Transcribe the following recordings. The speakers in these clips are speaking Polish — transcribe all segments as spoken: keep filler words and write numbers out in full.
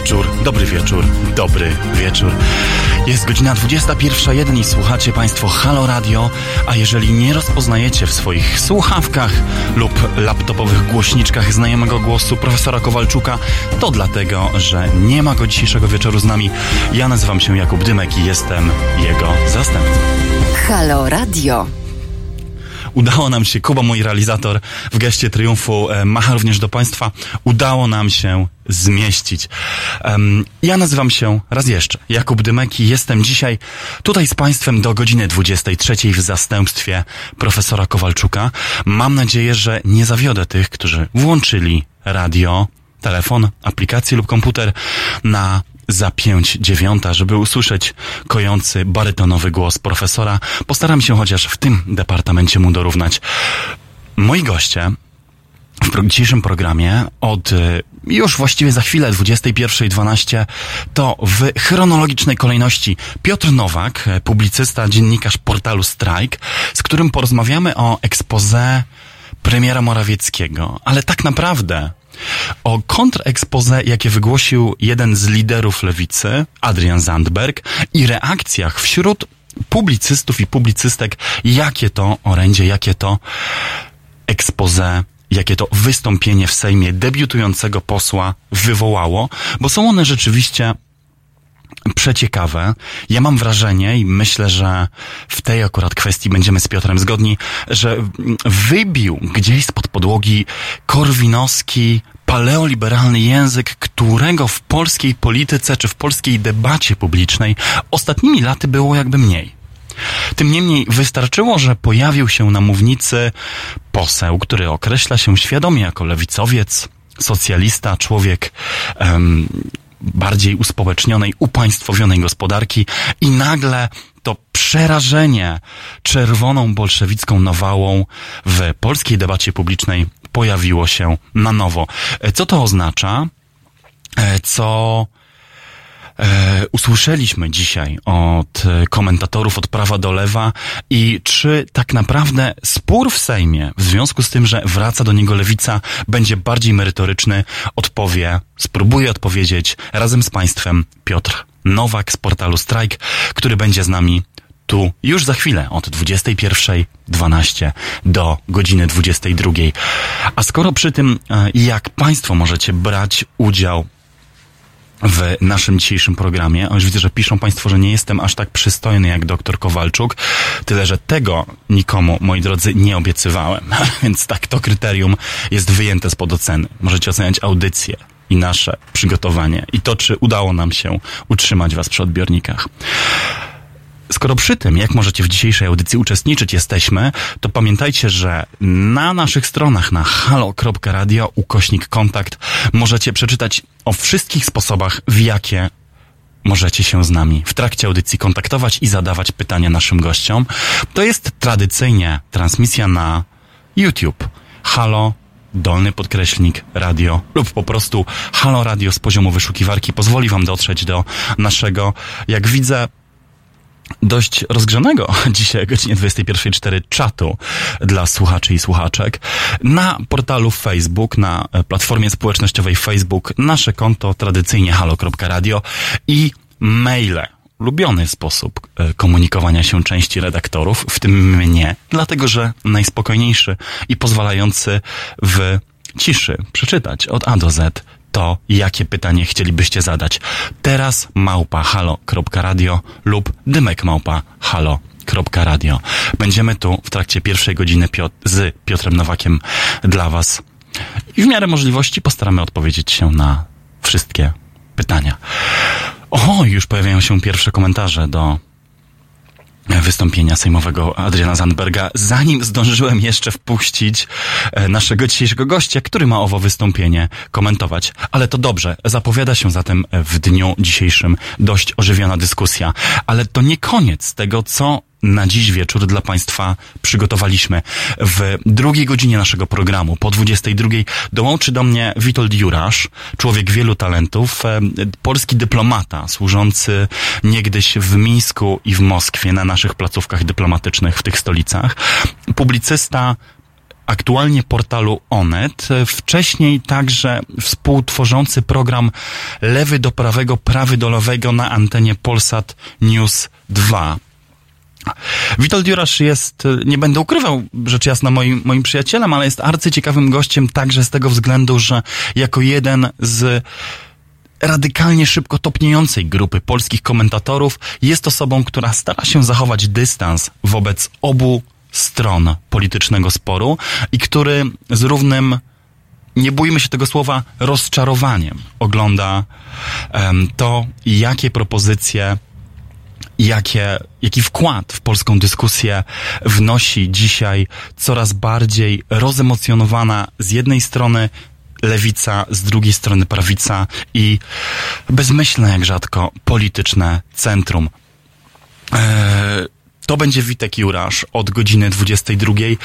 wieczór, dobry wieczór, dobry wieczór. Jest godzina dwudziesta pierwsza jeden i słuchacie Państwo Halo Radio, a jeżeli nie rozpoznajecie w swoich słuchawkach lub laptopowych głośniczkach znajomego głosu profesora Kowalczuka, to dlatego, że nie ma go dzisiejszego wieczoru z nami. Ja nazywam się Jakub Dymek i jestem jego zastępcą. Halo Radio. Udało nam się, Kuba, mój realizator, w geście triumfu e, macha również do Państwa. Udało nam się zmieścić. Um, ja nazywam się raz jeszcze Jakub Dymek i jestem dzisiaj tutaj z Państwem do godziny dwudziestej trzeciej w zastępstwie profesora Kowalczuka. Mam nadzieję, że nie zawiodę tych, którzy włączyli radio, telefon, aplikację lub komputer na za pięć dziewiąta, żeby usłyszeć kojący, barytonowy głos profesora. Postaram się chociaż w tym departamencie mu dorównać. Moi goście w dzisiejszym programie od już właściwie za chwilę dwudziestej pierwszej dwanaście to w chronologicznej kolejności Piotr Nowak, publicysta, dziennikarz portalu Strajk, z którym porozmawiamy o exposé premiera Morawieckiego, ale tak naprawdę o kontrexposé, jakie wygłosił jeden z liderów lewicy, Adrian Zandberg, i reakcjach wśród publicystów i publicystek, jakie to orędzie, jakie to exposé, jakie to wystąpienie w Sejmie debiutującego posła wywołało, bo są one rzeczywiście przeciekawe. Ja mam wrażenie i myślę, że w tej akurat kwestii będziemy z Piotrem zgodni, że wybił gdzieś spod podłogi korwinowski, paleoliberalny język, którego w polskiej polityce czy w polskiej debacie publicznej ostatnimi laty było jakby mniej. Tym niemniej wystarczyło, że pojawił się na mównicy poseł, który określa się świadomie jako lewicowiec, socjalista, człowiek um, bardziej uspołecznionej, upaństwowionej gospodarki i nagle to przerażenie czerwoną bolszewicką nawałą w polskiej debacie publicznej pojawiło się na nowo. Co to oznacza? Co e, usłyszeliśmy dzisiaj od komentatorów od prawa do lewa i czy tak naprawdę spór w Sejmie w związku z tym, że wraca do niego lewica, będzie bardziej merytoryczny, odpowie, spróbuje odpowiedzieć razem z Państwem Piotr Nowak z portalu Strajk, który będzie z nami tu już za chwilę od dwudziestej pierwszej dwanaście do godziny dwudziestej drugiej. A skoro przy tym, jak Państwo możecie brać udział w naszym dzisiejszym programie, a już widzę, że piszą Państwo, że nie jestem aż tak przystojny jak doktor Kowalczuk, tyle, że tego nikomu, moi drodzy, nie obiecywałem. Więc tak, to kryterium jest wyjęte spod oceny. Możecie oceniać audycję i nasze przygotowanie i to, czy udało nam się utrzymać Was przy odbiornikach. Skoro przy tym, jak możecie w dzisiejszej audycji uczestniczyć jesteśmy, to pamiętajcie, że na naszych stronach na halo kropka radio ukośnik kontakt możecie przeczytać o wszystkich sposobach, w jakie możecie się z nami w trakcie audycji kontaktować i zadawać pytania naszym gościom. To jest tradycyjnie transmisja na YouTube. Halo, dolny podkreślnik radio lub po prostu Halo Radio z poziomu wyszukiwarki pozwoli Wam dotrzeć do naszego, jak widzę, dość rozgrzanego dzisiaj o godzinie dwudziestej pierwszej cztery czatu dla słuchaczy i słuchaczek. Na portalu Facebook, na platformie społecznościowej Facebook nasze konto tradycyjnie halo kropka radio i maile. Ulubiony sposób komunikowania się części redaktorów, w tym mnie, dlatego że najspokojniejszy i pozwalający w ciszy przeczytać od A do Z to, jakie pytanie chcielibyście zadać. Teraz małpa halo kropka radio lub dymek małpa halo kropka radio. Będziemy tu w trakcie pierwszej godziny Piot- z Piotrem Nowakiem dla Was i w miarę możliwości postaramy odpowiedzieć się na wszystkie pytania. O, już pojawiają się pierwsze komentarze do wystąpienia sejmowego Adriana Zandberga, zanim zdążyłem jeszcze wpuścić naszego dzisiejszego gościa, który ma owo wystąpienie komentować. Ale to dobrze, zapowiada się zatem w dniu dzisiejszym dość ożywiona dyskusja. Ale to nie koniec tego, co na dziś wieczór dla Państwa przygotowaliśmy. W drugiej godzinie naszego programu, po dwudziestej drugiej, dołączy do mnie Witold Jurasz, człowiek wielu talentów, polski dyplomata, służący niegdyś w Mińsku i w Moskwie na naszych placówkach dyplomatycznych w tych stolicach, publicysta, aktualnie portalu Onet, wcześniej także współtworzący program Lewy do prawego, prawy do lewego na antenie Polsat News dwa. Witold Jurasz jest, nie będę ukrywał, rzecz jasna, moim, moim przyjacielem, ale jest arcyciekawym gościem także z tego względu, że jako jeden z radykalnie szybko topniejącej grupy polskich komentatorów jest osobą, która stara się zachować dystans wobec obu stron politycznego sporu i który z równym, nie bójmy się tego słowa, rozczarowaniem ogląda um, to, jakie propozycje, jakie, jaki wkład w polską dyskusję wnosi dzisiaj coraz bardziej rozemocjonowana z jednej strony lewica, z drugiej strony prawica i bezmyślne jak rzadko polityczne centrum. Eee, to będzie Witek Jurasz od godziny dwudziestej drugiej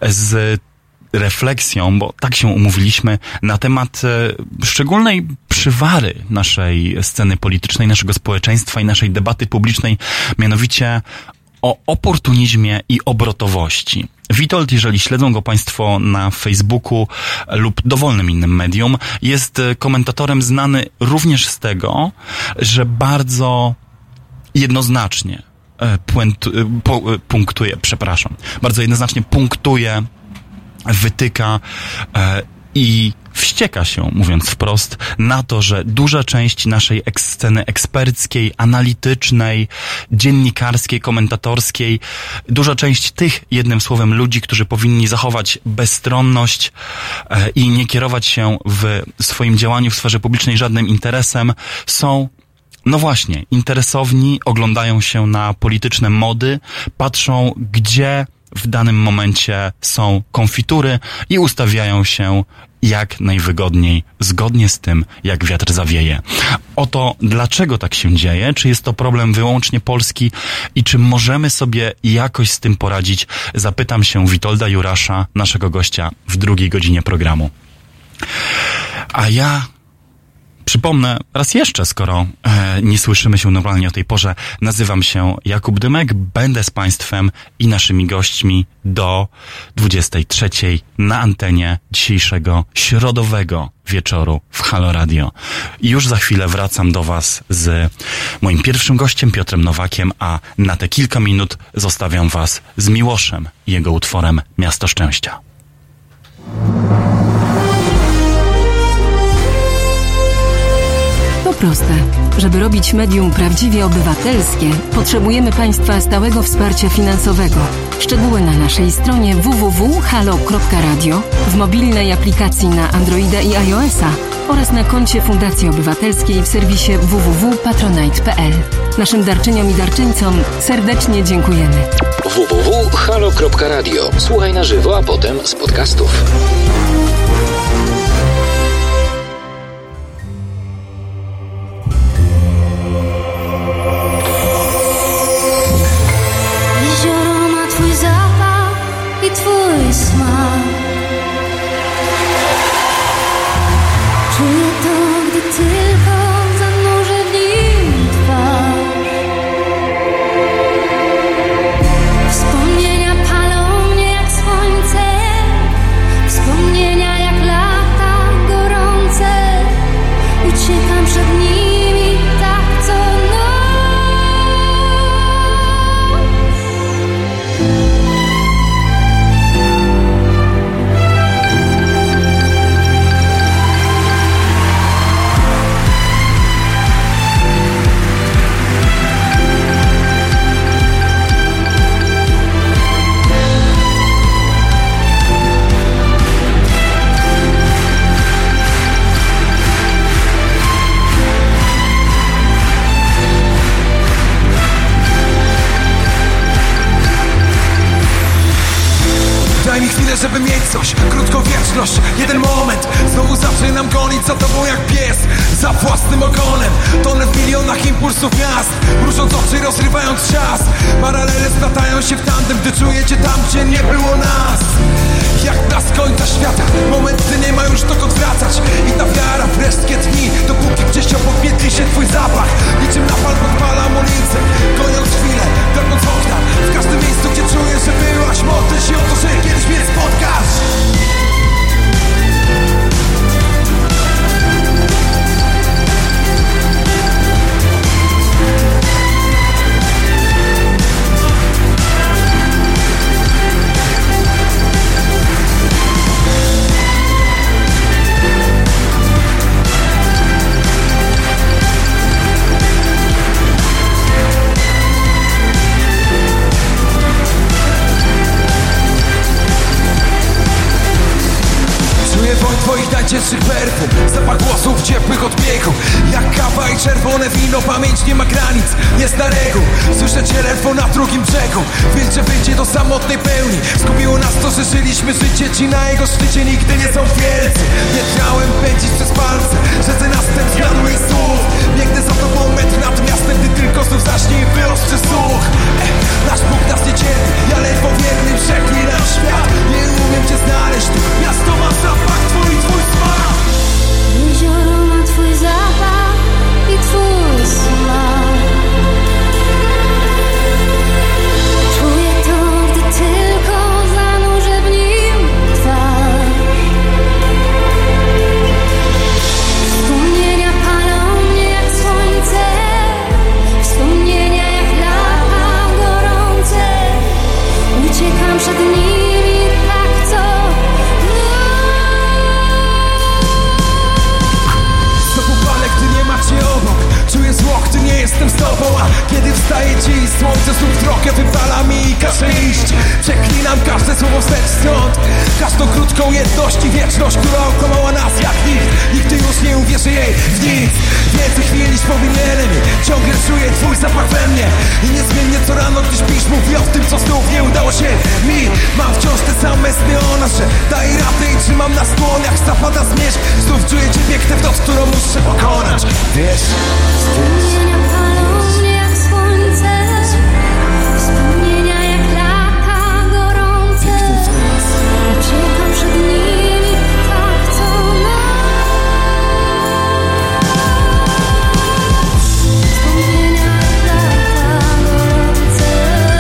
z refleksją, bo tak się umówiliśmy, na temat e, szczególnej przywary naszej sceny politycznej, naszego społeczeństwa i naszej debaty publicznej, mianowicie o oportunizmie i obrotowości. Witold, jeżeli śledzą go Państwo na Facebooku lub dowolnym innym medium, jest komentatorem znany również z tego, że bardzo jednoznacznie puentu, punktuje, przepraszam, bardzo jednoznacznie punktuje, wytyka e, i wścieka się, mówiąc wprost, na to, że duża część naszej eks- sceny eksperckiej, analitycznej, dziennikarskiej, komentatorskiej, duża część tych, jednym słowem, ludzi, którzy powinni zachować bezstronność e, i nie kierować się w swoim działaniu w sferze publicznej żadnym interesem, są no właśnie, interesowni, oglądają się na polityczne mody, patrzą, gdzie w danym momencie są konfitury i ustawiają się jak najwygodniej, zgodnie z tym, jak wiatr zawieje. Oto dlaczego tak się dzieje, czy jest to problem wyłącznie polski i czy możemy sobie jakoś z tym poradzić, zapytam się Witolda Jurasza, naszego gościa w drugiej godzinie programu. A ja przypomnę raz jeszcze, skoro e, nie słyszymy się normalnie o tej porze, nazywam się Jakub Dymek, będę z Państwem i naszymi gośćmi do dwudziestej trzeciej na antenie dzisiejszego środowego wieczoru w Halo Radio. I już za chwilę wracam do Was z moim pierwszym gościem, Piotrem Nowakiem, a na te kilka minut zostawiam Was z Miłoszem i jego utworem Miasto Szczęścia. To proste. Żeby robić medium prawdziwie obywatelskie, potrzebujemy Państwa stałego wsparcia finansowego. Szczegóły na naszej stronie w w w kropka halo kropka radio, w mobilnej aplikacji na Androida i iOS-a oraz na koncie Fundacji Obywatelskiej w serwisie w w w kropka patronite kropka p l. Naszym darczyniom i darczyńcom serdecznie dziękujemy. w w w kropka halo kropka radio. Słuchaj na żywo, a potem z podcastów. Twój smak. Czuję to, gdy tylko zanurzę w nim twarz. Wspomnienia palą mnie jak słońce, wspomnienia jak lata gorące. Uciekam przed nimi tak co noc. Daj mi chwilę, żeby mieć coś, krótkowieczność, jeden moment. Znowu zaczynam gonić za tobą jak pies, za własnym ogonem. Tonę w milionach impulsów miast, mrużąc oczy, rozrywając czas. Paralele splatają się w tandem, gdy czuję cię tam, gdzie nie było nas. Jak nas końca świata, moment, gdy nie ma już dokąd wracać. I ta wiara w resztkie dni, dopóki gdzieś obok mnie się twój zapach. Niczym napal podpalam ulicę, goniąc chwilę, drapnąc okna. W każdym miejscu, gdzie czuję, że byłaś, modlę się o to, że kiedyś mnie spotkasz. młodzieżnych perfum, zapach włosów ciepłych od biegu. Jak kawa i czerwone wino, pamięć nie ma granic, nie zna reguł. Słyszę telefon na drugim brzegu, wilcze wyjdzie do samotnej pełni. Zgubiło nas to, że żyliśmy życie, ci na jego szczycie nigdy nie są wielcy. Nie chciałem pędzić przez palce, rzece następ zmian moich słów. Biegnę za tobą metr nad miastem, gdy tylko znów zacznie i wyostrzy słuch. eh, Nasz Bóg nas nie cierpi, ja ledwo wierny przeklinam świat. Nie umiem cię znaleźć tu, miasto ma zapach twój, twój smak. Jezioro ma twój zapach i twój smak. Czuję to, gdy tylko zanurzę w nim twarz. Wspomnienia palą mnie jak słońce, wspomnienia jak lata gorące. Uciekam przed nimi tak co Znowu palę, gdy nie macie obok. Czuję zło, gdy nie jestem z tobą. A kiedy wstaje dziś, słońce znów trochę wypala mi i każe iść. Przeklinam każde słowo wstecz stąd, każdą krótką jedność i wieczność, która okłamała nas jak nikt. Nigdy już nie uwierzy jej w nic. Więcej chwil niż powinienem. Ciągle czuję twój zapach we mnie. I niezmiennie co rano, gdy śpisz, mówi o tym, co znów nie udało się mi. Mam wciąż te same sny o nas, że daj radę i trzymam na skłonach. Zapada zmierzch, znów czuję ciebie w noc, którą muszę pokonać. Wiesz, wspomnienia palą mnie jak słońce, wspomnienia jak lata gorące. Uciekam przed nimi tak co noc. Wspomnienia jak lata gorące.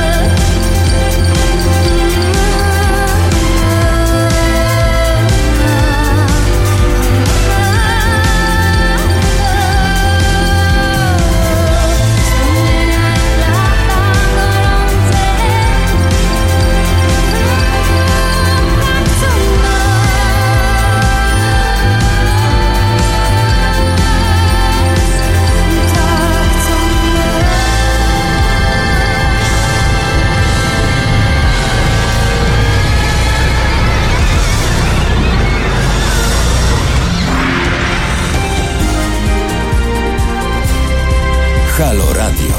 Halo Radio.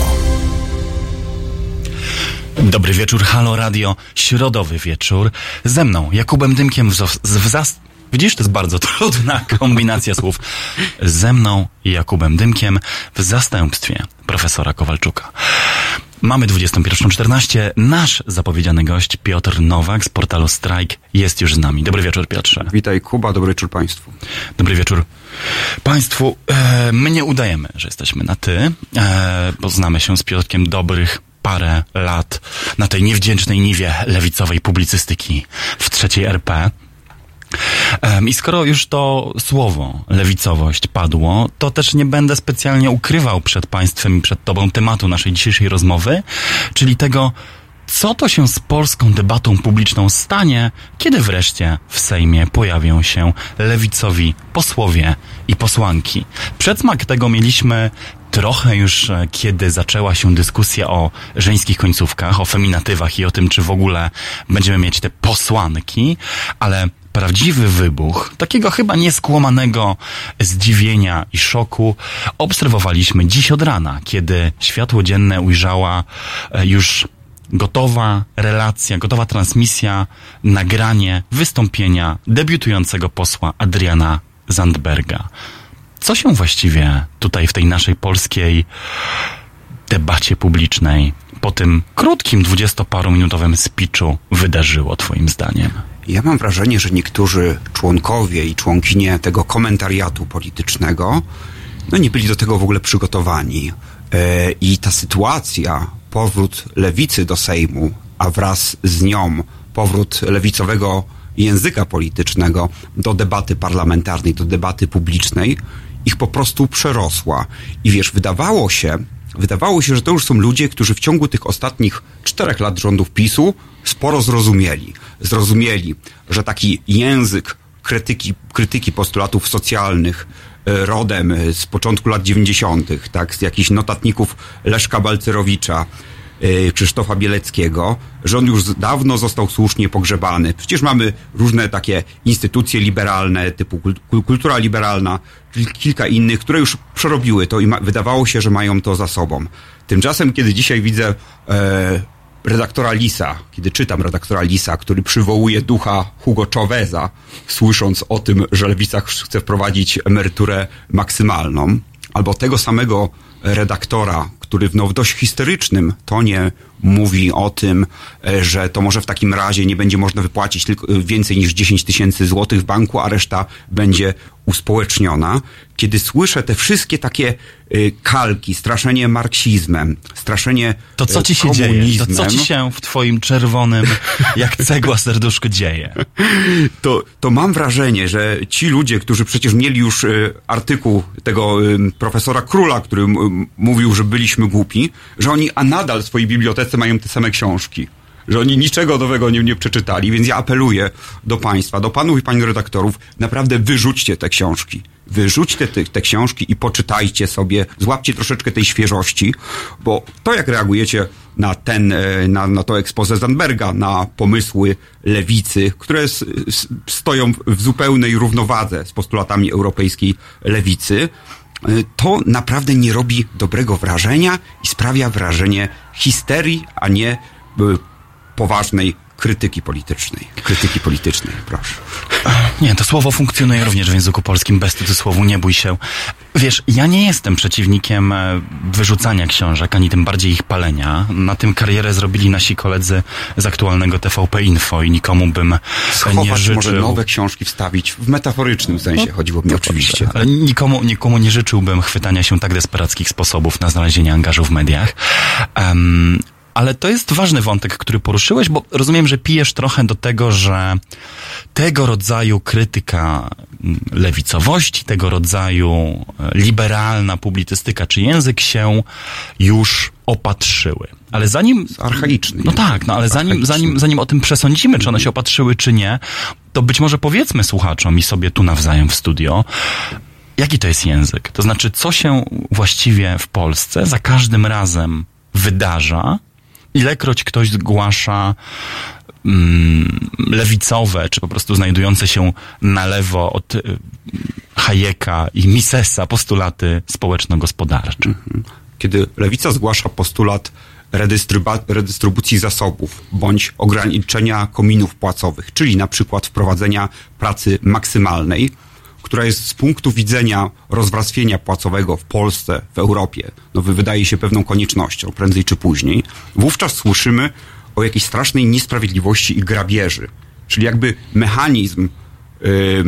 Dobry wieczór, Halo Radio, środowy wieczór. Ze mną, Jakubem Dymkiem w, w, w zas... Widzisz, to jest bardzo trudna kombinacja słów. Ze mną, Jakubem Dymkiem w zastępstwie profesora Kowalczuka. Mamy dwudziestą pierwszą czternaście. Nasz zapowiedziany gość Piotr Nowak z portalu Strike jest już z nami. Dobry wieczór, Piotrze. Witaj, Kuba, dobry wieczór Państwu. Dobry wieczór Państwu. E, my nie udajemy, że jesteśmy na ty. E, poznamy się z Piotrkiem dobrych parę lat na tej niewdzięcznej niwie lewicowej publicystyki w trzeciej R P. I skoro już to słowo lewicowość padło, to też nie będę specjalnie ukrywał przed Państwem i przed Tobą tematu naszej dzisiejszej rozmowy, czyli tego, co to się z polską debatą publiczną stanie, kiedy wreszcie w Sejmie pojawią się lewicowi posłowie i posłanki. Przedsmak tego mieliśmy trochę już, kiedy zaczęła się dyskusja o żeńskich końcówkach, o feminatywach i o tym, czy w ogóle będziemy mieć te posłanki, ale prawdziwy wybuch, takiego chyba nieskłamanego zdziwienia i szoku, obserwowaliśmy dziś od rana, kiedy światło dzienne ujrzała już gotowa relacja, gotowa transmisja, nagranie wystąpienia debiutującego posła Adriana Zandberga. Co się właściwie tutaj w tej naszej polskiej debacie publicznej po tym krótkim, dwudziestoparominutowym speechu wydarzyło, twoim zdaniem? Ja mam wrażenie, że niektórzy członkowie i członkinie tego komentariatu politycznego no nie byli do tego w ogóle przygotowani. Yy, I ta sytuacja, powrót lewicy do Sejmu, a wraz z nią powrót lewicowego języka politycznego do debaty parlamentarnej, do debaty publicznej, ich po prostu przerosła. I wiesz, wydawało się, wydawało się, że to już są ludzie, którzy w ciągu tych ostatnich czterech lat rządów PiSu sporo zrozumieli. Zrozumieli, że taki język krytyki, krytyki postulatów socjalnych rodem z początku lat dziewięćdziesiątych, tak, z jakichś notatników Leszka Balcerowicza, y, Krzysztofa Bieleckiego, że on już dawno został słusznie pogrzebany. Przecież mamy różne takie instytucje liberalne, typu kultura liberalna, kilka innych, które już przerobiły to i ma, wydawało się, że mają to za sobą. Tymczasem, kiedy dzisiaj widzę e, redaktora Lisa, kiedy czytam redaktora Lisa, który przywołuje ducha Hugo Chaveza, słysząc o tym, że Lewica chce wprowadzić emeryturę maksymalną, albo tego samego redaktora, który w no, w dość historycznym tonie mówi o tym, że to może w takim razie nie będzie można wypłacić tylko więcej niż dziesięć tysięcy złotych w banku, a reszta będzie uspołeczniona. Kiedy słyszę te wszystkie takie y, kalki, straszenie marksizmem, straszenie To co ci się komunizmem, dzieje? To co ci się w twoim czerwonym, jak cegła serduszku dzieje? To, to mam wrażenie, że ci ludzie, którzy przecież mieli już y, artykuł tego y, profesora Króla, który m, mówił, że byliśmy głupi, że oni a nadal w swojej bibliotece mają te same książki. Że oni niczego nowego nie, nie przeczytali, więc ja apeluję do państwa, do panów i pani redaktorów, naprawdę wyrzućcie te książki. Wyrzućcie te, te książki i poczytajcie sobie, złapcie troszeczkę tej świeżości, bo to jak reagujecie na ten, na, na to expose Zandberga, na pomysły lewicy, które s, s, stoją w zupełnej równowadze z postulatami europejskiej lewicy, to naprawdę nie robi dobrego wrażenia i sprawia wrażenie histerii, a nie poważnej krytyki politycznej. Krytyki politycznej, proszę. Nie, to słowo funkcjonuje również w języku polskim, bez cudzysłowu, nie bój się. Wiesz, ja nie jestem przeciwnikiem wyrzucania książek, ani tym bardziej ich palenia. Na tym karierę zrobili nasi koledzy z aktualnego T V P Info i nikomu bym Schować nie życzył... może nowe książki wstawić, w metaforycznym sensie no, chodziło mi oczywiście. Ale nikomu, nikomu nie życzyłbym chwytania się tak desperackich sposobów na znalezienie angażu w mediach. Um, Ale to jest ważny wątek, który poruszyłeś, bo rozumiem, że pijesz trochę do tego, że tego rodzaju krytyka lewicowości, tego rodzaju liberalna publicystyka czy język się już opatrzyły. Ale zanim... Archaiczny. No tak, no ale zanim, zanim, zanim o tym przesądzimy, czy one się opatrzyły, czy nie, to być może powiedzmy słuchaczom i sobie tu nawzajem w studio, jaki to jest język? To znaczy, co się właściwie w Polsce za każdym razem wydarza, ilekroć ktoś zgłasza mm, lewicowe, czy po prostu znajdujące się na lewo od y, Hayeka i Misesa postulaty społeczno-gospodarcze. Kiedy lewica zgłasza postulat redystryba- redystrybucji zasobów bądź ograniczenia kominów płacowych, czyli na przykład wprowadzenia pracy maksymalnej, która jest z punktu widzenia rozwarstwienia płacowego w Polsce, w Europie, no wydaje się pewną koniecznością, prędzej czy później, wówczas słyszymy o jakiejś strasznej niesprawiedliwości i grabieży. Czyli jakby mechanizm yy,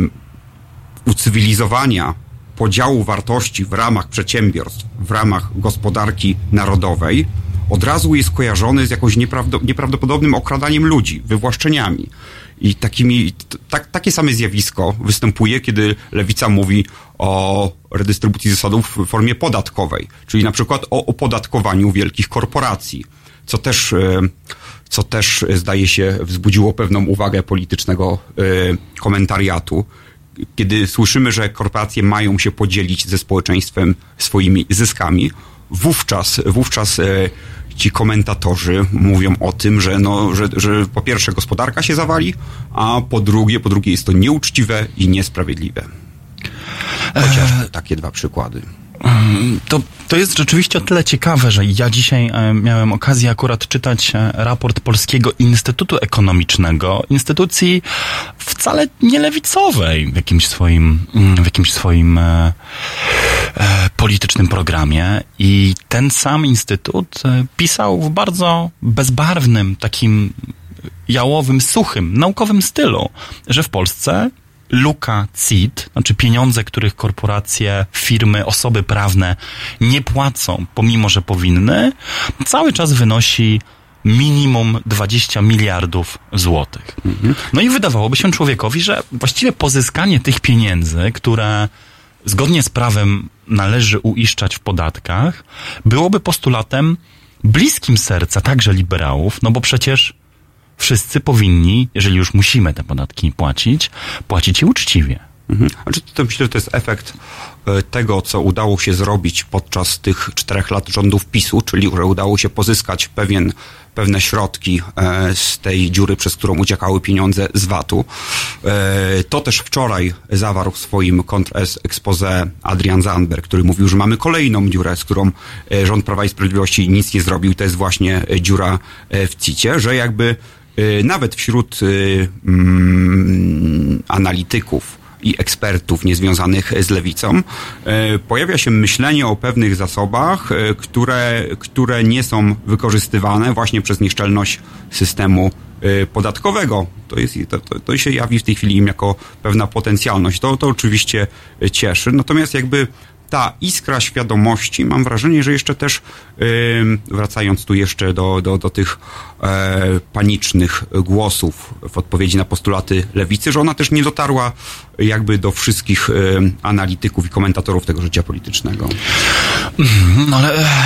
ucywilizowania podziału wartości w ramach przedsiębiorstw, w ramach gospodarki narodowej od razu jest kojarzony z jakimś nieprawdo- nieprawdopodobnym okradaniem ludzi, wywłaszczeniami. I takimi, tak, takie same zjawisko występuje, kiedy lewica mówi o redystrybucji zasobów w formie podatkowej, czyli na przykład o opodatkowaniu wielkich korporacji, co też, co też zdaje się wzbudziło pewną uwagę politycznego komentariatu, kiedy słyszymy, że korporacje mają się podzielić ze społeczeństwem swoimi zyskami, wówczas, wówczas ci komentatorzy mówią o tym, że, no, że, że po pierwsze gospodarka się zawali, a po drugie, po drugie jest to nieuczciwe i niesprawiedliwe. Chociażby takie dwa przykłady. To, to jest rzeczywiście o tyle ciekawe, że ja dzisiaj e, miałem okazję akurat czytać e, raport Polskiego Instytutu Ekonomicznego, instytucji wcale nie lewicowej w jakimś swoim, w jakimś swoim e, e, politycznym programie, i ten sam instytut e, pisał w bardzo bezbarwnym, takim jałowym, suchym, naukowym stylu, że w Polsce luka C I T, znaczy pieniądze, których korporacje, firmy, osoby prawne nie płacą, pomimo że powinny, cały czas wynosi minimum dwadzieścia miliardów złotych. Mhm. No i wydawałoby się człowiekowi, że właściwie pozyskanie tych pieniędzy, które zgodnie z prawem należy uiszczać w podatkach, byłoby postulatem bliskim serca także liberałów, no bo przecież wszyscy powinni, jeżeli już musimy te podatki płacić, płacić je uczciwie. Mhm. Znaczy, to myślę, że to jest efekt tego, co udało się zrobić podczas tych czterech lat rządów PiSu, czyli że udało się pozyskać pewien, pewne środki z tej dziury, przez którą uciekały pieniądze z vatu. To też wczoraj zawarł w swoim kontrexposé Adrian Zandberg, który mówił, że mamy kolejną dziurę, z którą rząd Prawa i Sprawiedliwości nic nie zrobił. To jest właśnie dziura w cicie, że jakby nawet wśród mm, analityków i ekspertów niezwiązanych z lewicą, pojawia się myślenie o pewnych zasobach, które, które nie są wykorzystywane właśnie przez nieszczelność systemu podatkowego. To, jest, to, to, to się jawi w tej chwili im jako pewna potencjalność. To, to oczywiście cieszy. Natomiast jakby ta iskra świadomości, mam wrażenie, że jeszcze też, yy, wracając tu jeszcze do, do, do tych e, panicznych głosów w odpowiedzi na postulaty lewicy, że ona też nie dotarła jakby do wszystkich e, analityków i komentatorów tego życia politycznego. No ale e,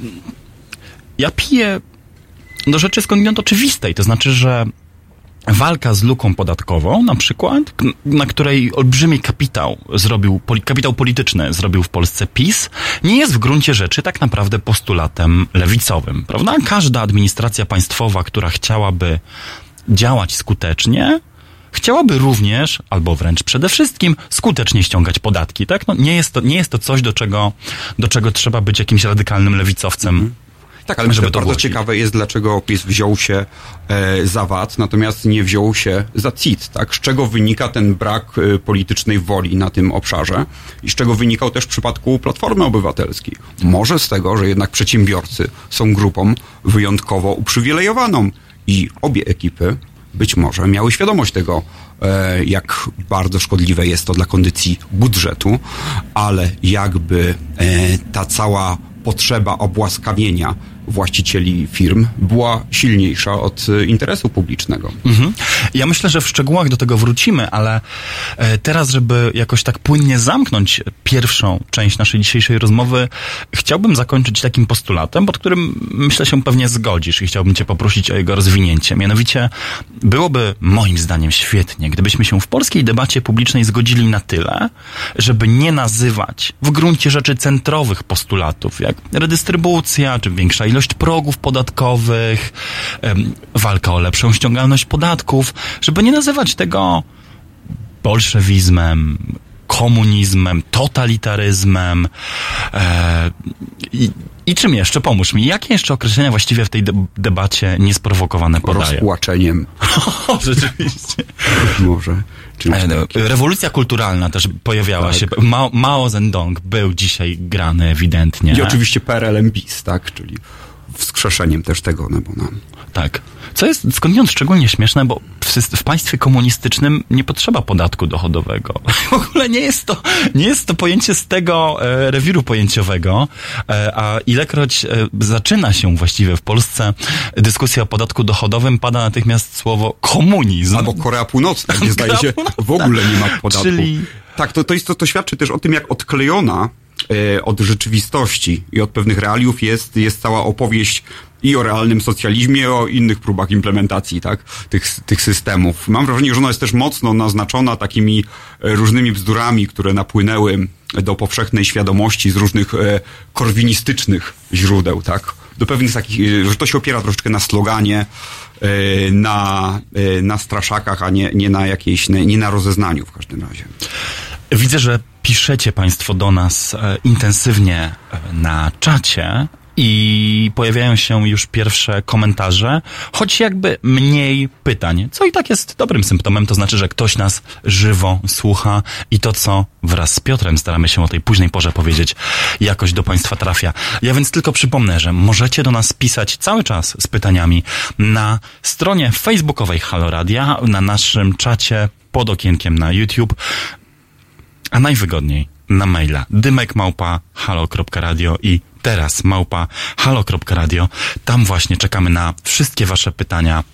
ja piję do rzeczy skądinąd oczywistej, to znaczy, że walka z luką podatkową, na przykład, na której olbrzymi kapitał zrobił, kapitał polityczny zrobił w Polsce PiS, nie jest w gruncie rzeczy tak naprawdę postulatem lewicowym, prawda? Każda administracja państwowa, która chciałaby działać skutecznie, chciałaby również, albo wręcz przede wszystkim, skutecznie ściągać podatki, tak? No, nie jest to, nie jest to coś, do czego, do czego trzeba być jakimś radykalnym lewicowcem. Mhm. Tak, ale żeby to bardzo głosić. Ciekawe jest, dlaczego PiS wziął się e, za vat, natomiast nie wziął się za C I T, tak? Z czego wynika ten brak e, politycznej woli na tym obszarze i z czego wynikał też w przypadku Platformy Obywatelskiej. Może z tego, że jednak przedsiębiorcy są grupą wyjątkowo uprzywilejowaną i obie ekipy być może miały świadomość tego, e, jak bardzo szkodliwe jest to dla kondycji budżetu, ale jakby e, ta cała potrzeba obłaskawienia właścicieli firm była silniejsza od interesu publicznego. Mhm. Ja myślę, że w szczegółach do tego wrócimy, ale teraz, żeby jakoś tak płynnie zamknąć pierwszą część naszej dzisiejszej rozmowy, chciałbym zakończyć takim postulatem, pod którym myślę się pewnie zgodzisz i chciałbym cię poprosić o jego rozwinięcie. Mianowicie byłoby moim zdaniem świetnie, gdybyśmy się w polskiej debacie publicznej zgodzili na tyle, żeby nie nazywać w gruncie rzeczy centrowych postulatów, jak redystrybucja, czy większa ilość progów podatkowych, um, walka o lepszą ściągalność podatków, żeby nie nazywać tego bolszewizmem, komunizmem, totalitaryzmem e, i, i czym jeszcze? Pomóż mi. Jakie jeszcze określenia właściwie w tej de- debacie niesprowokowane podaję? Rozpłaczeniem. Rzeczywiście. Może. E, rewolucja kulturalna też pojawiała tak. się. Ma- Mao Zedong był dzisiaj grany ewidentnie. I oczywiście P R L-em bis, tak? Czyli wskrzeszeniem też tego, no bo no. Tak. Co jest skądinąd szczególnie śmieszne, bo w, w państwie komunistycznym nie potrzeba podatku dochodowego. W ogóle nie jest to, nie jest to pojęcie z tego e, rewiru pojęciowego, e, a ilekroć e, zaczyna się właściwie w Polsce dyskusja o podatku dochodowym, pada natychmiast słowo komunizm. Albo Korea Północna, gdzie zdaje się w ogóle nie ma podatku. Czyli... Tak, to, to, jest, to, to świadczy też o tym, jak odklejona e, od rzeczywistości i od pewnych realiów jest, jest cała opowieść i o realnym socjalizmie, o innych próbach implementacji, tak, tych, tych systemów. Mam wrażenie, że ona jest też mocno naznaczona takimi różnymi bzdurami, które napłynęły do powszechnej świadomości z różnych e, korwinistycznych źródeł, tak. Do pewnych takich, że to się opiera troszeczkę na sloganie, e, na, e, na straszakach, a nie, nie na jakiejś, nie, nie na rozeznaniu w każdym razie. Widzę, że piszecie państwo do nas e, intensywnie na czacie. I pojawiają się już pierwsze komentarze, choć jakby mniej pytań, co i tak jest dobrym symptomem, to znaczy, że ktoś nas żywo słucha i to, co wraz z Piotrem staramy się o tej późnej porze powiedzieć, jakoś do państwa trafia. Ja więc tylko przypomnę, że możecie do nas pisać cały czas z pytaniami na stronie facebookowej Halo Radia, na naszym czacie pod okienkiem na YouTube, a najwygodniej na maila dymek małpa halo kropka radio i teraz małpa halo kropka radio. Tam właśnie czekamy na wszystkie wasze pytania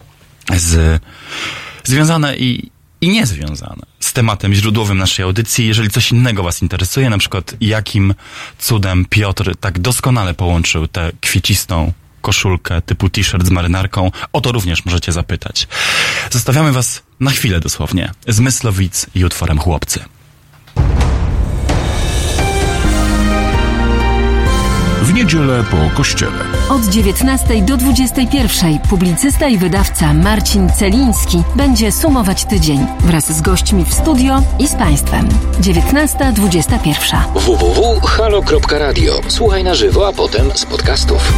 z, związane i, i niezwiązane z tematem źródłowym naszej audycji. Jeżeli coś innego was interesuje, na przykład jakim cudem Piotr tak doskonale połączył tę kwiecistą koszulkę typu t-shirt z marynarką? O to również możecie zapytać. Zostawiamy was na chwilę dosłownie z Myslowic i utworem Chłopcy. W niedzielę po kościele. Od dziewiętnastej do dwudziestej pierwszej publicysta i wydawca Marcin Celiński będzie sumować tydzień wraz z gośćmi w studio i z Państwem. dziewiętnasta dwudziesta pierwsza. w w w kropka halo kropka radio. Słuchaj na żywo, a potem z podcastów.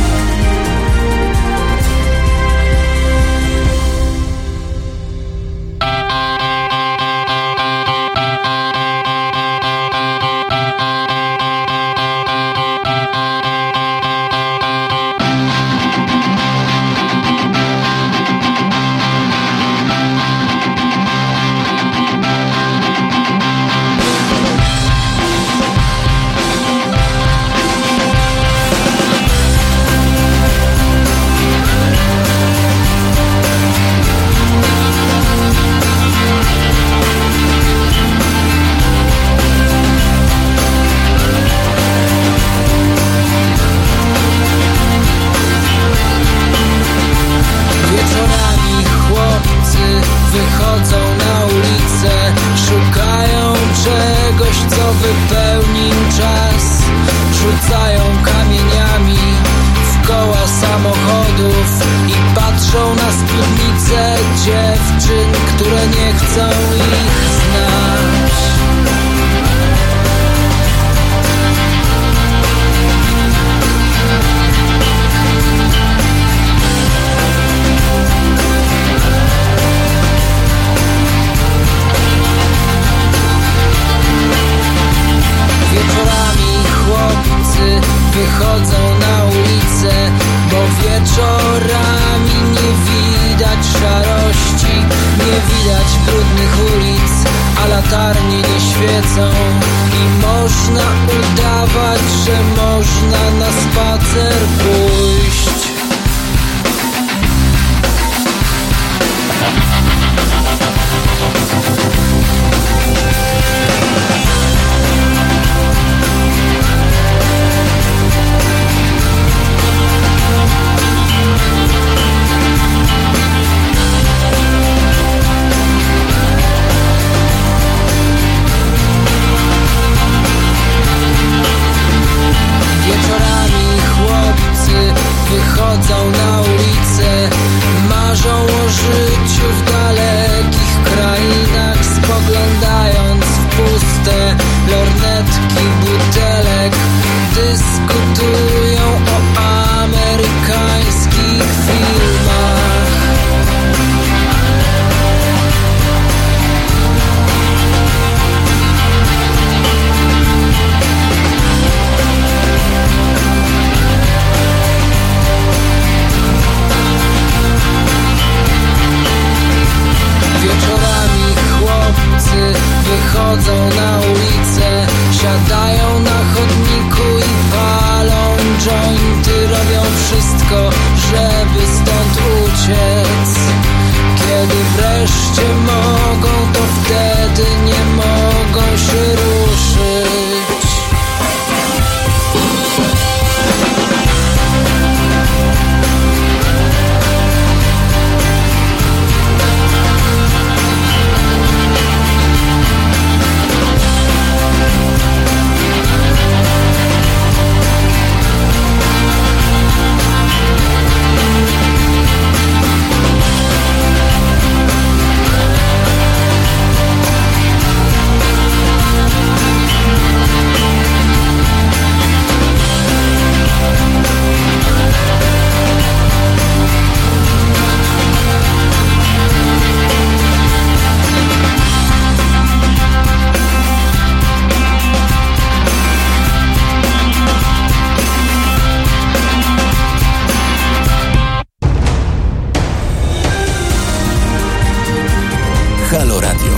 Halo Radio.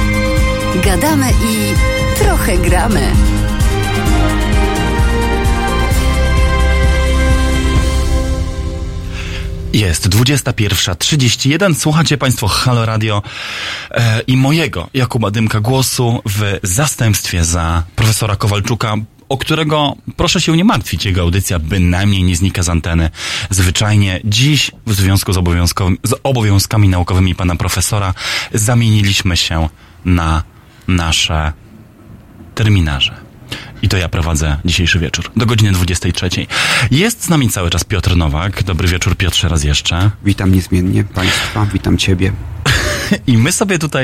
Gadamy i trochę gramy. Jest dwudziesta pierwsza trzydzieści jeden. Słuchacie Państwo Halo Radio e, i mojego, Jakuba Dymka, głosu w zastępstwie za profesora Kowalczuka. o którego proszę się nie martwić, jego audycja bynajmniej nie znika z anteny. Zwyczajnie dziś w związku z, obowiązkowymi, z obowiązkami naukowymi pana profesora zamieniliśmy się na nasze terminarze. I to ja prowadzę dzisiejszy wieczór do godziny dwudziestej trzeciej. Jest z nami cały czas Piotr Nowak. Dobry wieczór, Piotrze, raz jeszcze. Witam niezmiennie Państwa, witam Ciebie. I my sobie tutaj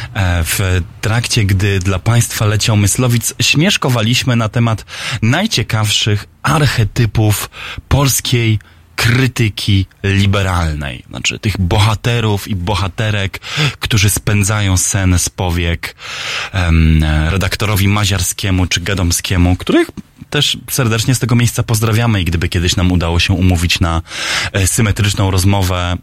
w trakcie, gdy dla Państwa leciał Myslowic, śmieszkowaliśmy na temat najciekawszych archetypów polskiej krytyki liberalnej. Znaczy tych bohaterów i bohaterek, którzy spędzają sen z powiek um, redaktorowi Maziarskiemu czy Gadomskiemu, których też serdecznie z tego miejsca pozdrawiamy i gdyby kiedyś nam udało się umówić na e, symetryczną rozmowę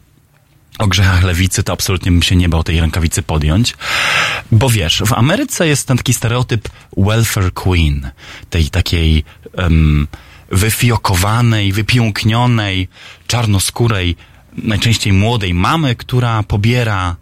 o grzechach lewicy, to absolutnie bym się nie bał tej rękawicy podjąć. Bo wiesz, w Ameryce jest ten taki stereotyp welfare queen, tej takiej um, wyfiokowanej, wypięknionej, czarnoskórej, najczęściej młodej mamy, która pobiera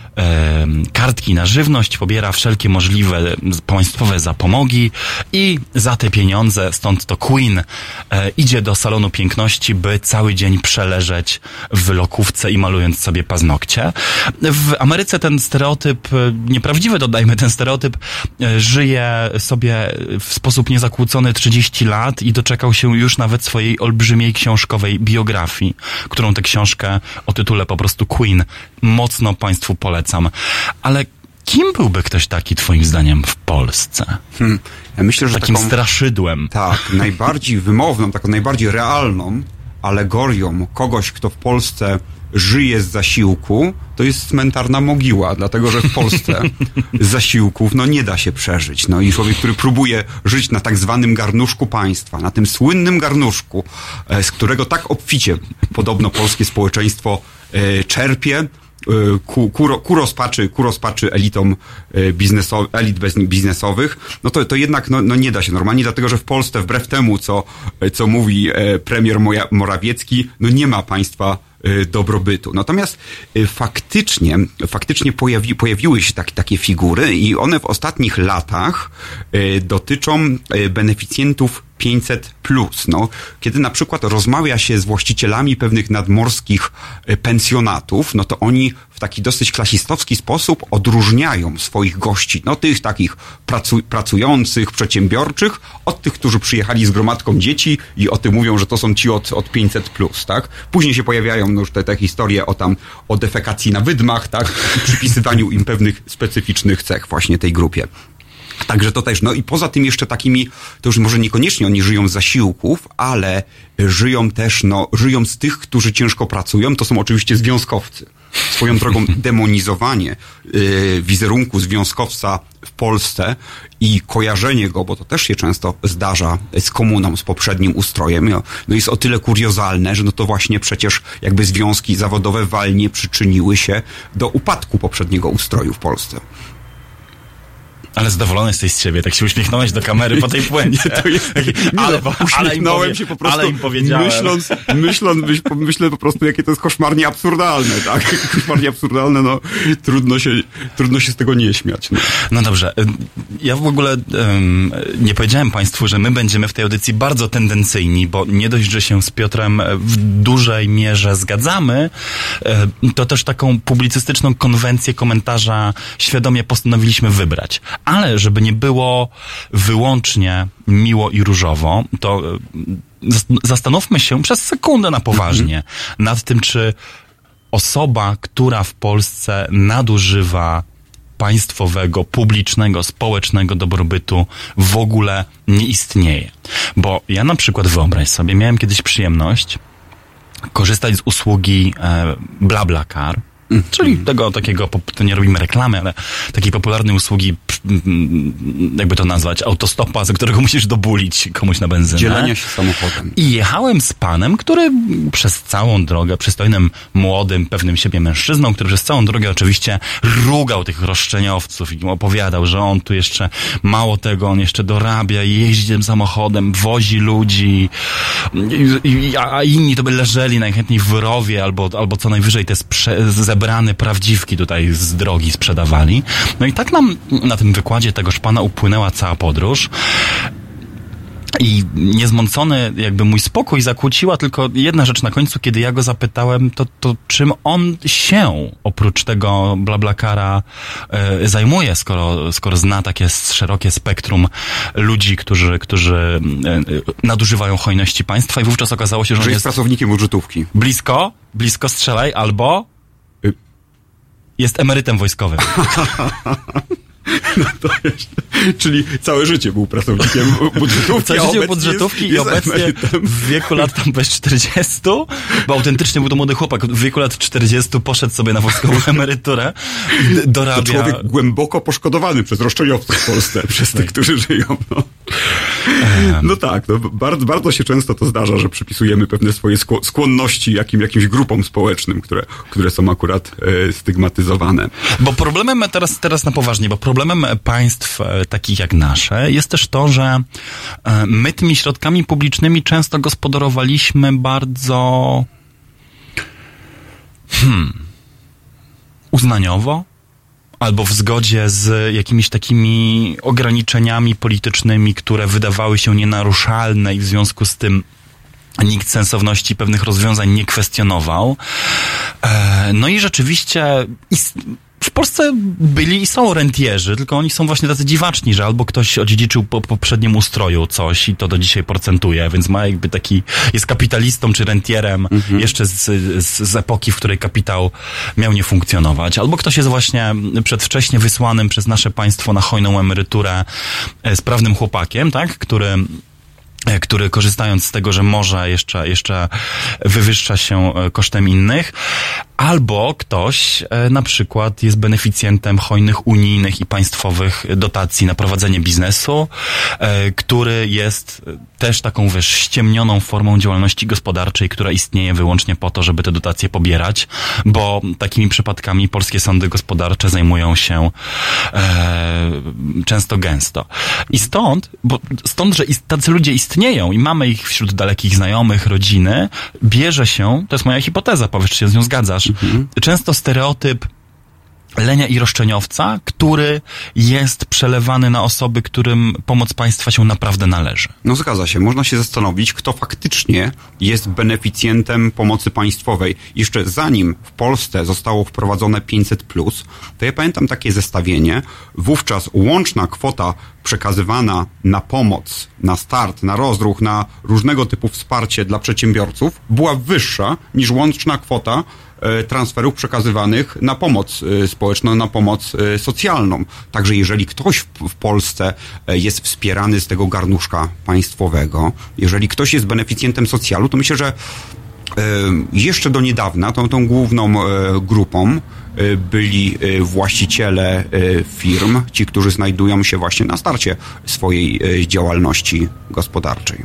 e, kartki na żywność, pobiera wszelkie możliwe państwowe zapomogi i za te pieniądze, stąd to Queen, e, idzie do salonu piękności, by cały dzień przeleżeć w lokówce i malując sobie paznokcie. W Ameryce ten stereotyp, nieprawdziwy dodajmy, ten stereotyp e, żyje sobie w sposób niezakłócony trzydzieści lat i doczekał się już nawet swojej olbrzymiej książkowej biografii, którą tę książkę o tytule po prostu Queen mocno Państwu polecam. Ale kim byłby ktoś taki, twoim zdaniem, w Polsce? Hmm. Ja myślę, że takim taką, straszydłem. Tak, najbardziej wymowną, taką najbardziej realną alegorią kogoś, kto w Polsce żyje z zasiłku, to jest cmentarna mogiła, dlatego że w Polsce z zasiłków no nie da się przeżyć. No i człowiek, który próbuje żyć na tak zwanym garnuszku państwa, na tym słynnym garnuszku, z którego tak obficie podobno polskie społeczeństwo e, czerpie, Ku, ku, ku, rozpaczy, ku rozpaczy elitom biznesow, elit biznesowych, no to, to jednak no, no nie da się normalnie, dlatego że w Polsce, wbrew temu, co, co mówi premier Morawiecki, no nie ma państwa dobrobytu. Natomiast faktycznie, faktycznie pojawi, pojawiły się tak, takie figury i one w ostatnich latach dotyczą beneficjentów pięćset plus. No, kiedy na przykład rozmawia się z właścicielami pewnych nadmorskich pensjonatów, no to oni w taki dosyć klasistowski sposób odróżniają swoich gości, no tych takich pracu, pracujących, przedsiębiorczych, od tych, którzy przyjechali z gromadką dzieci i o tym mówią, że to są ci od, od pięćset plus, tak? Później się pojawiają no już te, te historie o tam, o defekacji na wydmach, tak? I przypisywaniu im pewnych specyficznych cech właśnie tej grupie. Także to też, no i poza tym jeszcze takimi, to już może niekoniecznie oni żyją z zasiłków, ale żyją też, no, żyją z tych, którzy ciężko pracują, to są oczywiście związkowcy. Swoją drogą demonizowanie yy, wizerunku związkowca w Polsce i kojarzenie go, bo to też się często zdarza z komuną, z poprzednim ustrojem, no, no jest o tyle kuriozalne, że no to właśnie przecież jakby związki zawodowe walnie przyczyniły się do upadku poprzedniego ustroju w Polsce. Ale zadowolony jesteś z siebie, tak się uśmiechnąłeś do kamery po tej puencie. To jest, Taki, ale, no, uśmiechnąłem ale się po prostu, ale im powiedziałem. myśląc, myśląc, myślę po prostu, jakie to jest koszmarnie absurdalne, tak? Koszmarnie absurdalne, no, trudno się, trudno się z tego nie śmiać. No, no dobrze, ja w ogóle um, nie powiedziałem Państwu, że my będziemy w tej audycji bardzo tendencyjni, bo nie dość, że się z Piotrem w dużej mierze zgadzamy, to też taką publicystyczną konwencję komentarza świadomie postanowiliśmy wybrać. Ale żeby nie było wyłącznie miło i różowo, to zastanówmy się przez sekundę na poważnie nad tym, czy osoba, która w Polsce nadużywa państwowego, publicznego, społecznego dobrobytu w ogóle nie istnieje. Bo ja na przykład, wyobraź sobie, miałem kiedyś przyjemność korzystać z usługi e, BlaBlaCar, czyli tego takiego, to nie robimy reklamy, ale takiej popularnej usługi, jakby to nazwać, autostopa, za którego musisz dobulić komuś na benzynę. Dzielenia się samochodem. I jechałem z panem, który przez całą drogę, przystojnym, młodym, pewnym siebie mężczyzną, który przez całą drogę oczywiście rugał tych roszczeniowców i im opowiadał, że on tu jeszcze, mało tego, on jeszcze dorabia, jeździ tym samochodem, wozi ludzi, i, i, a inni to by leżeli najchętniej w rowie, albo, albo co najwyżej te sprze- zebrane prawdziwki tutaj z drogi sprzedawali. No i tak nam na tym wykładzie tegoż pana upłynęła cała podróż. I niezmącony jakby mój spokój zakłóciła tylko jedna rzecz na końcu, kiedy ja go zapytałem, to, to czym on się oprócz tego BlaBlaCara e, zajmuje, skoro, skoro zna takie szerokie spektrum ludzi, którzy, którzy e, nadużywają hojności państwa, i wówczas okazało się, że, że on jest jest pracownikiem użytówki. Blisko, blisko strzelaj, albo y- jest emerytem wojskowym. No to jest, czyli całe życie był pracownikiem budżetówki. Całe życie budżetówki jest, i obecnie emerytem. W wieku lat tam bez czterdziestu, bo autentycznie był to młody chłopak, w wieku lat czterdziestu poszedł sobie na wojskową emeryturę, dorabia... To człowiek głęboko poszkodowany przez roszczeniowców w Polsce, przez tych, którzy żyją. No, no tak, no, bardzo, bardzo się często to zdarza, że przypisujemy pewne swoje skłonności jakim, jakimś grupom społecznym, które, które są akurat e, stygmatyzowane. Bo problemem, teraz, teraz na poważnie, bo problemem państw e, takich jak nasze jest też to, że e, my tymi środkami publicznymi często gospodarowaliśmy bardzo hmm, uznaniowo, albo w zgodzie z jakimiś takimi ograniczeniami politycznymi, które wydawały się nienaruszalne i w związku z tym nikt sensowności pewnych rozwiązań nie kwestionował. No i rzeczywiście w Polsce byli i są rentierzy, tylko oni są właśnie tacy dziwaczni, że albo ktoś odziedziczył po poprzednim ustroju coś i to do dzisiaj procentuje, więc ma jakby taki, jest kapitalistą czy rentierem mhm. jeszcze z, z, z epoki, w której kapitał miał nie funkcjonować. Albo ktoś jest właśnie przedwcześnie wysłanym przez nasze państwo na hojną emeryturę sprawnym chłopakiem, tak, który który korzystając z tego, że może jeszcze, jeszcze wywyższa się kosztem innych, albo ktoś na przykład jest beneficjentem hojnych unijnych i państwowych dotacji na prowadzenie biznesu, który jest też taką, wiesz, ściemnioną formą działalności gospodarczej, która istnieje wyłącznie po to, żeby te dotacje pobierać, bo takimi przypadkami polskie sądy gospodarcze zajmują się e, często gęsto. I stąd, bo stąd, że tacy ludzie istnieją i mamy ich wśród dalekich znajomych, rodziny, bierze się, to jest moja hipoteza, powiesz, czy się z nią zgadzasz, mhm. często stereotyp lenia i roszczeniowca, który jest przelewany na osoby, którym pomoc państwa się naprawdę należy. No zgadza się. Można się zastanowić, kto faktycznie jest beneficjentem pomocy państwowej. Jeszcze zanim w Polsce zostało wprowadzone pięćset plus, to ja pamiętam takie zestawienie. Wówczas łączna kwota przekazywana na pomoc, na start, na rozruch, na różnego typu wsparcie dla przedsiębiorców była wyższa niż łączna kwota transferów przekazywanych na pomoc społeczną, na pomoc socjalną. Także jeżeli ktoś w, w Polsce jest wspierany z tego garnuszka państwowego, jeżeli ktoś jest beneficjentem socjalu, to myślę, że jeszcze do niedawna tą, tą główną grupą byli właściciele firm, ci, którzy znajdują się właśnie na starcie swojej działalności gospodarczej.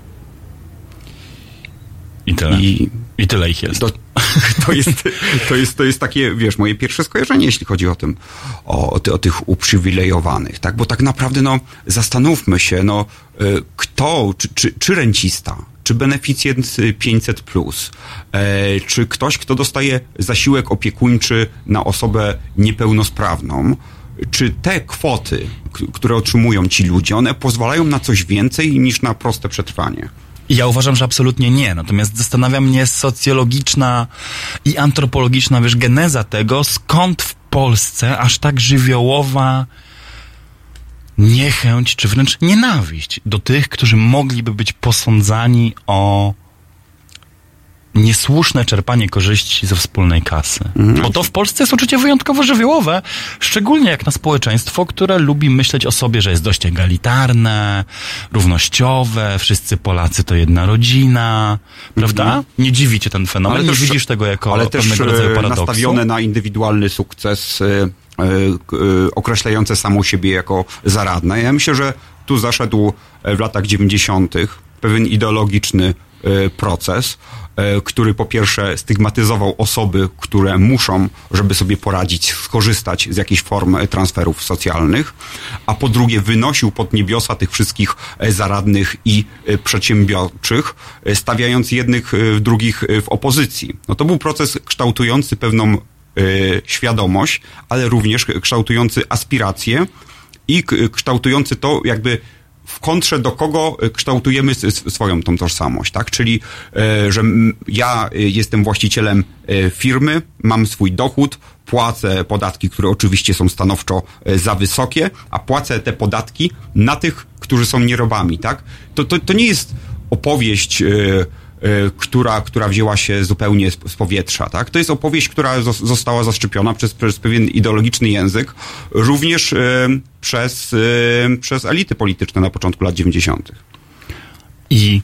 I tyle. I, I tyle ich jest. To, to jest. To jest, to jest takie, wiesz, moje pierwsze skojarzenie, jeśli chodzi o tym, o, o, ty, o tych uprzywilejowanych, tak? Bo tak naprawdę, no, zastanówmy się, no, kto, czy, czy, czy rencista, czy beneficjent pięćset plus, e, czy ktoś, kto dostaje zasiłek opiekuńczy na osobę niepełnosprawną, czy te kwoty, k- które otrzymują ci ludzie, one pozwalają na coś więcej niż na proste przetrwanie? Ja uważam, że absolutnie nie. Natomiast zastanawia mnie socjologiczna i antropologiczna, wiesz, geneza tego, skąd w Polsce aż tak żywiołowa niechęć, czy wręcz nienawiść do tych, którzy mogliby być posądzani o niesłuszne czerpanie korzyści ze wspólnej kasy. Mhm. Bo to w Polsce jest uczucie wyjątkowo żywiołowe, szczególnie jak na społeczeństwo, które lubi myśleć o sobie, że jest dość egalitarne, równościowe, wszyscy Polacy to jedna rodzina, prawda? Mhm. Nie dziwi cię ten fenomen, ale nie też, widzisz tego jako ale pewnego też rodzaju paradoksu. Nastawione na indywidualny sukces, yy, yy, określające samą siebie jako zaradne. Ja myślę, że tu zaszedł w latach dziewięćdziesiątych pewien ideologiczny proces, który po pierwsze stygmatyzował osoby, które muszą, żeby sobie poradzić, skorzystać z jakiejś form transferów socjalnych, a po drugie wynosił pod niebiosa tych wszystkich zaradnych i przedsiębiorczych, stawiając jednych drugich w opozycji. No to był proces kształtujący pewną świadomość, ale również kształtujący aspiracje i kształtujący to, jakby w kontrze do kogo kształtujemy swoją tą tożsamość, tak? Czyli, że ja jestem właścicielem firmy, mam swój dochód, płacę podatki, które oczywiście są stanowczo za wysokie, a płacę te podatki na tych, którzy są nierobami, tak? To, to, to nie jest opowieść, która, która wzięła się zupełnie z, z powietrza, tak? To jest opowieść, która została zaszczepiona przez, przez pewien ideologiczny język, również przez, przez elity polityczne na początku lat dziewięćdziesiątych. I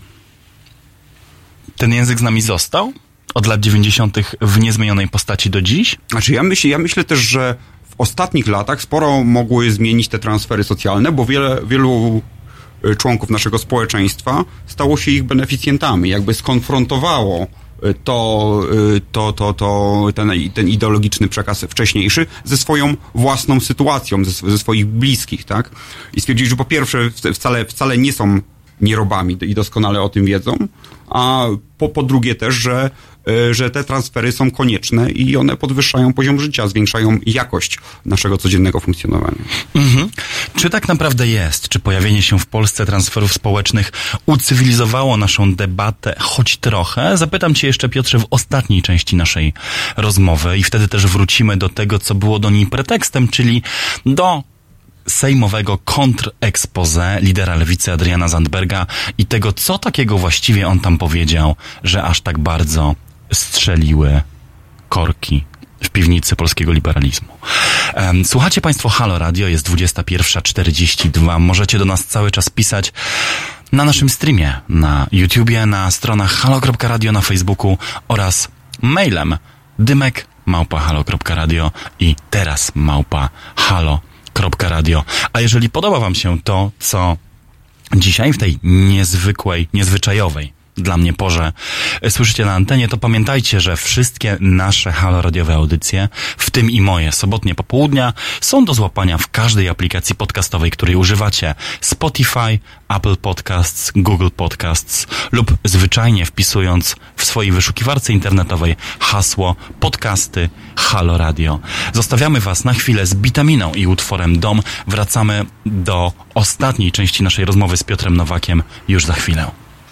ten język z nami został od lat dziewięćdziesiątych w niezmienionej postaci do dziś? Znaczy ja myślę, ja myślę też, że w ostatnich latach sporo mogły zmienić te transfery socjalne, bo wiele, wielu członków naszego społeczeństwa stało się ich beneficjentami, jakby skonfrontowało to, to, to, to ten, ten ideologiczny przekaz wcześniejszy ze swoją własną sytuacją, ze, ze swoich bliskich, tak? I stwierdzili, że po pierwsze wcale, wcale nie są nierobami i doskonale o tym wiedzą, a po, po drugie też, że, że te transfery są konieczne i one podwyższają poziom życia, zwiększają jakość naszego codziennego funkcjonowania. Mhm. Czy tak naprawdę jest? Czy pojawienie się w Polsce transferów społecznych ucywilizowało naszą debatę choć trochę? Zapytam cię jeszcze, Piotrze, w ostatniej części naszej rozmowy i wtedy też wrócimy do tego, co było do niej pretekstem, czyli do sejmowego kontrexposé lidera lewicy Adriana Zandberga i tego, co takiego właściwie on tam powiedział, że aż tak bardzo strzeliły korki w piwnicy polskiego liberalizmu. Um, słuchacie Państwo Halo Radio, jest dwudziesta pierwsza czterdzieści dwa. Możecie do nas cały czas pisać na naszym streamie, na YouTubie, na stronach halo kropka radio, na Facebooku oraz mailem dymek małpa halo kropka radio i teraz małpa halo kropka radio. A jeżeli podoba wam się to, co dzisiaj w tej niezwykłej, niezwyczajowej dla mnie porze słyszycie na antenie, to pamiętajcie, że wszystkie nasze haloradiowe audycje, w tym i moje sobotnie popołudnia, są do złapania w każdej aplikacji podcastowej, której używacie. Spotify, Apple Podcasts, Google Podcasts lub zwyczajnie wpisując w swojej wyszukiwarce internetowej hasło podcasty Halo Radio. Zostawiamy was na chwilę z Bitaminą i utworem Dom. Wracamy do ostatniej części naszej rozmowy z Piotrem Nowakiem już za chwilę.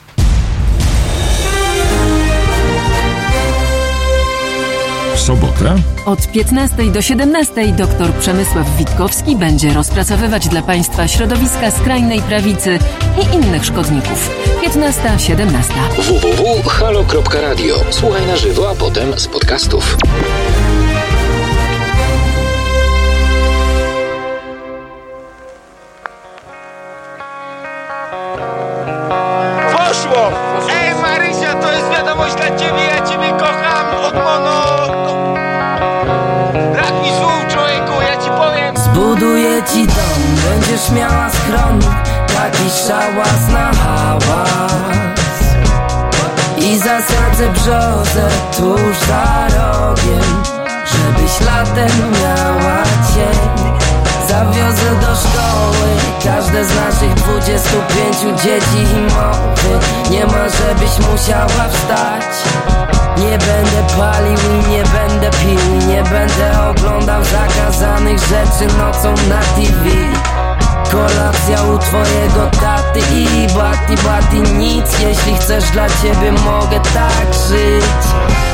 W sobotę od piętnastej do siedemnastej dr Przemysław Witkowski będzie rozpracowywać dla Państwa środowiska skrajnej prawicy i innych szkodników. piętnasta siedemnaście. w w w kropka halo kropka radio. Słuchaj na żywo, a potem z podcastów. Poszło! Ej Marysia, to jest wiadomość dla ciebie, ja ciebie kocham od mono... Brak mi słów, człowieku, ja ci powiem. Zbuduję ci dom, będziesz miała schron, taki szałas na hałas. I zasadzę brzozę tuż za rogiem, żebyś latem miała cień. Zawiozę do szkoły każde z naszych dwudziestu pięciu dzieci i mowy. Nie ma, żebyś musiała wstać. Nie będę palił i nie będę pił, nie będę oglądał zakazanych rzeczy nocą na T V. Kolacja u twojego taty i bati bati nic. Jeśli chcesz, dla ciebie mogę tak żyć.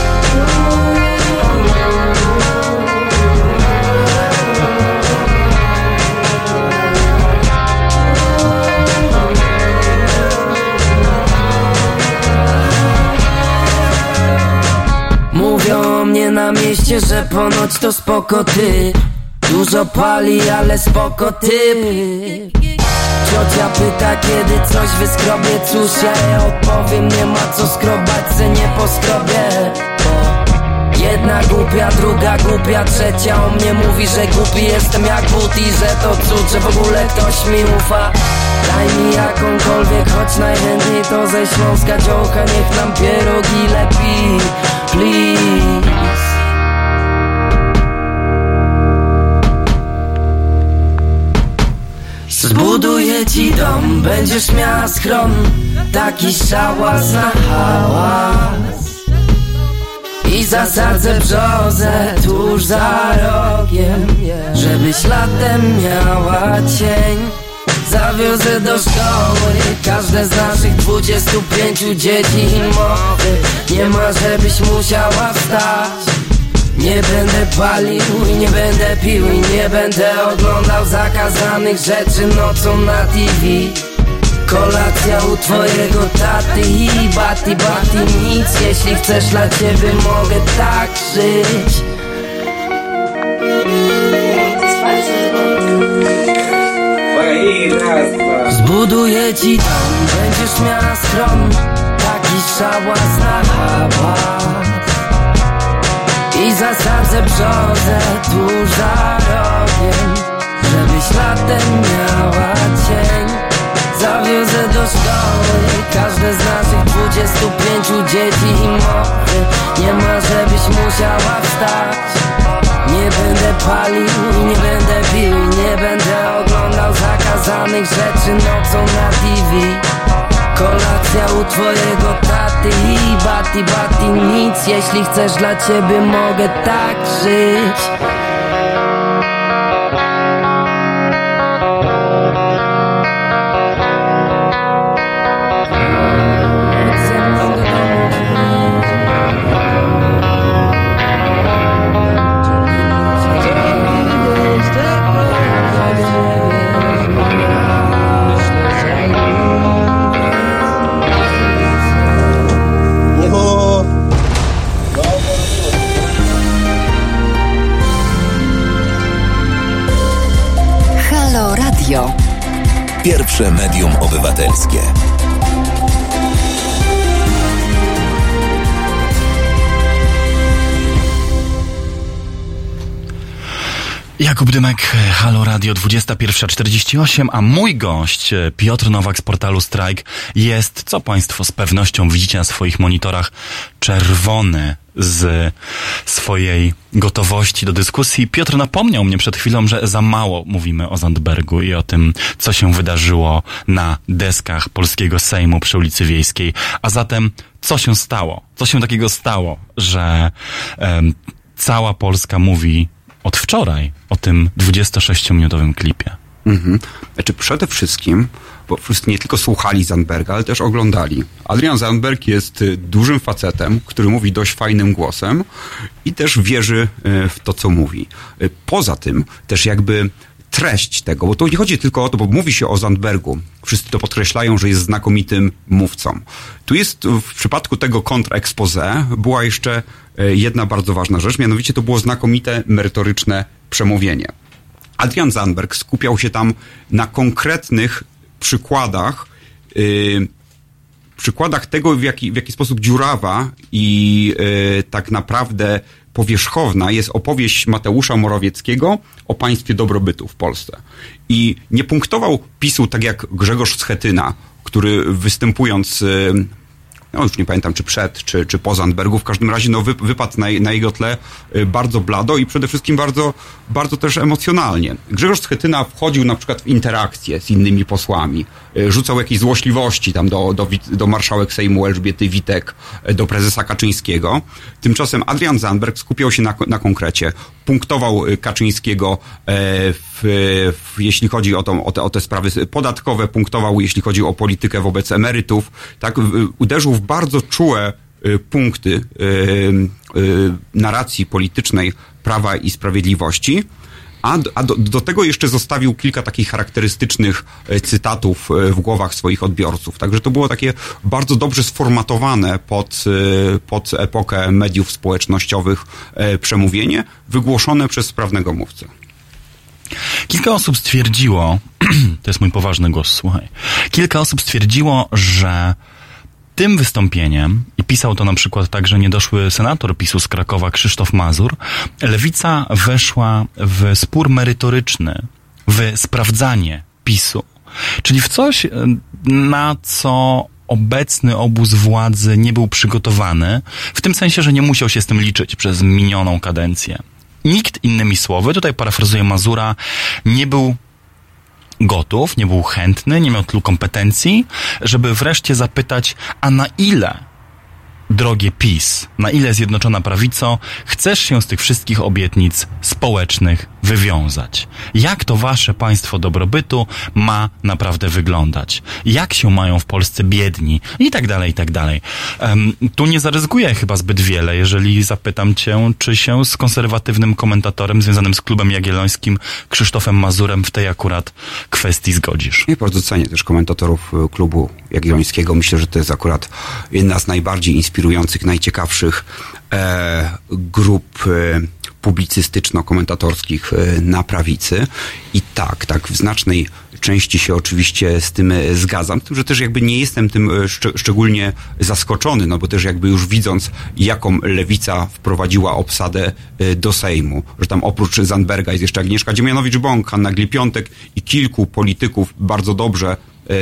Mówią o mnie na mieście, że ponoć to spoko ty. Dużo pali, ale spoko typ. Ciocia pyta, kiedy coś wyskrobie. Cóż, ja jej odpowiem, nie ma co skrobać, se nie poskrobię. Jedna głupia, druga głupia, trzecia o mnie mówi, że głupi jestem jak but i że to cud, że w ogóle ktoś mi ufa. Daj mi jakąkolwiek, choć najchętniej to ze Śląska dziołcha. Niech nam pierogi lepi, please. Zbuduję ci dom, będziesz miała schron, taki szałas na hałas. I zasadzę brzozę tuż za rogiem, żebyś latem miała cień. Zawi zawiozę do szkoły każde z naszych dwudziestu pięciu dzieci i mowy. Nie ma, żebyś musiała wstać. Nie będę palił i nie będę pił i nie będę oglądał zakazanych rzeczy nocą na T V. Kolacja u twojego taty i bati bati nic. Jeśli chcesz, dla ciebie mogę tak żyć. Zbuduję ci dom, będziesz miała schron, taki szałas na hałas. I zasadzę brzozę tuż za rogiem, żebyś latem miała cień. Zawiozę do szkoły każde z naszych dwudziestu pięciu dzieci i mowy. Nie ma, żebyś musiała wstać. Nie będę palił i nie będę pił i nie będę oglądał zakazanych rzeczy nocą na T V. Kolacja u twojego taty i bati bati nic. Jeśli chcesz, dla ciebie mogę tak żyć. Pierwsze medium obywatelskie. Jakub Dymek, Halo Radio, dwudziesta pierwsza czterdzieści osiem, a mój gość, Piotr Nowak z portalu Strajk, jest, co Państwo z pewnością widzicie na swoich monitorach, czerwony z swojej gotowości do dyskusji. Piotr napomniał mnie przed chwilą, że za mało mówimy o Zandbergu i o tym, co się wydarzyło na deskach polskiego Sejmu przy ulicy Wiejskiej. A zatem, co się stało? Co się takiego stało, że um, cała Polska mówi od wczoraj o tym dwudziestosześciominutowym klipie? Mhm. Znaczy przede wszystkim, bo wszyscy nie tylko słuchali Zandberga, ale też oglądali. Adrian Zandberg jest dużym facetem, który mówi dość fajnym głosem i też wierzy w to, co mówi. Poza tym też jakby treść tego, bo to nie chodzi tylko o to, bo mówi się o Zandbergu. Wszyscy to podkreślają, że jest znakomitym mówcą. Tu jest w przypadku tego kontrexposé była jeszcze jedna bardzo ważna rzecz, mianowicie to było znakomite, merytoryczne przemówienie. Adrian Zandberg skupiał się tam na konkretnych przykładach, yy, przykładach tego, w jaki, w jaki sposób dziurawa i yy, tak naprawdę powierzchowna jest opowieść Mateusza Morawieckiego o państwie dobrobytu w Polsce. I nie punktował PiSu tak jak Grzegorz Schetyna, który występując, yy, no już nie pamiętam czy przed, czy, czy po Zandbergu, w każdym razie no, wy, wypadł na, na jego tle bardzo blado i przede wszystkim bardzo, bardzo też emocjonalnie. Grzegorz Schetyna wchodził na przykład w interakcje z innymi posłami, rzucał jakieś złośliwości tam do, do, do marszałek Sejmu Elżbiety Witek, do prezesa Kaczyńskiego. Tymczasem Adrian Zandberg skupiał się na, na konkrecie. Punktował Kaczyńskiego w, w, jeśli chodzi o, tą, o, te, o te sprawy podatkowe, punktował jeśli chodzi o politykę wobec emerytów. Tak, uderzył w bardzo czułe punkty narracji politycznej Prawa i Sprawiedliwości, a, a do, do tego jeszcze zostawił kilka takich charakterystycznych cytatów w głowach swoich odbiorców. Także to było takie bardzo dobrze sformatowane pod, pod epokę mediów społecznościowych przemówienie, wygłoszone przez sprawnego mówcę. Kilka osób stwierdziło, to jest mój poważny głos, słuchaj, kilka osób stwierdziło, że tym wystąpieniem, i pisał to na przykład także niedoszły senator PiSu z Krakowa Krzysztof Mazur, Lewica weszła w spór merytoryczny, w sprawdzanie PiSu, czyli w coś, na co obecny obóz władzy nie był przygotowany, w tym sensie, że nie musiał się z tym liczyć przez minioną kadencję. Nikt, innymi słowy, tutaj parafrazuję Mazura, nie był gotów, nie był chętny, nie miał tylu kompetencji, żeby wreszcie zapytać, a na ile drogie PiS, na ile Zjednoczona Prawico chcesz się z tych wszystkich obietnic społecznych wywiązać? Jak to wasze państwo dobrobytu ma naprawdę wyglądać? Jak się mają w Polsce biedni? I tak dalej, i tak dalej. Um, tu nie zaryzykuję chyba zbyt wiele, jeżeli zapytam cię, czy się z konserwatywnym komentatorem związanym z Klubem Jagiellońskim Krzysztofem Mazurem w tej akurat kwestii zgodzisz. Ja bardzo cenię też komentatorów Klubu Jagiellońskiego. Myślę, że to jest akurat jedna z najbardziej inspirujących, najciekawszych e, grup e, publicystyczno-komentatorskich e, na prawicy. I tak, tak w znacznej części się oczywiście z tym e, zgadzam, tym, że też jakby nie jestem tym e, szcz- szczególnie zaskoczony, no bo też jakby już widząc, jaką lewica wprowadziła obsadę e, do Sejmu, że tam oprócz Zandberga jest jeszcze Agnieszka Dziemianowicz-Bąk, Hanna Gil-Piątek i kilku polityków bardzo dobrze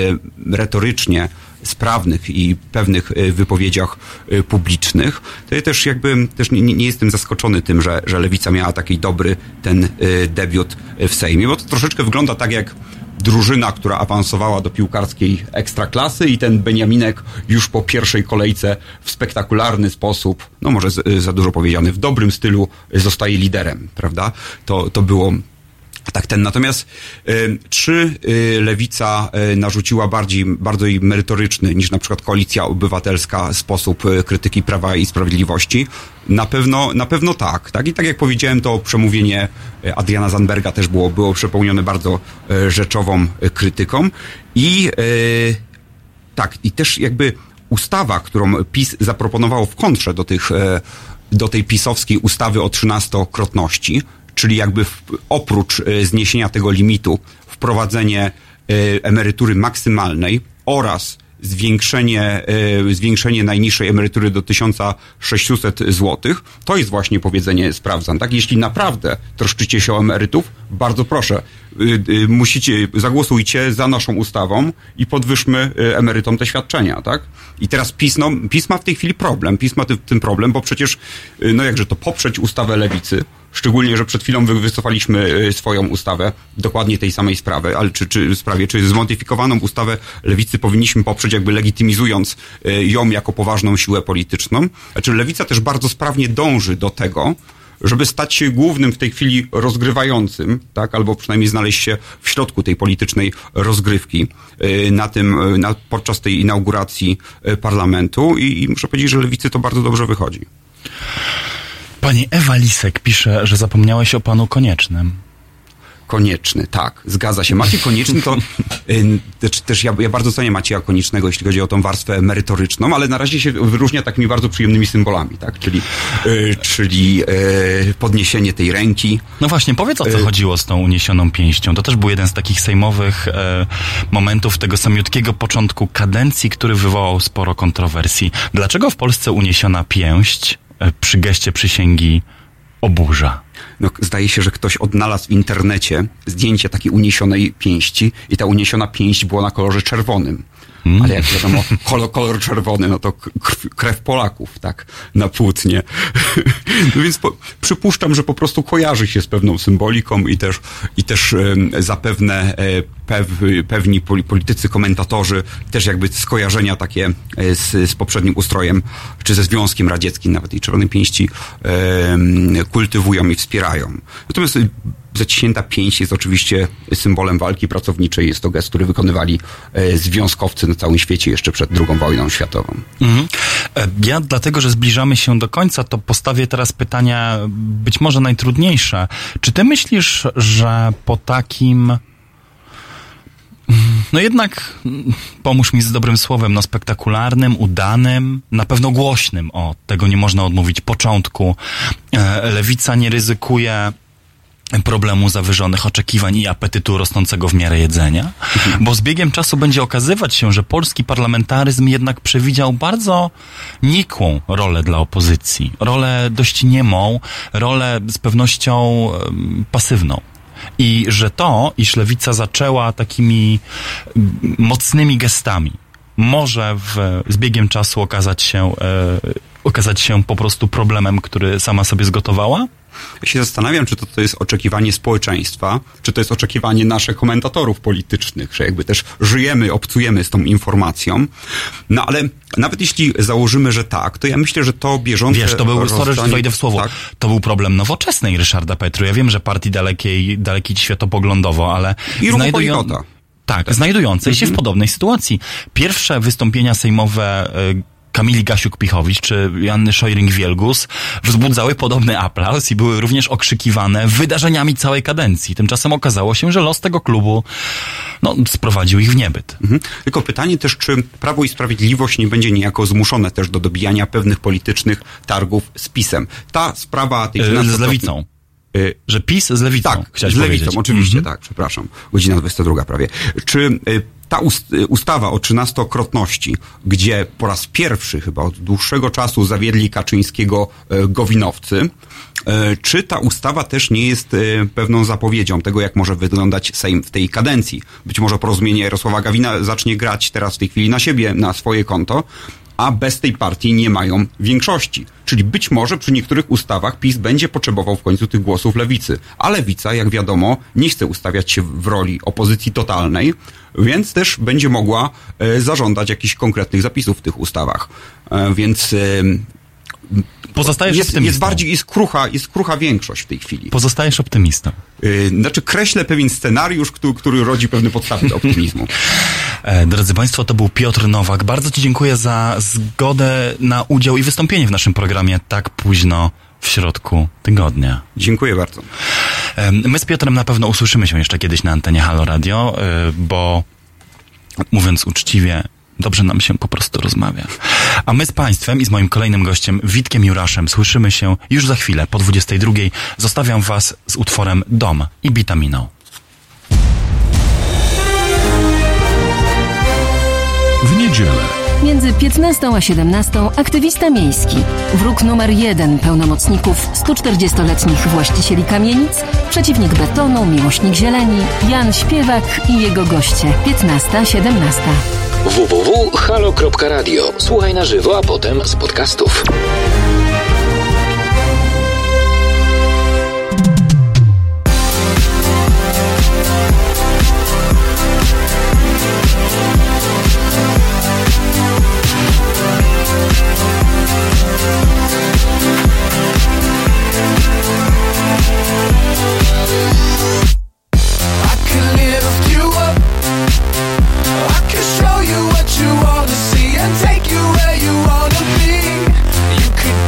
retorycznie sprawnych i pewnych wypowiedziach publicznych, to ja też jakby też nie, nie jestem zaskoczony tym, że, że lewica miała taki dobry ten debiut w Sejmie, bo to troszeczkę wygląda tak jak drużyna, która awansowała do piłkarskiej ekstraklasy i ten Beniaminek już po pierwszej kolejce w spektakularny sposób, no może z, za dużo powiedziane, w dobrym stylu zostaje liderem, prawda? To, to było tak ten. Natomiast y, czy y, lewica y, narzuciła bardziej, bardziej merytoryczny niż na przykład Koalicja Obywatelska sposób y, krytyki Prawa i Sprawiedliwości? Na pewno, na pewno tak, tak. I tak jak powiedziałem, to przemówienie Adriana Zandberga też było, było przepełnione bardzo y, rzeczową y, krytyką. I y, tak, i też jakby ustawa, którą PiS zaproponowało w kontrze do tych, y, do tej pisowskiej ustawy o trzynastokrotności, czyli jakby w, oprócz y, zniesienia tego limitu wprowadzenie y, emerytury maksymalnej oraz zwiększenie, y, zwiększenie najniższej emerytury do tysiąc sześćset złotych, to jest właśnie powiedzenie sprawdzam, tak? Jeśli naprawdę troszczycie się o emerytów, bardzo proszę, y, y, musicie, zagłosujcie za naszą ustawą i podwyższmy y, emerytom te świadczenia, tak? I teraz PiS, no, PiS ma w tej chwili problem, PiS ma ty, tym problem, bo przecież, y, no jakże to poprzeć ustawę lewicy, szczególnie, że przed chwilą wy, wycofaliśmy swoją ustawę, dokładnie tej samej sprawy, ale czy, czy sprawie, czy zmodyfikowaną ustawę lewicy powinniśmy poprzeć, jakby legitymizując ją jako poważną siłę polityczną. Znaczy lewica też bardzo sprawnie dąży do tego, żeby stać się głównym w tej chwili rozgrywającym, tak, albo przynajmniej znaleźć się w środku tej politycznej rozgrywki na tym, na, podczas tej inauguracji parlamentu i, i muszę powiedzieć, że lewicy to bardzo dobrze wychodzi. Pani Ewa Lisek pisze, że zapomniałeś o panu Koniecznym. Konieczny, tak, zgadza się. Maciej Konieczny to y, też, też ja, ja bardzo cenię Macieja Koniecznego, jeśli chodzi o tą warstwę merytoryczną, ale na razie się wyróżnia takimi bardzo przyjemnymi symbolami, tak, czyli, y, czyli y, podniesienie tej ręki. No właśnie, powiedz, o co y, chodziło z tą uniesioną pięścią. To też był jeden z takich sejmowych y, momentów tego samiutkiego początku kadencji, który wywołał sporo kontrowersji. Dlaczego w Polsce uniesiona pięść przy geście przysięgi oburza? No, zdaje się, że ktoś odnalazł w internecie zdjęcie takiej uniesionej pięści i ta uniesiona pięść była na kolorze czerwonym. Mm. Ale jak wiadomo, kolor, kolor czerwony, no to krw, krew Polaków, tak, na płótnie. No więc po, przypuszczam, że po prostu kojarzy się z pewną symboliką i też, i też um, zapewne e, pew, pewni politycy, komentatorzy też jakby skojarzenia takie e, z, z poprzednim ustrojem, czy ze Związkiem Radzieckim nawet i Czerwonej Pięści e, kultywują i wspierają. Natomiast zaciśnięta pięść jest oczywiście symbolem walki pracowniczej. Jest to gest, który wykonywali e, związkowcy na całym świecie jeszcze przed drugą wojną światową. Mhm. Ja dlatego, że zbliżamy się do końca, to postawię teraz pytania być może najtrudniejsze. Czy ty myślisz, że po takim no jednak, pomóż mi z dobrym słowem, no spektakularnym, udanym, na pewno głośnym, o, tego nie można odmówić, początku, e, lewica nie ryzykuje problemu zawyżonych oczekiwań i apetytu rosnącego w miarę jedzenia, bo z biegiem czasu będzie okazywać się, że polski parlamentaryzm jednak przewidział bardzo nikłą rolę dla opozycji, rolę dość niemą, rolę z pewnością um, pasywną. I że to, iż lewica zaczęła takimi mocnymi gestami, może w, z biegiem czasu okazać się, e, okazać się po prostu problemem, który sama sobie zgotowała? Ja się zastanawiam, czy to, to jest oczekiwanie społeczeństwa, czy to jest oczekiwanie naszych komentatorów politycznych, że jakby też żyjemy, obcujemy z tą informacją. No ale nawet jeśli założymy, że tak, to ja myślę, że to bieżące... Wiesz, to był, rozdanie... sorry, że wejdę w słowo, tak? to był problem Nowoczesnej Ryszarda Petru. Ja wiem, że partii dalekiej, dalekiej światopoglądowo, ale... I ruchu znajdują... Palikota. Tak, znajdującej mm-hmm. się w podobnej sytuacji. Pierwsze wystąpienia sejmowe y, Kamili Gasiuk-Pichowicz czy Joanny Szojring-Wielgus wzbudzały podobny aplauz i były również okrzykiwane wydarzeniami całej kadencji. Tymczasem okazało się, że los tego klubu no, sprowadził ich w niebyt. Mhm. Tylko pytanie też, czy Prawo i Sprawiedliwość nie będzie niejako zmuszone też do dobijania pewnych politycznych targów z PiS-em. Ta sprawa... Tej yy, z Lewicą. Yy, że PiS z Lewicą, tak, chciałeś z Lewicą, powiedzieć. oczywiście, mhm. tak, przepraszam. Godzina dwudziesta druga prawie. Czy... Yy, Ta ustawa o trzynastokrotności, gdzie po raz pierwszy chyba od dłuższego czasu zawiedli Kaczyńskiego gowinowcy, czy ta ustawa też nie jest pewną zapowiedzią tego, jak może wyglądać Sejm w tej kadencji? Być może Porozumienie Jarosława Gowina zacznie grać teraz w tej chwili na siebie, na swoje konto, a bez tej partii nie mają większości. Czyli być może przy niektórych ustawach PiS będzie potrzebował w końcu tych głosów lewicy. A lewica, jak wiadomo, nie chce ustawiać się w roli opozycji totalnej, więc też będzie mogła e, zażądać jakichś konkretnych zapisów w tych ustawach. E, więc... E, Pozostajesz jest, optymistą. Jest bardziej, jest krucha, jest krucha większość w tej chwili. Pozostajesz optymistą. Yy, znaczy kreślę pewien scenariusz, który, który rodzi pewne podstawy do optymizmu. E, drodzy Państwo, to był Piotr Nowak. Bardzo Ci dziękuję za zgodę na udział i wystąpienie w naszym programie tak późno w środku tygodnia. Dziękuję bardzo. E, my z Piotrem na pewno usłyszymy się jeszcze kiedyś na antenie Halo Radio, e, bo mówiąc uczciwie, dobrze nam się po prostu rozmawia. A my z Państwem i z moim kolejnym gościem, Witkiem Juraszem, słyszymy się już za chwilę, po dwudziestej drugiej. Zostawiam Was z utworem Dom i Bitaminą. W niedzielę. Między piętnastą a siedemnastą aktywista miejski. Wróg numer jeden pełnomocników stu czterdziestoletnich właścicieli kamienic, przeciwnik betonu, miłośnik zieleni, Jan Śpiewak i jego goście. piętnasta siedemnasta. w w w kropka halo kropka radio. Słuchaj na żywo, a potem z podcastów. You wanna see and take you where you wanna be. You could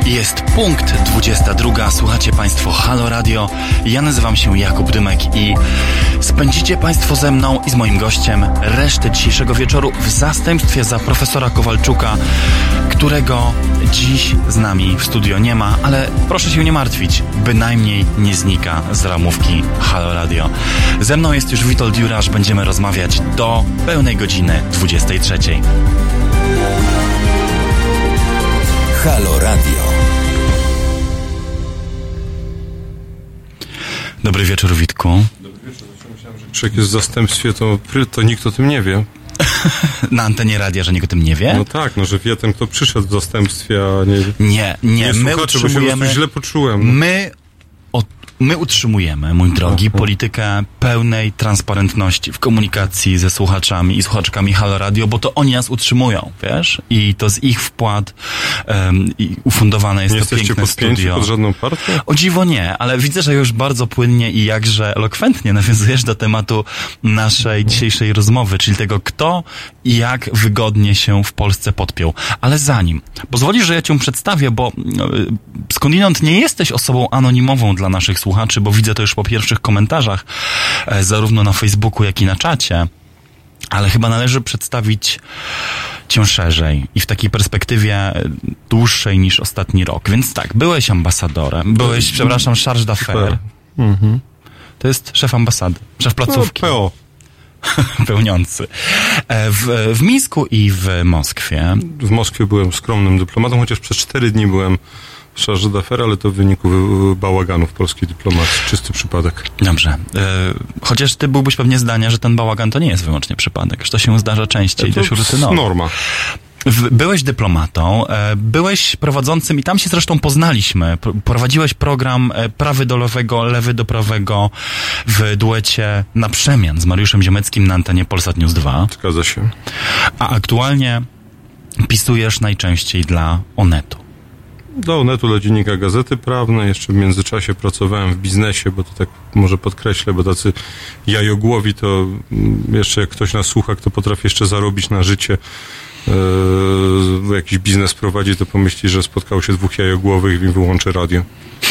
Jest punkt dwudziesta druga. Słuchacie Państwo Halo Radio. Ja nazywam się Jakub Dymek i spędzicie Państwo ze mną i z moim gościem resztę dzisiejszego wieczoru w zastępstwie za profesora Kowalczuka, którego dziś z nami w studio nie ma, ale proszę się nie martwić, bynajmniej nie znika z ramówki Halo Radio. Ze mną jest już Witold Jurasz, będziemy rozmawiać do pełnej godziny dwudziestej trzeciej. Halo Radio. Dobry wieczór, Witku. Dobry wieczór. Myślałem, że jak jest w zastępstwie, to, to nikt o tym nie wie. Na antenie radia, że nikt o tym nie wie? No tak, no że wie ten, kto przyszedł w zastępstwie, a nie... Nie, nie, nie my słuchacze, utrzymujemy... Bo się źle poczułem. No. My... O, my utrzymujemy, mój drogi, Aha. politykę pełnej transparentności w komunikacji ze słuchaczami i słuchaczkami Halo Radio, bo to oni nas utrzymują, wiesz? I to z ich wpłat um, i ufundowane jest nie to piękne studio. Nie jesteście pod żadną partią? O dziwo nie, ale widzę, że już bardzo płynnie i jakże elokwentnie nawiązujesz do tematu naszej dzisiejszej rozmowy, czyli tego, kto i jak wygodnie się w Polsce podpiął. Ale zanim, pozwolisz, że ja cię przedstawię, bo skądinąd nie jesteś osobą anonimową dla naszych słuchaczy, bo widzę to już po pierwszych komentarzach, e, zarówno na Facebooku, jak i na czacie, ale chyba należy przedstawić cię szerzej i w takiej perspektywie dłuższej niż ostatni rok. Więc tak, byłeś ambasadorem, byłeś, przepraszam, charge d'affaires. Mhm. To jest szef ambasady, szef placówki. No, P O. Pełniący. E, w, w Mińsku i w Moskwie. W Moskwie byłem skromnym dyplomatą, chociaż przez cztery dni byłem charge d'affaires, ale to w wyniku bałaganu w polskiej dyplomacji. Czysty przypadek. Dobrze. E, chociaż ty byłbyś pewnie zdania, że ten bałagan to nie jest wyłącznie przypadek, że to się zdarza częściej, dość rutynowo. Norma. Byłeś dyplomatą, byłeś prowadzącym i tam się zresztą poznaliśmy. Prowadziłeś program Prawy do lewego, lewy do prawego w duecie Na Przemian z Mariuszem Ziemeckim na antenie Polsat News dwa. Zgadza się. A aktualnie pisujesz najczęściej dla Onetu. Do Onetu, dla Dziennika Gazety Prawnej. Jeszcze w międzyczasie pracowałem w biznesie, bo to tak może podkreślę, bo tacy jajogłowi to jeszcze jak ktoś nas słucha, kto potrafi jeszcze zarobić na życie, Yy, jakiś biznes prowadzi, to pomyśli, że spotkało się dwóch jajogłowych i wyłączy radio.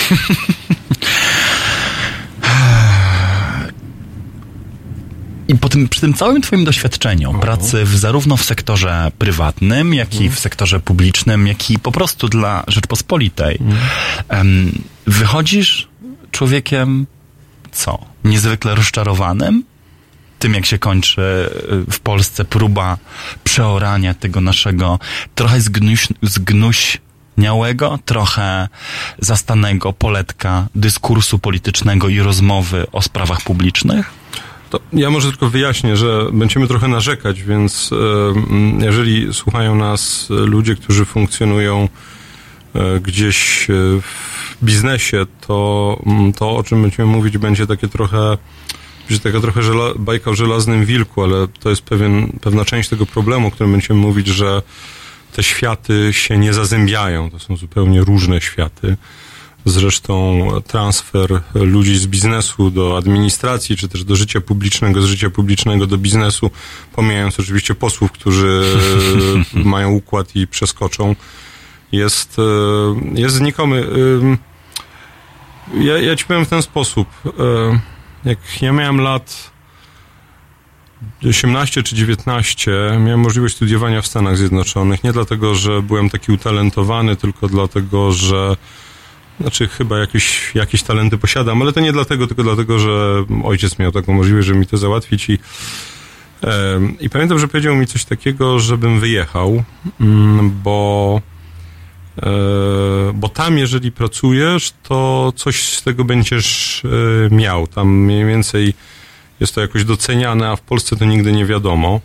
I po tym, przy tym całym twoim doświadczeniu Aha. pracy w, zarówno w sektorze prywatnym, jak i w sektorze publicznym, jak i po prostu dla Rzeczpospolitej, um, wychodzisz człowiekiem co? Niezwykle rozczarowanym tym, jak się kończy w Polsce próba przeorania tego naszego trochę zgnuś, zgnuśniałego, trochę zastanego poletka dyskursu politycznego i rozmowy o sprawach publicznych? To ja może tylko wyjaśnię, że będziemy trochę narzekać, więc e, jeżeli słuchają nas ludzie, którzy funkcjonują e, gdzieś w biznesie, to to, o czym będziemy mówić, będzie takie trochę że taka trochę żela, bajka o żelaznym wilku, ale to jest pewien, pewna część tego problemu, o którym będziemy mówić, że te światy się nie zazębiają. To są zupełnie różne światy. Zresztą transfer ludzi z biznesu do administracji, czy też do życia publicznego, z życia publicznego do biznesu, pomijając oczywiście posłów, którzy mają układ i przeskoczą, jest, jest znikomy. Ja, ja ci powiem w ten sposób. Jak ja miałem lat osiemnaście czy dziewiętnaście, miałem możliwość studiowania w Stanach Zjednoczonych. Nie dlatego, że byłem taki utalentowany, tylko dlatego, że znaczy chyba jakieś, jakieś talenty posiadam, ale to nie dlatego, tylko dlatego, że ojciec miał taką możliwość, żeby mi to załatwić i, e, i pamiętam, że powiedział mi coś takiego, żebym wyjechał, bo bo tam, jeżeli pracujesz, to coś z tego będziesz miał. Tam mniej więcej jest to jakoś doceniane, a w Polsce to nigdy nie wiadomo.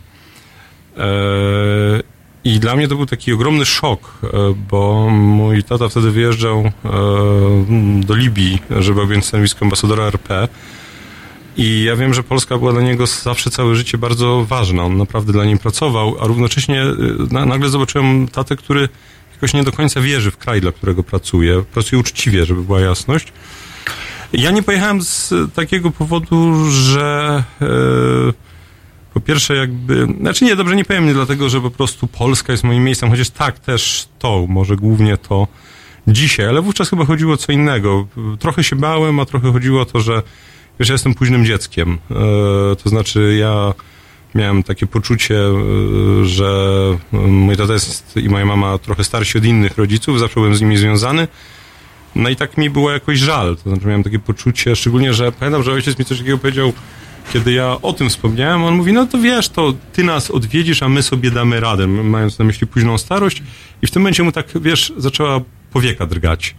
I dla mnie to był taki ogromny szok, bo mój tata wtedy wyjeżdżał do Libii, żeby objąć stanowisko ambasadora R P. I ja wiem, że Polska była dla niego zawsze całe życie bardzo ważna. On naprawdę dla niej pracował, a równocześnie nagle zobaczyłem tatę, który jakoś nie do końca wierzy w kraj, dla którego pracuje. Pracuje uczciwie, żeby była jasność. Ja nie pojechałem z takiego powodu, że e, po pierwsze jakby... Znaczy nie, dobrze, nie powiem nie dlatego, że po prostu Polska jest moim miejscem, chociaż tak, też to, może głównie to. dzisiaj, ale wówczas chyba chodziło o co innego. Trochę się bałem, a trochę chodziło o to, że wiesz, ja jestem późnym dzieckiem. To znaczy ja miałem takie poczucie, że mój tata jest i moja mama trochę starsi od innych rodziców, zawsze byłem z nimi związany. No i tak mi było jakoś żal. To znaczy miałem takie poczucie, szczególnie, że pamiętam, że ojciec mi coś takiego powiedział, kiedy ja o tym wspomniałem, on mówi, no to wiesz, to ty nas odwiedzisz, a my sobie damy radę, mając na myśli późną starość. I w tym momencie mu tak, wiesz, zaczęła powieka drgać.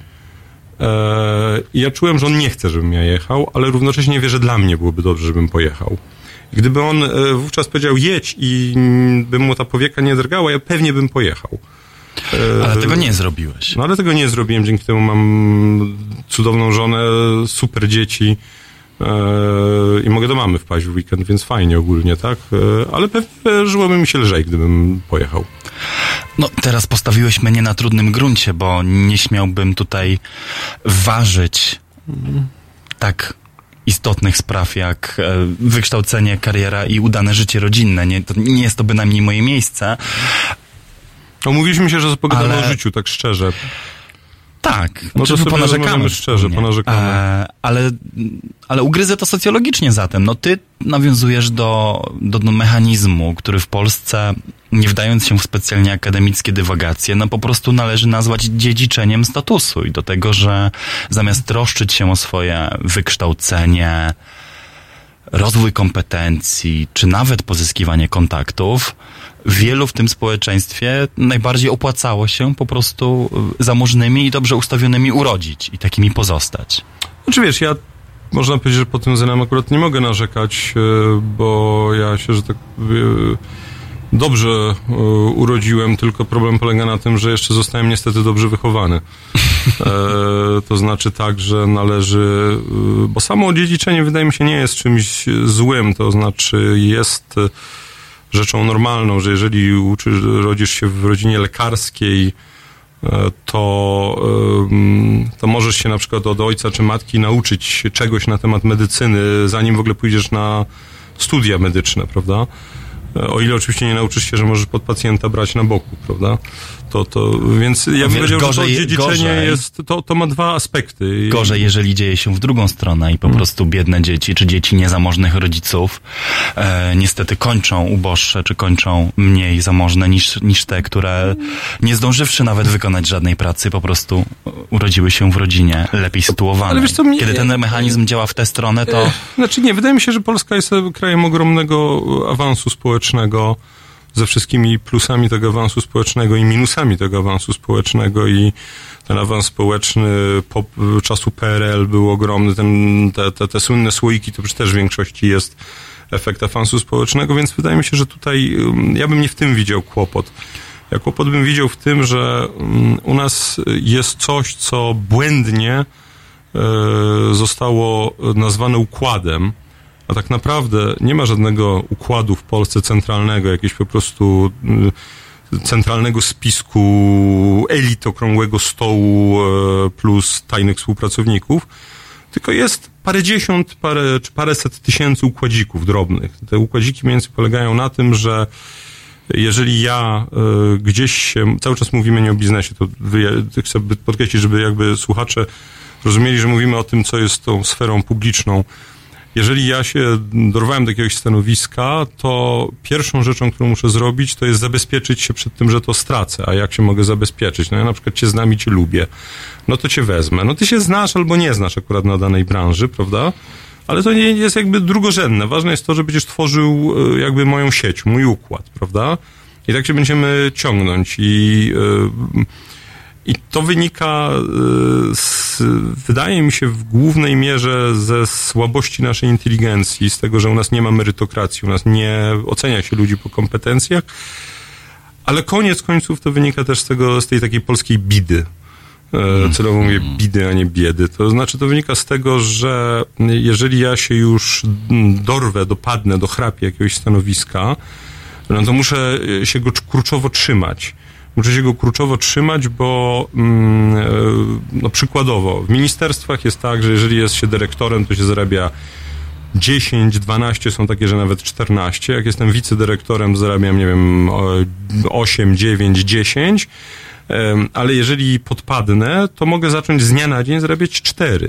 I ja czułem, że on nie chce, żebym ja jechał, ale równocześnie wie, że dla mnie byłoby dobrze, żebym pojechał. Gdyby on wówczas powiedział jedź i by mu ta powieka nie drgała, ja pewnie bym pojechał. Ale tego nie zrobiłeś. No ale tego nie zrobiłem, dzięki temu mam cudowną żonę, super dzieci i mogę do mamy wpaść w weekend, więc fajnie ogólnie, tak? Ale pewnie żyłoby mi się lżej, gdybym pojechał. No, teraz postawiłeś mnie na trudnym gruncie, bo nie śmiałbym tutaj ważyć mm. tak istotnych spraw jak wykształcenie, kariera i udane życie rodzinne. Nie, to nie jest to bynajmniej moje miejsce. Omówiliśmy się, że pogadamy ale... o życiu, tak szczerze. Tak, no to sobie ponarzekamy szczerze, ponarzekamy. E, ale, ale ugryzę to socjologicznie zatem. No ty nawiązujesz do, do, do mechanizmu, który w Polsce, nie wdając się w specjalnie akademickie dywagacje, no po prostu należy nazwać dziedziczeniem statusu i do tego, że zamiast troszczyć się o swoje wykształcenie, rozwój kompetencji, czy nawet pozyskiwanie kontaktów, wielu w tym społeczeństwie najbardziej opłacało się po prostu zamożnymi i dobrze ustawionymi urodzić i takimi pozostać. Znaczy wiesz, ja można powiedzieć, że pod tym względem akurat nie mogę narzekać, bo ja się, że tak dobrze urodziłem, tylko problem polega na tym, że jeszcze zostałem niestety dobrze wychowany. To znaczy tak, że należy, bo samo odziedziczenie wydaje mi się nie jest czymś złym, to znaczy jest rzeczą normalną, że jeżeli uczysz, rodzisz się w rodzinie lekarskiej, to, to możesz się na przykład od ojca czy matki nauczyć czegoś na temat medycyny, zanim w ogóle pójdziesz na studia medyczne, prawda? O ile oczywiście nie nauczysz się, że możesz pod pacjenta brać na boku, prawda? To, to, więc ja bym powiedział, że to dziedziczenie jest, to, to ma dwa aspekty. Gorzej, jeżeli dzieje się w drugą stronę i po hmm. prostu biedne dzieci, czy dzieci niezamożnych rodziców e, niestety kończą uboższe, czy kończą mniej zamożne niż, niż te, które nie zdążywszy nawet wykonać żadnej pracy, po prostu urodziły się w rodzinie lepiej sytuowanej. Ale wiesz co, mnie... Kiedy ten mechanizm działa w tę stronę, to... Znaczy nie, wydaje mi się, że Polska jest krajem ogromnego awansu społecznego, ze wszystkimi plusami tego awansu społecznego i minusami tego awansu społecznego i ten awans społeczny po czasu P R L był ogromny, ten, te, te, te słynne słoiki to przecież też w większości jest efekt awansu społecznego, więc wydaje mi się, że tutaj ja bym nie w tym widział kłopot. Ja kłopot bym widział w tym, że u nas jest coś, co błędnie zostało nazwane układem, a tak naprawdę nie ma żadnego układu w Polsce centralnego, jakiegoś po prostu centralnego spisku elit okrągłego stołu plus tajnych współpracowników, tylko jest parędziesiąt, parę, czy paręset tysięcy układzików drobnych. Te układziki mniej więcej polegają na tym, że jeżeli ja y, gdzieś się, cały czas mówimy nie o biznesie, to wy, chcę podkreślić, żeby jakby słuchacze rozumieli, że mówimy o tym, co jest tą sferą publiczną. Jeżeli ja się dorwałem do jakiegoś stanowiska, to pierwszą rzeczą, którą muszę zrobić, to jest zabezpieczyć się przed tym, że to stracę. A jak się mogę zabezpieczyć? No ja na przykład cię znam i cię lubię. No to cię wezmę. No ty się znasz albo nie znasz akurat na danej branży, prawda? Ale to nie jest jakby drugorzędne. Ważne jest to, że będziesz tworzył jakby moją sieć, mój układ, prawda? I tak się będziemy ciągnąć i... Yy, I to wynika, z, wydaje mi się, w głównej mierze ze słabości naszej inteligencji, z tego, że u nas nie ma merytokracji, u nas nie ocenia się ludzi po kompetencjach, ale koniec końców to wynika też z tego, z tej takiej polskiej bidy. Celowo mówię bidy, a nie biedy. To znaczy, to wynika z tego, że jeżeli ja się już dorwę, dopadnę, dochrapię jakiegoś stanowiska, no to muszę się go kurczowo trzymać. Muszę się go kurczowo trzymać, bo no przykładowo w ministerstwach jest tak, że jeżeli jest się dyrektorem, to się zarabia dziesięć, dwanaście, są takie, że nawet czternaście. Jak jestem wicedyrektorem, zarabiam, nie wiem, osiem, dziewięć, dziesięć. ale jeżeli podpadnę, to mogę zacząć z dnia na dzień zarabiać cztery.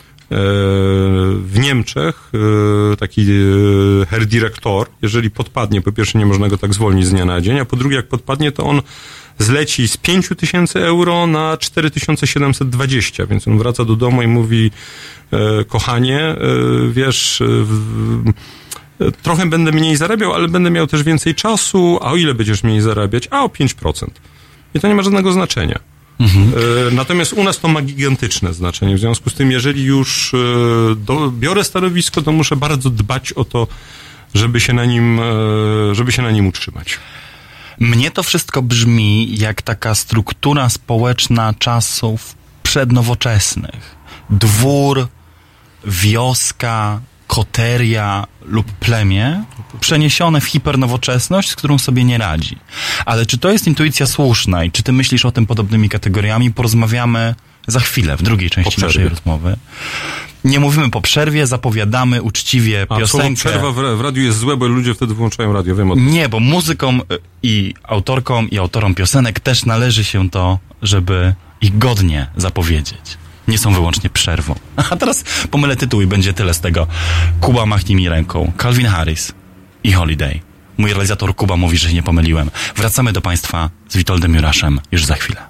W Niemczech taki Herr Direktor, jeżeli podpadnie, po pierwsze nie można go tak zwolnić z dnia na dzień, a po drugie jak podpadnie, to on zleci z pięć tysięcy euro na cztery tysiące siedemset dwadzieścia, więc on wraca do domu i mówi: kochanie, wiesz, trochę będę mniej zarabiał, ale będę miał też więcej czasu, a o ile będziesz mniej zarabiać? A o pięć procent. I to nie ma żadnego znaczenia. Mhm. Natomiast u nas to ma gigantyczne znaczenie. W związku z tym, jeżeli już do, biorę stanowisko, to muszę bardzo dbać o to, żeby się na nim, żeby się na nim utrzymać. Mnie to wszystko brzmi jak taka struktura społeczna czasów przednowoczesnych. Dwór, wioska, koteria lub plemię przeniesione w hipernowoczesność, z którą sobie nie radzi. Ale czy to jest intuicja słuszna i czy ty myślisz o tym podobnymi kategoriami? Porozmawiamy za chwilę, w drugiej części naszej rozmowy. Nie mówimy po przerwie, zapowiadamy uczciwie A piosenkę. Przerwa w, w radiu jest złe, bo ludzie wtedy wyłączają radio, wiem o tym. Nie, bo muzykom i autorkom i autorom piosenek też należy się to, żeby ich godnie zapowiedzieć. Nie są wyłącznie przerwą. A teraz pomylę tytuł i będzie tyle z tego. Kuba, machnij mi ręką. Calvin Harris i Holiday. Mój realizator Kuba mówi, że się nie pomyliłem. Wracamy do Państwa z Witoldem Juraszem już za chwilę.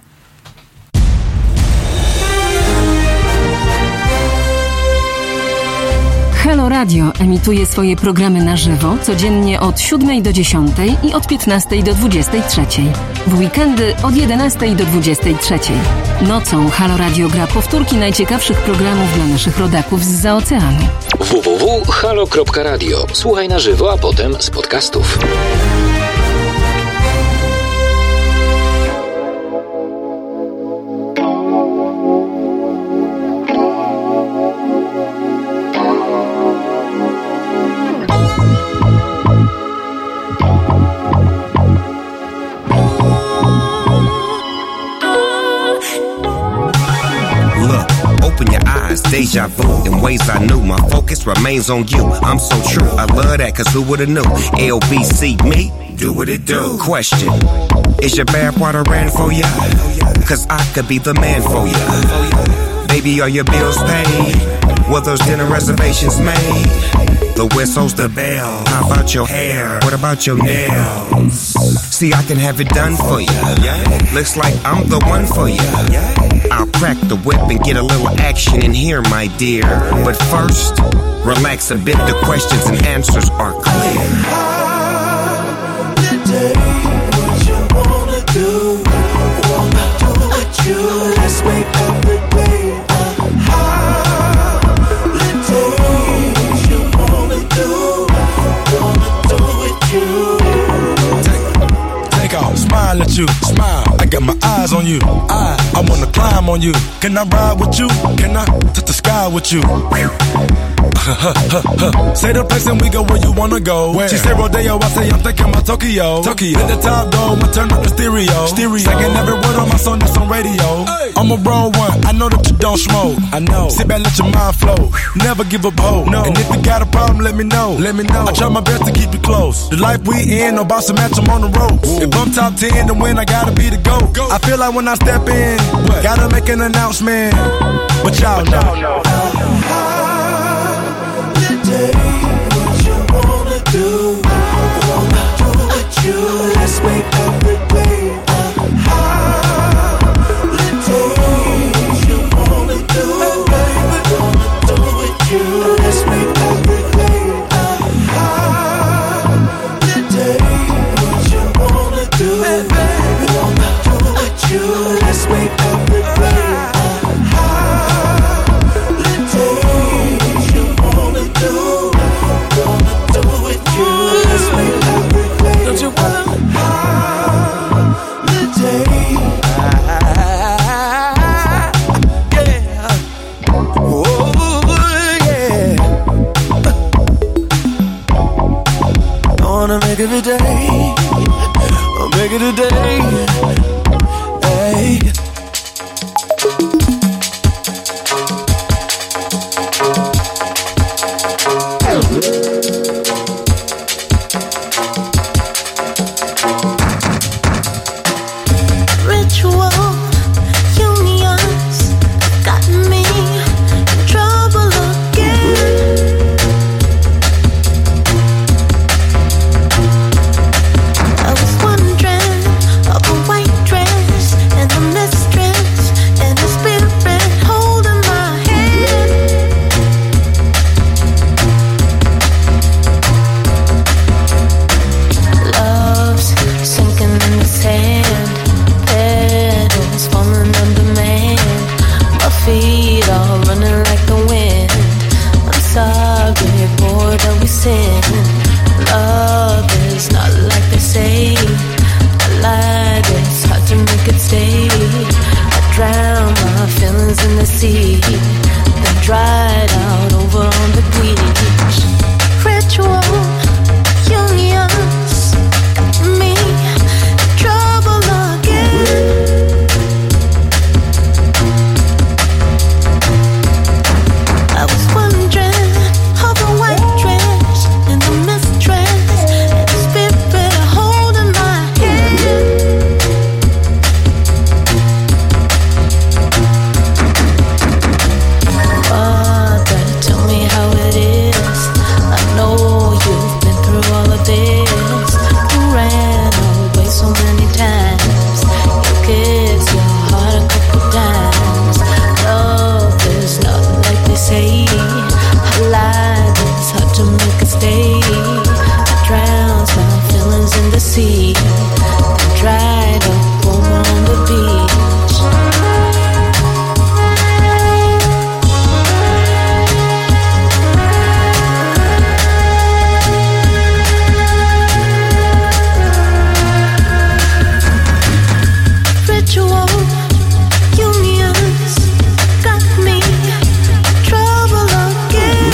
Halo Radio emituje swoje programy na żywo codziennie od siódmej do dziesiątej i od piętnastej do dwudziestej trzeciej. W weekendy od jedenastej do dwudziestej trzeciej. Nocą Halo Radio gra powtórki najciekawszych programów dla naszych rodaków zza oceanu. w w w kropka halo kropka radio. Słuchaj na żywo, a potem z podcastów. Deja vu in ways I knew. My focus remains on you. I'm so true. I love that, cause who would've knew? L B C, me? Do what it do. Question: is your bathwater ran for ya? Cause I could be the man for ya. Baby, are your bills paid? Were those dinner reservations made? The whistle's the bell. How about your hair? What about your nails? See, I can have it done for you. Looks like I'm the one for you. I'll crack the whip and get a little action in here, my dear. But first, relax a bit. The questions and answers are clear. Today, what you wanna do? Wanna do with you? Let's make every day a holiday. What you wanna do? Wanna do with you? Take, take off, smile at you, smile. I got my eyes on you. I, I wanna climb on you. Can I ride with you? Can I touch the sky with you? Say the place and we go where you wanna go. Where? She said Rodeo, I say I'm thinking about Tokyo. Tokyo. Hit the top though, I turn up the stereo. Stereo. Singing every word on my song that's on radio. Hey. I'm a roll one, I know that you don't smoke. I know. Sit back, let your mind flow. Never give up hope. No. And if you got a problem, let me know. Let me know. I try my best to keep you close. The life we in, no boss to match, I'm on the ropes. Ooh. If I'm top ten, then win, I gotta be the GOAT. Go. I feel like when I step in, what? Gotta make an announcement. But y'all know. But y'all know. What you wanna do? Wanna do with you? Let's make every day a holiday. What you wanna do? Wanna do with you? Let's make every day a holiday. What you wanna do? Wanna do with you? Let's make every day a holiday. What you wanna do? Don't you wanna holiday? Yeah. Oh, yeah. I wanna make it a day. I'll make it a day. Hey. Ritual sea, and dried up on the beach. Ritual unions got me trouble again.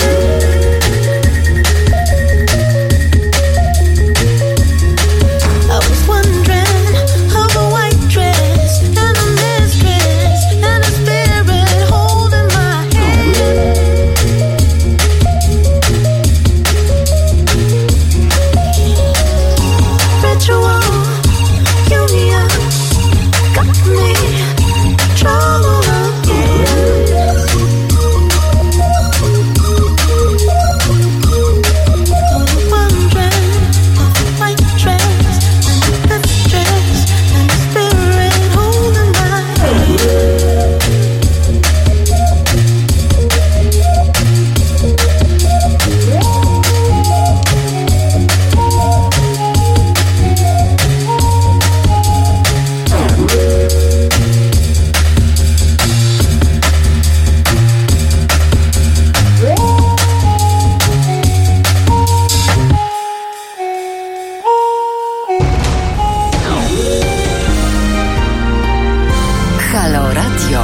I was wondering of a white dress and a mistress and a spirit holding my hand. Ritual unions got me trouble again. Wondering of a white dress and a mistress and a spirit holding my hand. Halo Radio.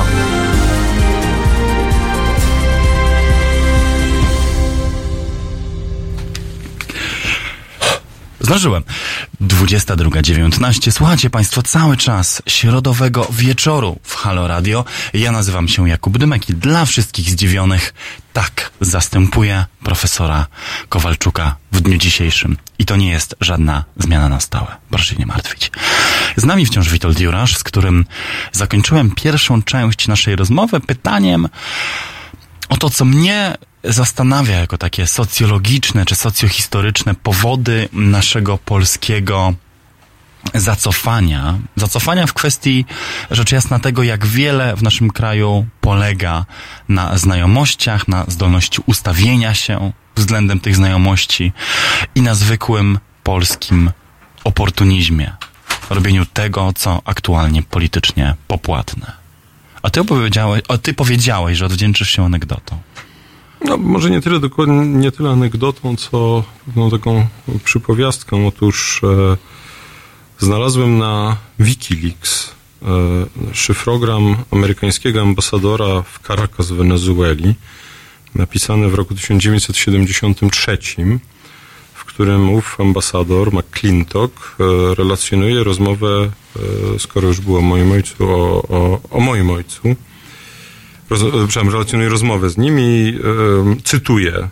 Zdążyłem. dwudziesta druga dziewiętnaście. Słuchacie Państwo cały czas środowego wieczoru w Halo Radio. Ja nazywam się Jakub Dymek i dla wszystkich zdziwionych tak zastępuję profesora Kowalczuka w dniu dzisiejszym. I to nie jest żadna zmiana na stałe. Proszę się nie martwić. Z nami wciąż Witold Jurasz, z którym zakończyłem pierwszą część naszej rozmowy pytaniem o to, co mnie zastanawia jako takie socjologiczne czy socjohistoryczne powody naszego polskiego zacofania. Zacofania w kwestii rzecz jasna tego, jak wiele w naszym kraju polega na znajomościach, na zdolności ustawienia się względem tych znajomości i na zwykłym polskim oportunizmie. Robieniu tego, co aktualnie politycznie popłatne. A ty opowiedziałeś, a ty powiedziałeś, że odwdzięczysz się anegdotą. No, może nie tyle dokładnie, nie tyle anegdotą, co no, taką przypowiastką. Otóż e, znalazłem na Wikileaks e, szyfrogram amerykańskiego ambasadora w Caracas w Wenezueli, napisany w roku tysiąc dziewięćset siedemdziesiątym trzecim, w którym ów ambasador McClintock e, relacjonuje rozmowę, e, skoro już było o moim ojcu, o, o, o moim ojcu, Roz, przepraszam, relacjonuję rozmowę z nim i e, cytuję. E,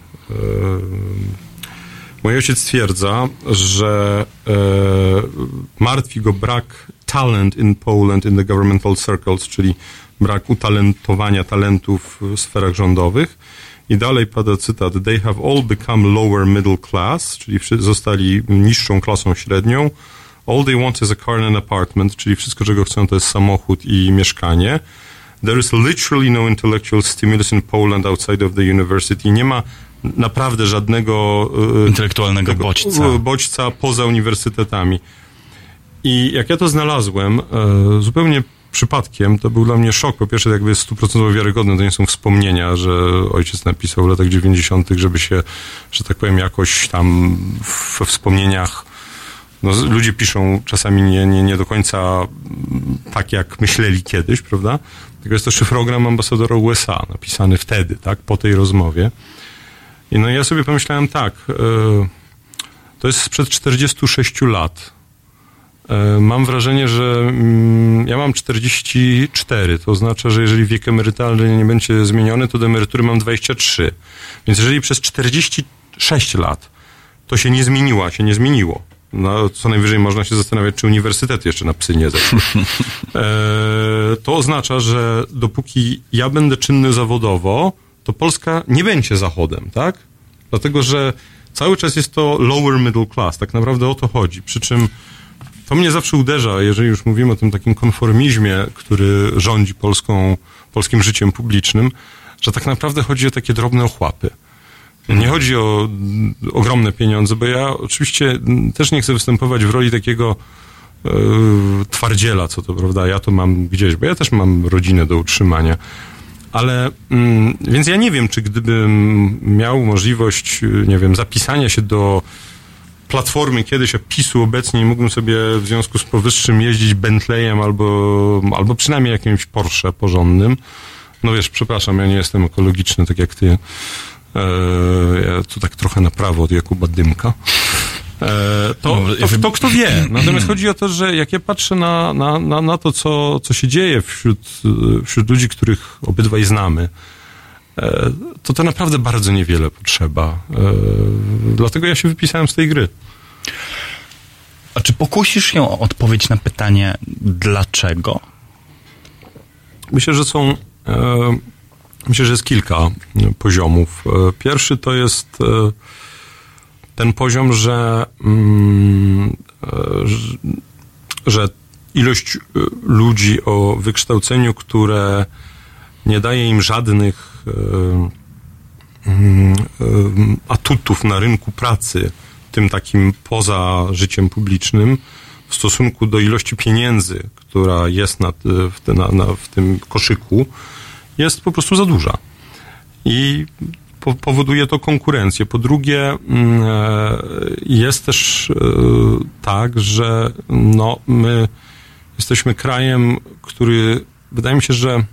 mój ojciec twierdza, że e, martwi go brak talent in Poland in the governmental circles, czyli brak utalentowania talentów w sferach rządowych. I dalej pada cytat: they have all become lower middle class, czyli zostali niższą klasą średnią. All they want is a car and an apartment, czyli wszystko, czego chcą, to jest samochód i mieszkanie. There is literally no intellectual stimulus in Poland outside of the university. Nie ma naprawdę żadnego intelektualnego tego, bodźca. bodźca poza uniwersytetami. I jak ja to znalazłem, zupełnie przypadkiem, to był dla mnie szok. Po pierwsze, jakby stuprocentowo wiarygodne, to nie są wspomnienia, że ojciec napisał w latach dziewięćdziesiątych, żeby się, że tak powiem, jakoś tam we wspomnieniach, no, ludzie piszą czasami nie, nie, nie do końca tak, jak myśleli kiedyś, prawda? Tylko jest to szyfrogram ambasadora U S A, napisany wtedy, tak, po tej rozmowie. I no ja sobie pomyślałem tak, yy, to jest sprzed czterdziestu sześciu lat. Yy, mam wrażenie, że yy, ja mam czterdzieści cztery, to oznacza, że jeżeli wiek emerytalny nie będzie zmieniony, to do emerytury mam dwadzieścia trzy. Więc jeżeli przez czterdzieści sześć lat to się nie zmieniło, się nie zmieniło, no, co najwyżej można się zastanawiać, czy uniwersytet jeszcze na psy nie zeszł. E, to oznacza, że dopóki ja będę czynny zawodowo, to Polska nie będzie zachodem, tak? Dlatego, że cały czas jest to lower middle class, tak naprawdę o to chodzi. Przy czym to mnie zawsze uderza, jeżeli już mówimy o tym takim konformizmie, który rządzi polską, polskim życiem publicznym, że tak naprawdę chodzi o takie drobne ochłapy. Nie chodzi o ogromne pieniądze, bo ja oczywiście też nie chcę występować w roli takiego e, twardziela, co to, prawda, ja to mam gdzieś, bo ja też mam rodzinę do utrzymania. Ale, mm, więc ja nie wiem, czy gdybym miał możliwość, nie wiem, zapisania się do Platformy kiedyś, a PiSu obecnie, i mógłbym sobie w związku z powyższym jeździć Bentleyem albo, albo przynajmniej jakimś Porsche porządnym. No wiesz, przepraszam, ja nie jestem ekologiczny, tak jak ty. Eee, ja tu tak trochę na prawo od Jakuba Dymka. Eee, to, to, to kto wie. Natomiast chodzi o to, że jak ja patrzę na, na, na, na to, co, co się dzieje wśród, wśród ludzi, których obydwaj znamy, to to naprawdę bardzo niewiele potrzeba. Dlatego ja się wypisałem z tej gry. A czy pokusisz się o odpowiedź na pytanie, dlaczego? Myślę, że są... Myślę, że jest kilka poziomów. Pierwszy to jest ten poziom, że, że ilość ludzi o wykształceniu, które nie daje im żadnych atutów na rynku pracy, tym takim poza życiem publicznym, w stosunku do ilości pieniędzy, która jest na, w, te, na, na, w tym koszyku, jest po prostu za duża. I po, powoduje to konkurencję. Po drugie, jest też tak, że no, my jesteśmy krajem, który, wydaje mi się, że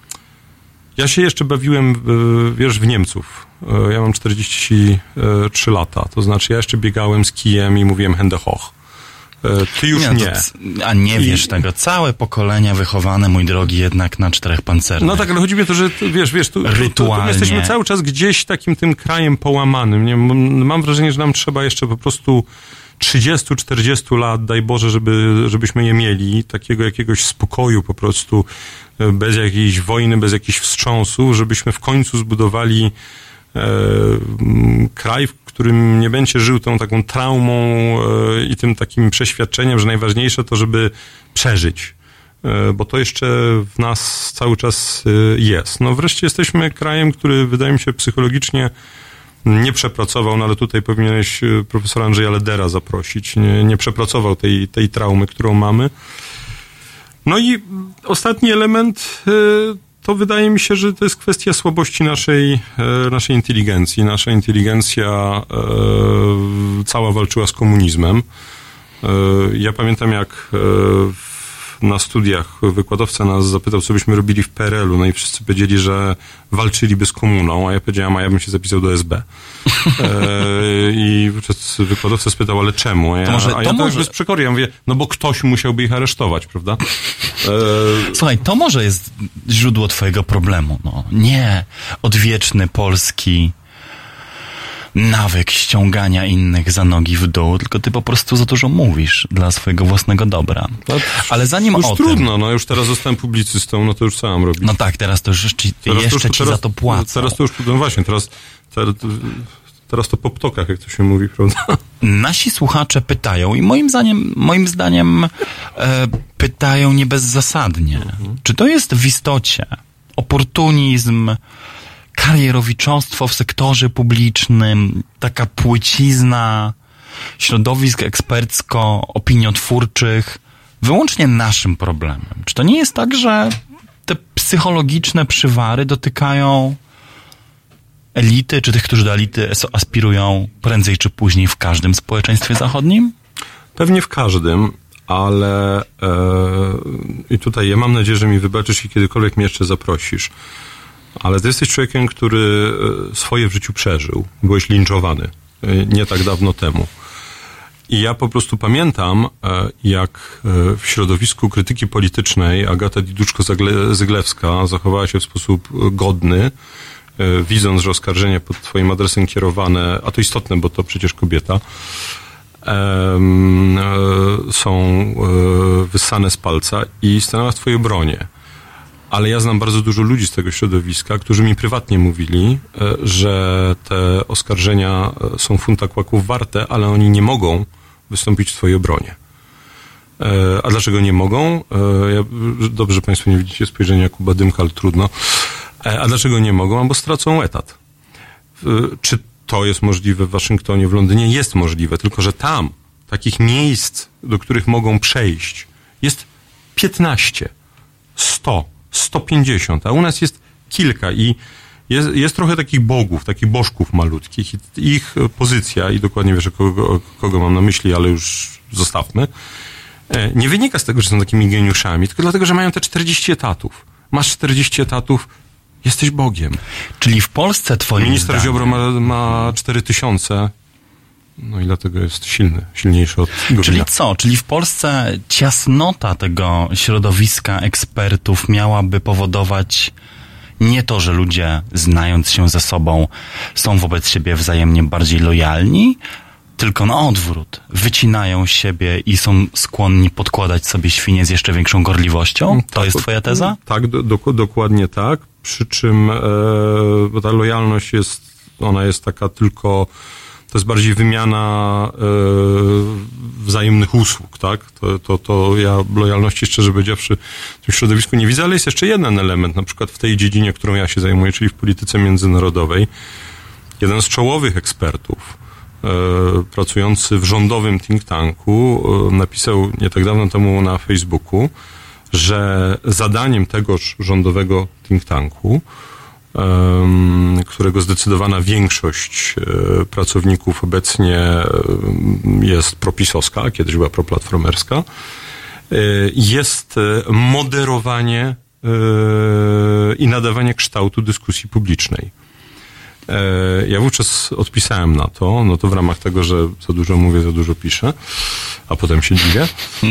ja się jeszcze bawiłem, wiesz, w Niemców. Ja mam czterdzieści trzy lata, to znaczy ja jeszcze biegałem z kijem i mówiłem Hände hoch. Ty już nie. nie. To, a nie I... wiesz tego. Całe pokolenia wychowane, mój drogi, jednak na czterech pancernych. No tak, ale chodzi mi o to, że wiesz, wiesz, tu, rytualnie. Tu, tu jesteśmy cały czas gdzieś takim tym krajem połamanym. Nie? Mam wrażenie, że nam trzeba jeszcze po prostu trzydzieści czterdzieści lat, daj Boże, żeby, żebyśmy je mieli, takiego jakiegoś spokoju po prostu, bez jakiejś wojny, bez jakichś wstrząsów, żebyśmy w końcu zbudowali e, kraj, w którym nie będzie żył tą taką traumą e, i tym takim przeświadczeniem, że najważniejsze to, żeby przeżyć. E, bo to jeszcze w nas cały czas e, jest. No wreszcie jesteśmy krajem, który wydaje mi się psychologicznie nie przepracował, no ale tutaj powinieneś profesora Andrzeja Ledera zaprosić. Nie, nie przepracował tej, tej traumy, którą mamy. No i ostatni element to wydaje mi się, że to jest kwestia słabości naszej, naszej inteligencji. Nasza inteligencja cała walczyła z komunizmem. Ja pamiętam, jak na studiach wykładowca nas zapytał, co byśmy robili w P R L u, no i wszyscy powiedzieli, że walczyliby z komuną, a ja powiedziałem, a ja bym się zapisał do S B. E, I wykładowca spytał, ale czemu? A ja, to może, to a ja może... bez przekory, ja mówię, no bo ktoś musiałby ich aresztować, prawda? E... Słuchaj, to może jest źródło twojego problemu, no. Nie odwieczny polski nawyk ściągania innych za nogi w dół, tylko ty po prostu za dużo mówisz dla swojego własnego dobra. No, ale zanim już o trudno, tym... no już teraz zostałem publicystą, no to już co mam robić? No tak, teraz to już jeszcze, teraz jeszcze to już, ci teraz, za to płacą. Teraz to już, no właśnie, teraz, teraz, teraz to po ptokach, jak to się mówi, prawda? Nasi słuchacze pytają i moim zdaniem, moim zdaniem e, pytają nie bezzasadnie. Mhm. Czy to jest w istocie oportunizm, karierowiczostwo w sektorze publicznym, taka płycizna środowisk ekspercko-opiniotwórczych wyłącznie naszym problemem? Czy to nie jest tak, że te psychologiczne przywary dotykają elity, czy tych, którzy do elity aspirują prędzej czy później w każdym społeczeństwie zachodnim? Pewnie w każdym, ale e, i tutaj ja mam nadzieję, że mi wybaczysz i kiedykolwiek mnie jeszcze zaprosisz. Ale ty jesteś człowiekiem, który swoje w życiu przeżył. Byłeś linczowany nie tak dawno temu. I ja po prostu pamiętam, jak w środowisku krytyki politycznej Agata Diduszko-Zyglewska zachowała się w sposób godny, widząc, że oskarżenia pod twoim adresem kierowane, a to istotne, bo to przecież kobieta, są wyssane z palca i stanęła w twojej obronie. Ale ja znam bardzo dużo ludzi z tego środowiska, którzy mi prywatnie mówili, że te oskarżenia są funta kłaków warte, ale oni nie mogą wystąpić w twojej obronie. A dlaczego nie mogą? Ja, dobrze, państwo nie widzicie spojrzenia Jakuba Dymka, ale trudno. A dlaczego nie mogą? Bo stracą etat. Czy to jest możliwe w Waszyngtonie, w Londynie jest możliwe, tylko że tam takich miejsc, do których mogą przejść, jest piętnaście, sto, sto pięćdziesiąt, a u nas jest kilka i jest, jest trochę takich bogów, takich bożków malutkich i ich pozycja, i dokładnie wiesz, kogo, kogo mam na myśli, ale już zostawmy, nie wynika z tego, że są takimi geniuszami, tylko dlatego, że mają te czterdzieści etatów. Masz czterdzieści etatów, jesteś Bogiem. Czyli w Polsce twoim Minister zdaniem... Ziobro ma, ma cztery tysiące, no i dlatego jest silny, silniejszy od Gowina. Czyli co? Czyli w Polsce ciasnota tego środowiska ekspertów miałaby powodować nie to, że ludzie, znając się ze sobą, są wobec siebie wzajemnie bardziej lojalni, tylko na odwrót. Wycinają siebie i są skłonni podkładać sobie świnie z jeszcze większą gorliwością? To tak, jest twoja teza? Tak, do, do, dokładnie tak. Przy czym e, ta lojalność jest, ona jest taka tylko, to jest bardziej wymiana e, wzajemnych usług, tak? To, to, to ja lojalności, szczerze powiedziawszy, w tym środowisku nie widzę, ale jest jeszcze jeden element, na przykład w tej dziedzinie, którą ja się zajmuję, czyli w polityce międzynarodowej. Jeden z czołowych ekspertów, pracujący w rządowym think tanku, napisał nie tak dawno temu na Facebooku, że zadaniem tegoż rządowego think tanku, którego zdecydowana większość pracowników obecnie jest propisowska, a kiedyś była proplatformerska, jest moderowanie i nadawanie kształtu dyskusji publicznej. Ja wówczas odpisałem na to, no to w ramach tego, że za dużo mówię, za dużo piszę, a potem się dziwię,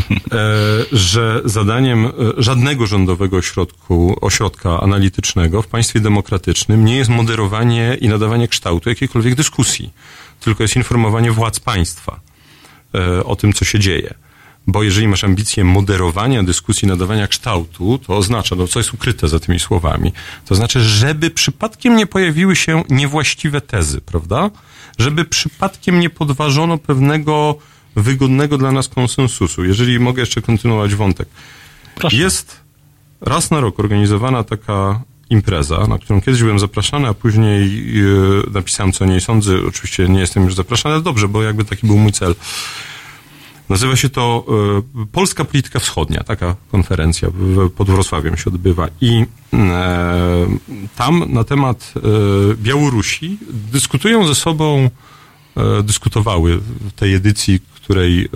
że zadaniem żadnego rządowego ośrodku, ośrodka analitycznego w państwie demokratycznym nie jest moderowanie i nadawanie kształtu jakiejkolwiek dyskusji, tylko jest informowanie władz państwa o tym, co się dzieje. Bo jeżeli masz ambicje moderowania dyskusji, nadawania kształtu, to oznacza, no co jest ukryte za tymi słowami, to znaczy, żeby przypadkiem nie pojawiły się niewłaściwe tezy, prawda? Żeby przypadkiem nie podważono pewnego wygodnego dla nas konsensusu. Jeżeli mogę jeszcze kontynuować wątek. Proszę. Jest raz na rok organizowana taka impreza, na którą kiedyś byłem zapraszany, a później yy, napisałem, co o niej sądzę. Oczywiście nie jestem już zapraszany, ale dobrze, bo jakby taki był mój cel. Nazywa się to y, Polska Polityka Wschodnia, taka konferencja w, pod Wrocławiem się odbywa i y, tam na temat y, Białorusi dyskutują ze sobą, y, dyskutowały w tej edycji, której y,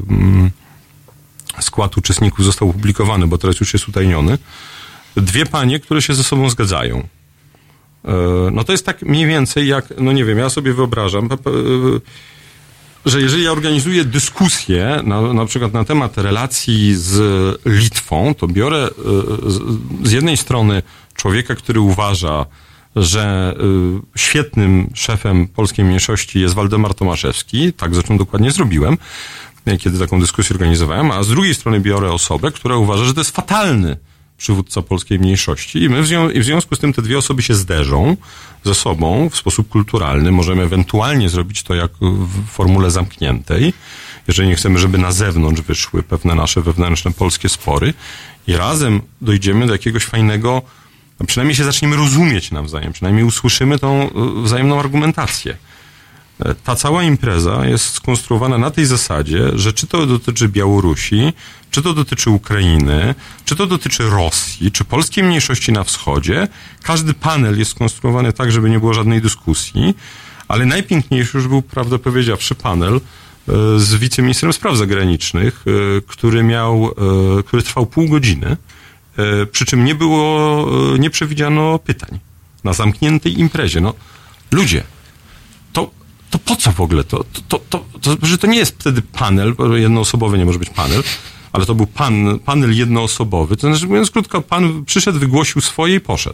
y, skład uczestników został opublikowany, bo teraz już jest utajniony, dwie panie, które się ze sobą zgadzają. Y, no to jest tak mniej więcej jak, no nie wiem, ja sobie wyobrażam, y, że jeżeli ja organizuję dyskusję na, na przykład na temat relacji z Litwą, to biorę z, z jednej strony człowieka, który uważa, że y, świetnym szefem polskiej mniejszości jest Waldemar Tomaszewski, tak zresztą dokładnie zrobiłem, kiedy taką dyskusję organizowałem, a z drugiej strony biorę osobę, która uważa, że to jest fatalny przywódca polskiej mniejszości i my w, zwią- i w związku z tym te dwie osoby się zderzą ze sobą w sposób kulturalny. Możemy ewentualnie zrobić to jak w formule zamkniętej, jeżeli nie chcemy, żeby na zewnątrz wyszły pewne nasze wewnętrzne polskie spory i razem dojdziemy do jakiegoś fajnego, no przynajmniej się zaczniemy rozumieć nawzajem, przynajmniej usłyszymy tą wzajemną argumentację. Ta cała impreza jest skonstruowana na tej zasadzie, że czy to dotyczy Białorusi, czy to dotyczy Ukrainy, czy to dotyczy Rosji, czy polskiej mniejszości na wschodzie, każdy panel jest skonstruowany tak, żeby nie było żadnej dyskusji, ale najpiękniejszy już był, prawdę powiedziawszy, panel z wiceministrem spraw zagranicznych, który miał, który trwał pół godziny, przy czym nie było, nie przewidziano pytań na zamkniętej imprezie. No, ludzie, to To po co w ogóle? To, to, to, to, to, że to nie jest wtedy panel, bo jednoosobowy nie może być panel, ale to był pan, panel jednoosobowy. To znaczy, mówiąc krótko, pan przyszedł, wygłosił swoje i poszedł.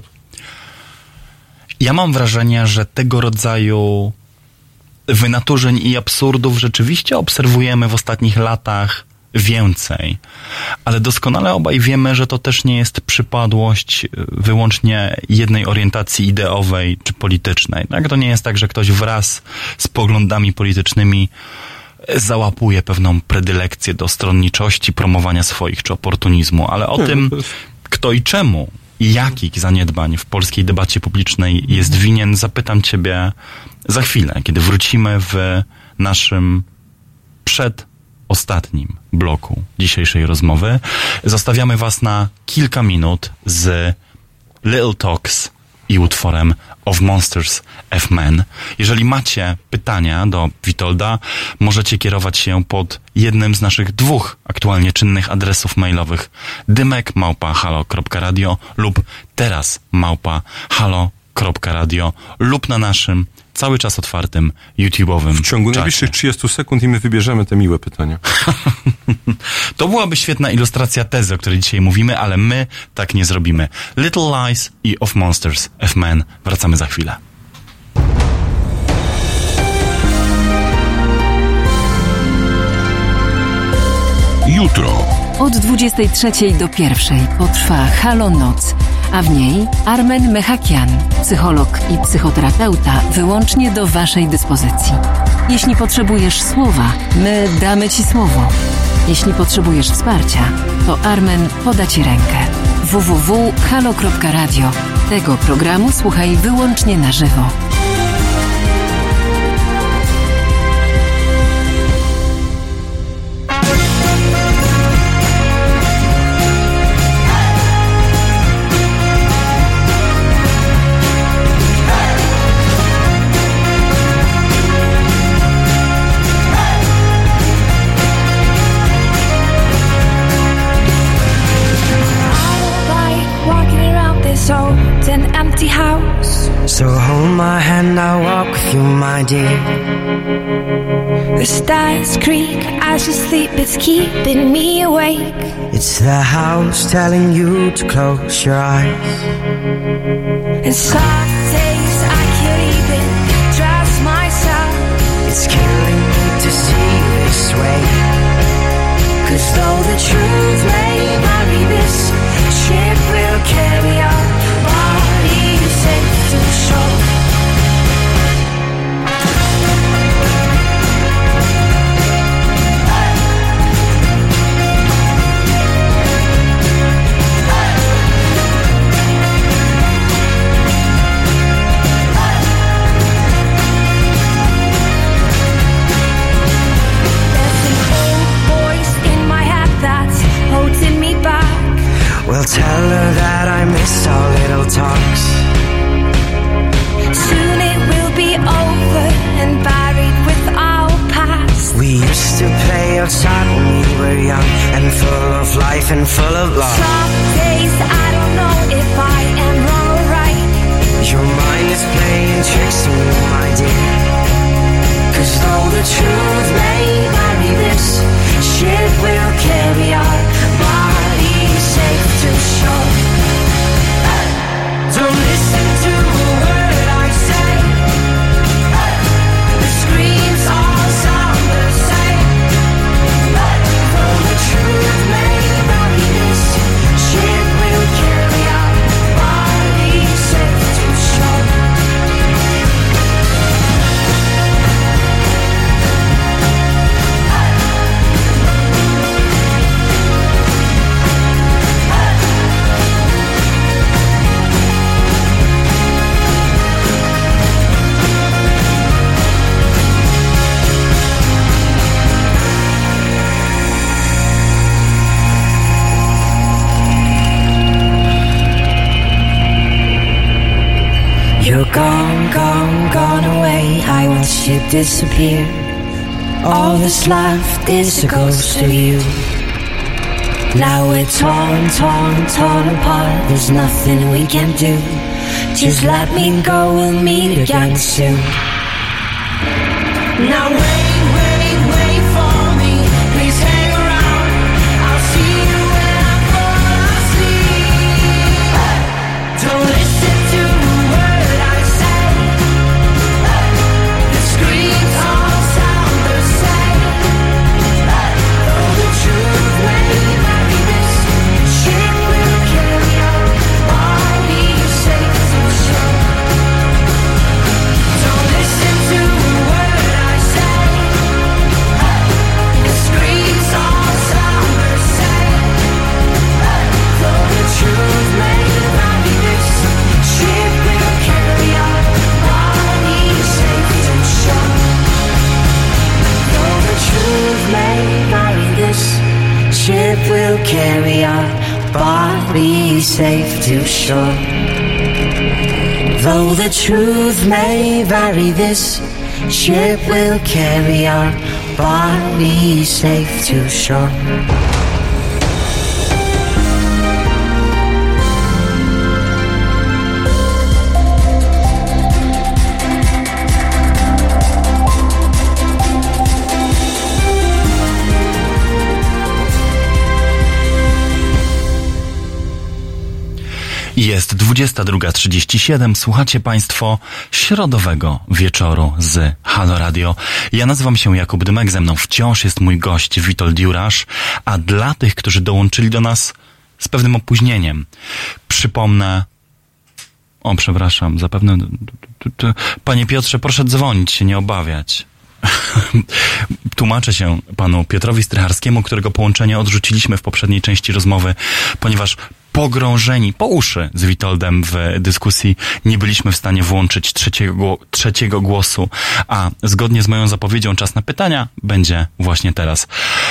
Ja mam wrażenie, że tego rodzaju wynaturzeń i absurdów rzeczywiście obserwujemy w ostatnich latach więcej. Ale doskonale obaj wiemy, że to też nie jest przypadłość wyłącznie jednej orientacji ideowej czy politycznej. Tak? To nie jest tak, że ktoś wraz z poglądami politycznymi załapuje pewną predylekcję do stronniczości, promowania swoich czy oportunizmu, ale o tym, kto i czemu jakich zaniedbań w polskiej debacie publicznej jest winien, zapytam ciebie za chwilę, kiedy wrócimy w naszym przedostatnim bloku dzisiejszej rozmowy. Zostawiamy was na kilka minut z Little Talks i utworem Of Monsters F Men. Jeżeli macie pytania do Witolda, możecie kierować się pod jednym z naszych dwóch aktualnie czynnych adresów mailowych: dymek małpa halo kropka radio lub teraz małpa halo kropka radio lub na naszym cały czas otwartym YouTube'owym W ciągu czacie. najbliższych trzydziestu sekund i my wybierzemy te miłe pytania. To byłaby świetna ilustracja tezy, o której dzisiaj mówimy, ale my tak nie zrobimy. Little Lies i Of Monsters F Men. Wracamy za chwilę. Jutro. Od dwudziestej trzeciej do pierwszej potrwa Halo Noc, a w niej Armen Mechakian, psycholog i psychoterapeuta, wyłącznie do waszej dyspozycji. Jeśli potrzebujesz słowa, my damy ci słowo. Jeśli potrzebujesz wsparcia, to Armen poda ci rękę. w w w kropka halo kropka radio. Tego programu słuchaj wyłącznie na żywo. So hold my hand, I'll walk with you, my dear. The stars creak as you sleep, it's keeping me awake. It's the house telling you to close your eyes. And some days I can't even trust myself. It's killing me to see you this way. Cause though the truth may vary, this ship will carry our bodies safe to shore. Well, tell her that I miss our little talks. Soon it will be over and buried with our past. We used to play outside when we were young and full of life and full of love. Some days I don't know if I am wrong or right. Your mind is playing tricks on me, my dear. Cause though the truth may vary, this ship will carry our bodies safe to shore. Don't listen to a word I say. The screams all sound the same. Though the truth may vary, this ship will carry our bodies safe to shore. You're gone, gone, gone away. I watched you disappear. All that's left is a ghost of you. Now we're torn, torn, torn apart. There's nothing we can do. Just let me go, we'll meet again soon. Now wait, wait, wait for me. Please hang around. I'll see you when I fall asleep. Don't listen to a word I say. The screams all sound the same. Though the truth may vary, this ship will carry our bodies safe to shore. Don't listen to a word I say. ship will carry our bodies safe to shore. Though the truth may vary, this ship will carry our bodies safe to shore. Jest dwudziesta druga trzydzieści siedem. Słuchacie Państwo środowego wieczoru z Halo Radio. Ja nazywam się Jakub Dymek, ze mną wciąż jest mój gość Witold Jurasz, a dla tych, którzy dołączyli do nas z pewnym opóźnieniem, przypomnę... O, przepraszam, zapewne... Panie Piotrze, proszę dzwonić się, nie obawiać. Tłumaczę się panu Piotrowi Strycharskiemu, którego połączenie odrzuciliśmy w poprzedniej części rozmowy, ponieważ pogrążeni po uszy z Witoldem w dyskusji nie byliśmy w stanie włączyć trzeciego, trzeciego głosu, a zgodnie z moją zapowiedzią czas na pytania będzie właśnie teraz.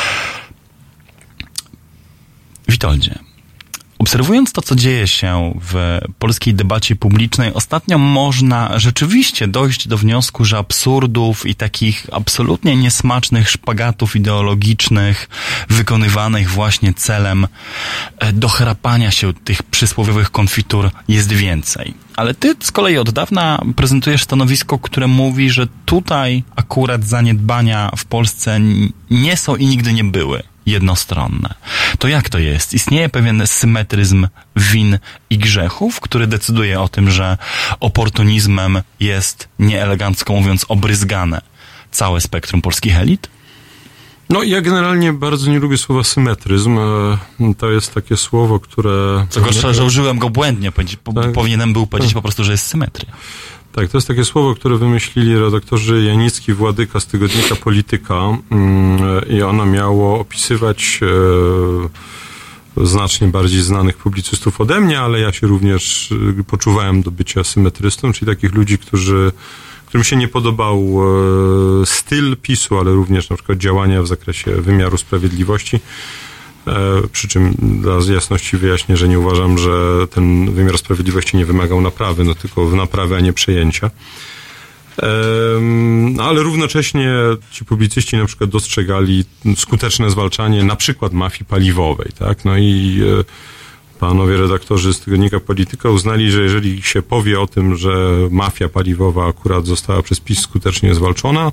Witoldzie, obserwując to, co dzieje się w polskiej debacie publicznej, ostatnio można rzeczywiście dojść do wniosku, że absurdów i takich absolutnie niesmacznych szpagatów ideologicznych wykonywanych właśnie celem dochrapania się tych przysłowiowych konfitur jest więcej. Ale ty z kolei od dawna prezentujesz stanowisko, które mówi, że tutaj akurat zaniedbania w Polsce nie są i nigdy nie były jednostronne. To jak to jest? Istnieje pewien symetryzm win i grzechów, który decyduje o tym, że oportunizmem jest, nieelegancko mówiąc, obryzgane całe spektrum polskich elit? No, ja generalnie bardzo nie lubię słowa symetryzm. To jest takie słowo, które... Co gorsza, że użyłem go błędnie. Po, tak. Powinienem był powiedzieć po prostu, że jest symetria. Tak, to jest takie słowo, które wymyślili redaktorzy Janicki, Władyka z tygodnika Polityka i ono miało opisywać e, znacznie bardziej znanych publicystów ode mnie, ale ja się również poczuwałem do bycia symetrystą, czyli takich ludzi, którzy, którym się nie podobał e, styl PiSu, ale również na przykład działania w zakresie wymiaru sprawiedliwości. E, przy czym dla jasności wyjaśnię, że nie uważam, że ten wymiar sprawiedliwości nie wymagał naprawy, no tylko naprawy, a nie przejęcia. E, ale równocześnie ci publicyści na przykład dostrzegali skuteczne zwalczanie na przykład mafii paliwowej, tak? No i e, panowie redaktorzy z tygodnika Polityka uznali, że jeżeli się powie o tym, że mafia paliwowa akurat została przez PiS skutecznie zwalczona,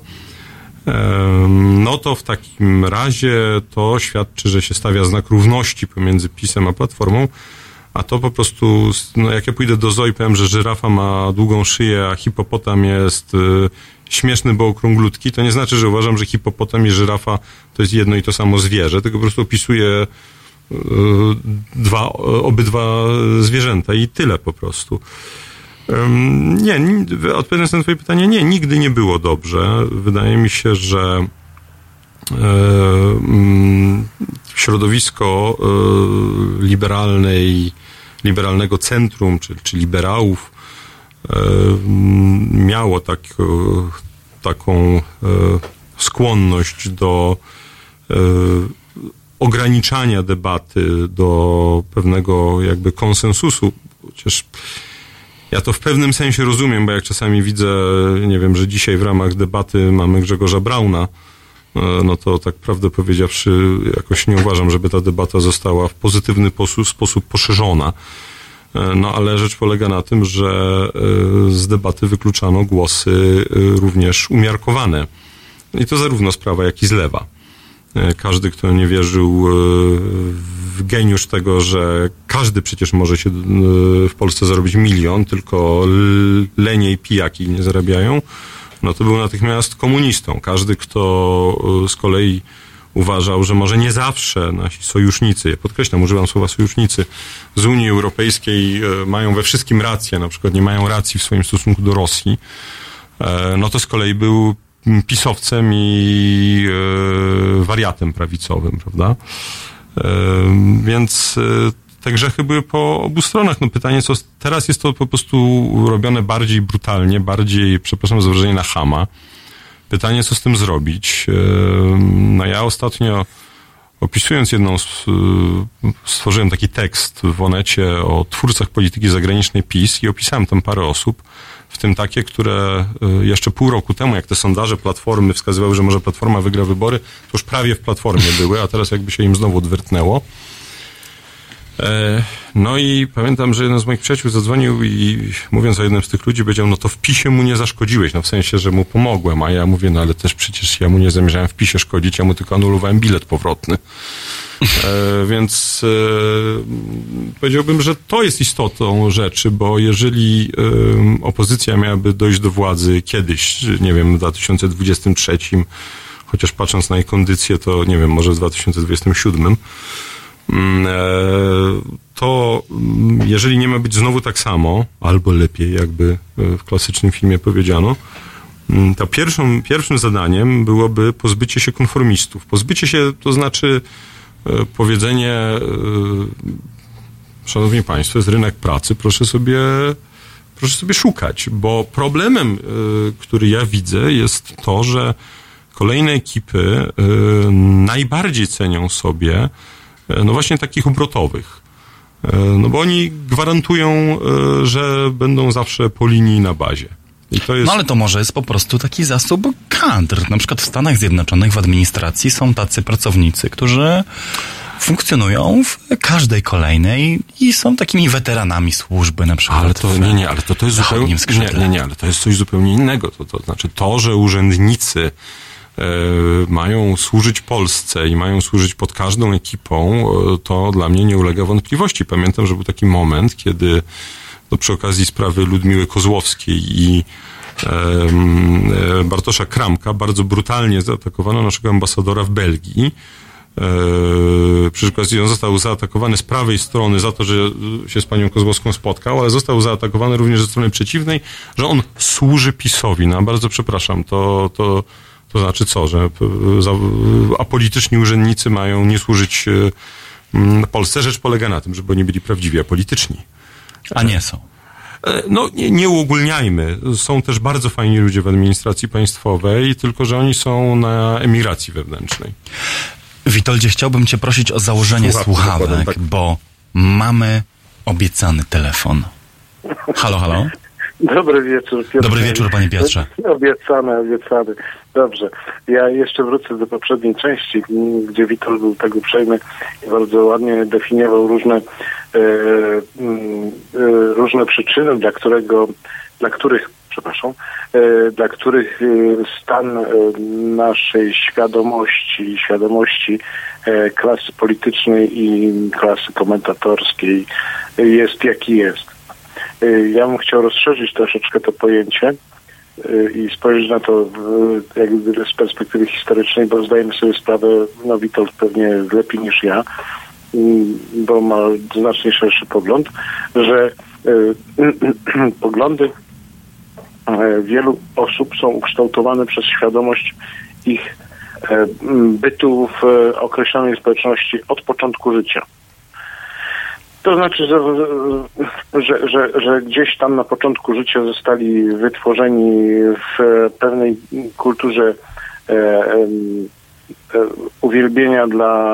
no to w takim razie to świadczy, że się stawia znak równości pomiędzy PiS-em a Platformą, a to po prostu, no jak ja pójdę do zoo i powiem, że żyrafa ma długą szyję, a hipopotam jest y, śmieszny, bo okrąglutki, to nie znaczy, że uważam, że hipopotam i żyrafa to jest jedno i to samo zwierzę, tylko po prostu opisuję y, dwa, obydwa zwierzęta i tyle po prostu. Nie, odpowiadając na twoje pytanie, nie, nigdy nie było dobrze. Wydaje mi się, że środowisko liberalnej, liberalnego centrum, czy, czy liberałów miało tak, taką skłonność do ograniczania debaty do pewnego jakby konsensusu, chociaż ja to w pewnym sensie rozumiem, bo jak czasami widzę, nie wiem, że dzisiaj w ramach debaty mamy Grzegorza Brauna, no to tak prawdę powiedziawszy, jakoś nie uważam, żeby ta debata została w pozytywny sposób poszerzona. No ale rzecz polega na tym, że z debaty wykluczano głosy również umiarkowane. I to zarówno z prawa, jak i z lewa. Każdy, kto nie wierzył w geniusz tego, że każdy przecież może się w Polsce zarobić milion, tylko lenie i pijaki nie zarabiają, no to był natychmiast komunistą. Każdy, kto z kolei uważał, że może nie zawsze nasi sojusznicy, ja podkreślam, używam słowa sojusznicy, z Unii Europejskiej mają we wszystkim rację, na przykład nie mają racji w swoim stosunku do Rosji, no to z kolei był pisowcem i e, wariatem prawicowym, prawda? E, więc e, te grzechy były po obu stronach. No pytanie, co teraz jest to po prostu robione bardziej brutalnie, bardziej, przepraszam za wrażenie, na chama. Pytanie, co z tym zrobić? E, no ja ostatnio opisując jedną, z, stworzyłem taki tekst w Onecie o twórcach polityki zagranicznej PiS i opisałem tam parę osób, w tym takie, które jeszcze pół roku temu, jak te sondaże Platformy wskazywały, że może Platforma wygra wybory, to już prawie w Platformie były, a teraz jakby się im znowu odwrtnęło. No i pamiętam, że jeden z moich przyjaciół zadzwonił i mówiąc o jednym z tych ludzi, powiedział, no to w PiSie mu nie zaszkodziłeś, no w sensie, że mu pomogłem, a ja mówię, no ale też przecież ja mu nie zamierzałem w PiSie szkodzić, ja mu tylko anulowałem bilet powrotny. E, więc e, powiedziałbym, że to jest istotą rzeczy, bo jeżeli e, opozycja miałaby dojść do władzy kiedyś, nie wiem, w dwa tysiące dwudziestym trzecim, chociaż patrząc na jej kondycję, to nie wiem, może w dwa tysiące dwudziestym siódmym, to jeżeli nie ma być znowu tak samo, albo lepiej, jakby w klasycznym filmie powiedziano, to pierwszą, pierwszym zadaniem byłoby pozbycie się konformistów. Pozbycie się to znaczy powiedzenie, szanowni państwo, jest rynek pracy, proszę sobie, proszę sobie szukać, bo problemem, który ja widzę, jest to, że kolejne ekipy najbardziej cenią sobie no właśnie takich obrotowych. No bo oni gwarantują, że będą zawsze po linii na bazie. I to jest... No ale to może jest po prostu taki zasób kadr. Na przykład w Stanach Zjednoczonych w administracji są tacy pracownicy, którzy funkcjonują w każdej kolejnej i są takimi weteranami służby na przykład. Ale to nie, nie, ale to, to jest zupełnie nie, nie, nie, ale to jest coś zupełnie innego. To, to znaczy to, że urzędnicy mają służyć Polsce i mają służyć pod każdą ekipą, to dla mnie nie ulega wątpliwości. Pamiętam, że był taki moment, kiedy no, przy okazji sprawy Ludmiły Kozłowskiej i e, Bartosza Kramka bardzo brutalnie zaatakowano naszego ambasadora w Belgii. E, przy okazji on został zaatakowany z prawej strony za to, że się z panią Kozłowską spotkał, ale został zaatakowany również ze strony przeciwnej, że on służy PiS-owi. No, bardzo przepraszam, to... to To znaczy co, że apolityczni urzędnicy mają nie służyć Polsce? Rzecz polega na tym, żeby oni byli prawdziwi apolityczni. A nie są. No, nie, nie uogólniajmy. Są też bardzo fajni ludzie w administracji państwowej, tylko że oni są na emigracji wewnętrznej. Witoldzie, chciałbym cię prosić o założenie Słuchawki, słuchawek, tak. Bo mamy obiecany telefon. Halo, halo? Dobry wieczór, Piotr. Dobry wieczór, panie Piotrze. Obiecane, obiecane. Dobrze. Ja jeszcze wrócę do poprzedniej części, gdzie Witold był tak uprzejmy i bardzo ładnie definiował różne e, e, różne przyczyny, dla którego, dla których, przepraszam, e, dla których stan naszej świadomości, świadomości e, klasy politycznej i klasy komentatorskiej jest jaki jest. Ja bym chciał rozszerzyć troszeczkę to pojęcie i spojrzeć na to jakby z perspektywy historycznej, bo zdajemy sobie sprawę, no Witold pewnie lepiej niż ja, bo ma znacznie szerszy pogląd, że poglądy wielu osób są ukształtowane przez świadomość ich bytu w określonej społeczności od początku życia. To znaczy, że, że, że, że gdzieś tam na początku życia zostali wytworzeni w pewnej kulturze e, e, uwielbienia dla,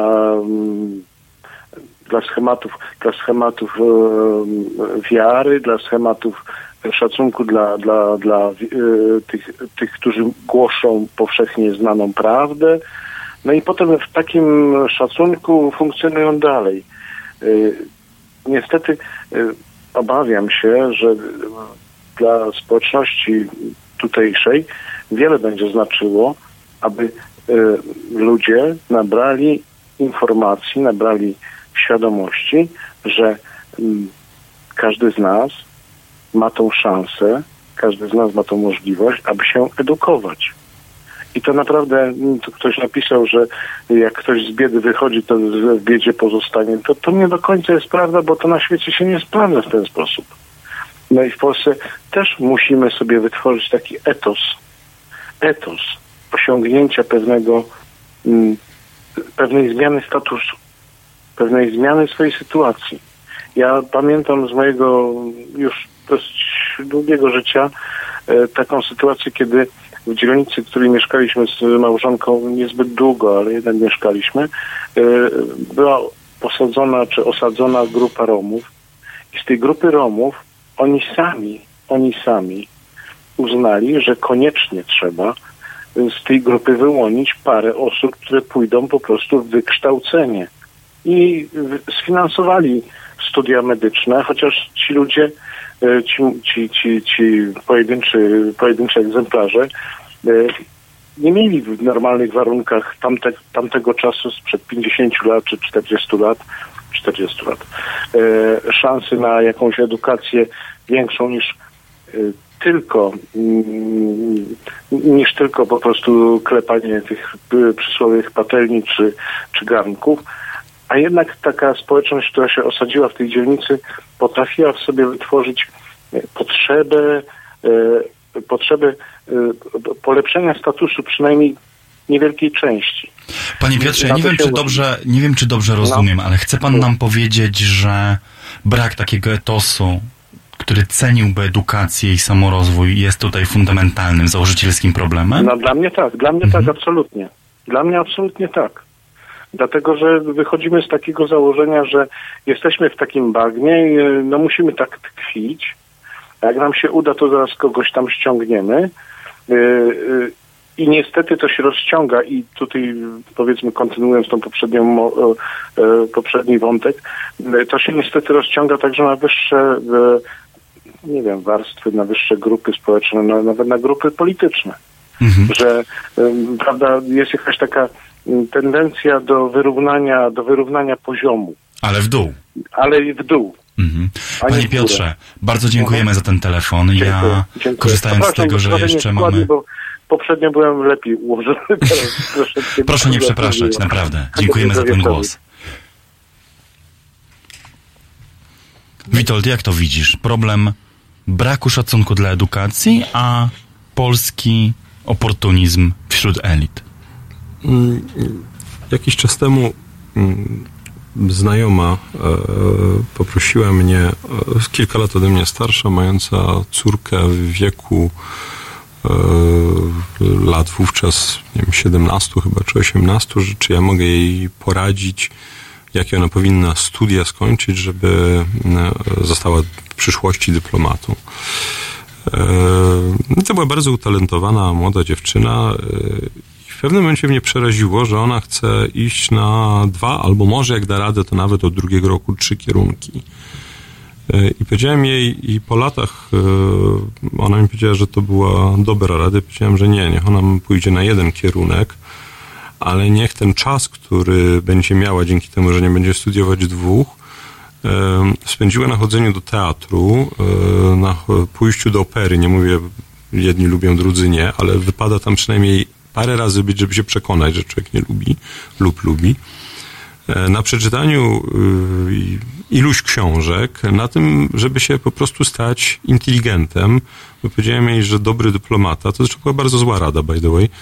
dla schematów, dla schematów e, wiary, dla schematów szacunku dla, dla, dla e, tych, tych, którzy głoszą powszechnie znaną prawdę. No i potem w takim szacunku funkcjonują dalej. E, Niestety y, obawiam się, że y, dla społeczności tutejszej wiele będzie znaczyło, aby y, ludzie nabrali informacji, nabrali świadomości, że y, każdy z nas ma tą szansę, każdy z nas ma tą możliwość, aby się edukować. I to naprawdę, to ktoś napisał, że jak ktoś z biedy wychodzi, to w biedzie pozostanie. To, to nie do końca jest prawda, bo to na świecie się nie sprawdza w ten sposób. No i w Polsce też musimy sobie wytworzyć taki etos, etos osiągnięcia pewnego, m, pewnej zmiany statusu, pewnej zmiany swojej sytuacji. Ja pamiętam z mojego już dość długiego życia e, taką sytuację, kiedy w dzielnicy, w której mieszkaliśmy z małżonką niezbyt długo, ale jednak mieszkaliśmy, e, była posadzona czy osadzona grupa Romów i z tej grupy Romów oni sami, oni sami uznali, że koniecznie trzeba z tej grupy wyłonić parę osób, które pójdą po prostu w wykształcenie. I sfinansowali studia medyczne, chociaż ci ludzie, ci, ci, ci, ci pojedynczy, pojedyncze egzemplarze nie mieli w normalnych warunkach tamte, tamtego czasu, sprzed pięćdziesięciu lat czy czterdziestu lat, czterdziestu lat, szansy na jakąś edukację większą niż tylko niż tylko po prostu klepanie tych przysłowiowych patelni czy, czy garnków, a jednak taka społeczność, która się osadziła w tej dzielnicy, potrafiła w sobie wytworzyć potrzebę, potrzebę polepszenia statusu przynajmniej niewielkiej części. Panie Piotrze, ja nie wiem, czy dobrze, nie wiem, czy dobrze rozumiem, ale chce pan nam powiedzieć, że brak takiego etosu, który ceniłby edukację i samorozwój, jest tutaj fundamentalnym, założycielskim problemem? No dla mnie tak, dla mnie mhm. tak, absolutnie. Dla mnie absolutnie tak. Dlatego, że wychodzimy z takiego założenia, że jesteśmy w takim bagnie i no musimy tak tkwić. Jak nam się uda, to zaraz kogoś tam ściągniemy. Yy, yy, I niestety to się rozciąga i tutaj, powiedzmy, kontynuując tą poprzednią, yy, poprzedni wątek, yy, to się niestety rozciąga także na wyższe, yy, nie wiem, warstwy, na wyższe grupy społeczne, na, nawet na grupy polityczne. Mhm. Że, yy, prawda, jest jakaś taka tendencja do wyrównania, do wyrównania poziomu. Ale w dół. Ale w dół. Mhm. Panie Piotrze, bardzo dziękujemy mhm. za ten telefon. Dziękuję, ja dziękuję. korzystając z tego, że jeszcze mamy... Bo poprzednio byłem lepiej ułożony. Teraz troszeczkę Proszę nie przepraszać, naprawdę. Dziękujemy za ten głos. Witold, jak to widzisz? Problem braku szacunku dla edukacji, a polski oportunizm wśród elit. Jakiś czas temu znajoma e, poprosiła mnie, e, kilka lat ode mnie starsza, mająca córkę w wieku e, lat wówczas, nie wiem, siedemnastu chyba, czy osiemnastu, że czy ja mogę jej poradzić, jakie ona powinna studia skończyć, żeby e, została w przyszłości dyplomatą. E, to była bardzo utalentowana młoda dziewczyna. E, W pewnym momencie mnie przeraziło, że ona chce iść na dwa, albo może jak da radę, to nawet od drugiego roku trzy kierunki. I powiedziałem jej, i po latach ona mi powiedziała, że to była dobra rada. Powiedziałem, że nie, niech ona pójdzie na jeden kierunek, ale niech ten czas, który będzie miała dzięki temu, że nie będzie studiować dwóch, spędziła na chodzeniu do teatru, na pójściu do opery. Nie mówię, jedni lubią, drudzy nie, ale wypada tam przynajmniej parę razy być, żeby się przekonać, że człowiek nie lubi lub lubi. Na przeczytaniu iluś książek, na tym, żeby się po prostu stać inteligentem. Bo powiedziałem jej, że dobry dyplomata, to była bardzo zła rada, by the way,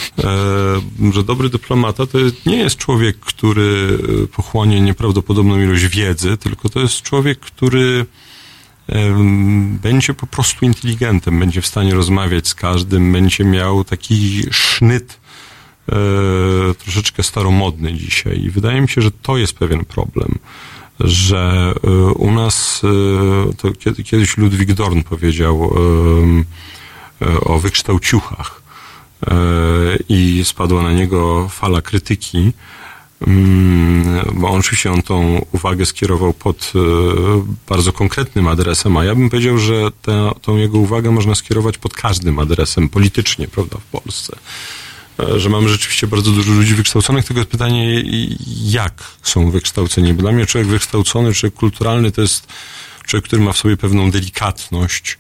że dobry dyplomata to nie jest człowiek, który pochłonie nieprawdopodobną ilość wiedzy, tylko to jest człowiek, który będzie po prostu inteligentem, będzie w stanie rozmawiać z każdym, będzie miał taki sznyt e, troszeczkę staromodny dzisiaj. I wydaje mi się, że to jest pewien problem, że e, u nas, e, to kiedy, kiedyś Ludwik Dorn powiedział e, e, o wykształciuchach e, i spadła na niego fala krytyki, bo on, oczywiście on tą uwagę skierował pod bardzo konkretnym adresem, a ja bym powiedział, że tę, tą jego uwagę można skierować pod każdym adresem politycznie, prawda, w Polsce. Że mamy rzeczywiście bardzo dużo ludzi wykształconych, tylko jest pytanie, jak są wykształceni. Bo dla mnie człowiek wykształcony, człowiek kulturalny to jest człowiek, który ma w sobie pewną delikatność,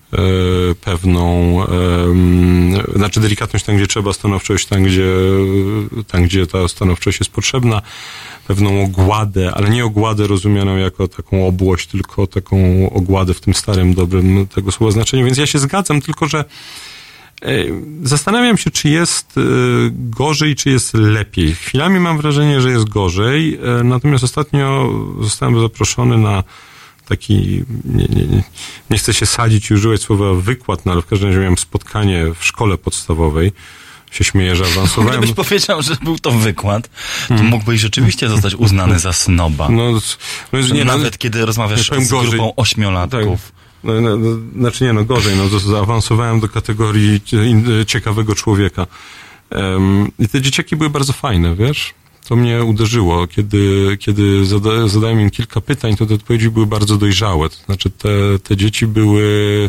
pewną, znaczy delikatność tam, gdzie trzeba, stanowczość tam, gdzie, tam, gdzie ta stanowczość jest potrzebna, pewną ogładę, ale nie ogładę rozumianą jako taką obłość, tylko taką ogładę w tym starym, dobrym tego słowa znaczeniu. Więc ja się zgadzam, tylko że zastanawiam się, czy jest gorzej, czy jest lepiej. Chwilami mam wrażenie, że jest gorzej, natomiast ostatnio zostałem zaproszony na taki, nie, nie, nie, nie chcę się sadzić i używać słowa wykład, no ale w każdym razie miałem spotkanie w szkole podstawowej. Się śmieję, że awansowałem. Gdybyś powiedział, że był to wykład, to hmm. mógłbyś rzeczywiście zostać uznany za snoba. No, no, nie, Nawet no, kiedy rozmawiasz z gorzej. grupą ośmiolatków. Tak. No, no, no, znaczy nie, no gorzej, no zaawansowałem do kategorii ciekawego człowieka. Um, I te dzieciaki były bardzo fajne, wiesz? To mnie uderzyło. Kiedy, kiedy zada, zadałem im kilka pytań, to te odpowiedzi były bardzo dojrzałe. To znaczy te, te dzieci były...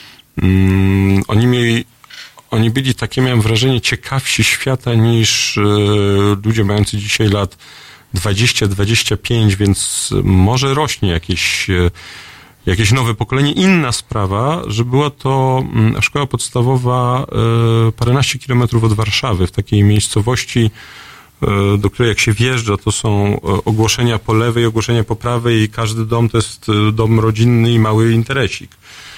Um, oni mieli... Oni byli takie, miałem wrażenie, ciekawsi świata niż e, ludzie mający dzisiaj lat dwadzieścia dwadzieścia pięć, więc może rośnie jakieś, e, jakieś nowe pokolenie. Inna sprawa, że była to m, szkoła podstawowa e, paręnaście kilometrów od Warszawy, w takiej miejscowości, e, do której jak się wjeżdża, to są ogłoszenia po lewej, ogłoszenia po prawej i każdy dom to jest dom rodzinny i mały interesik.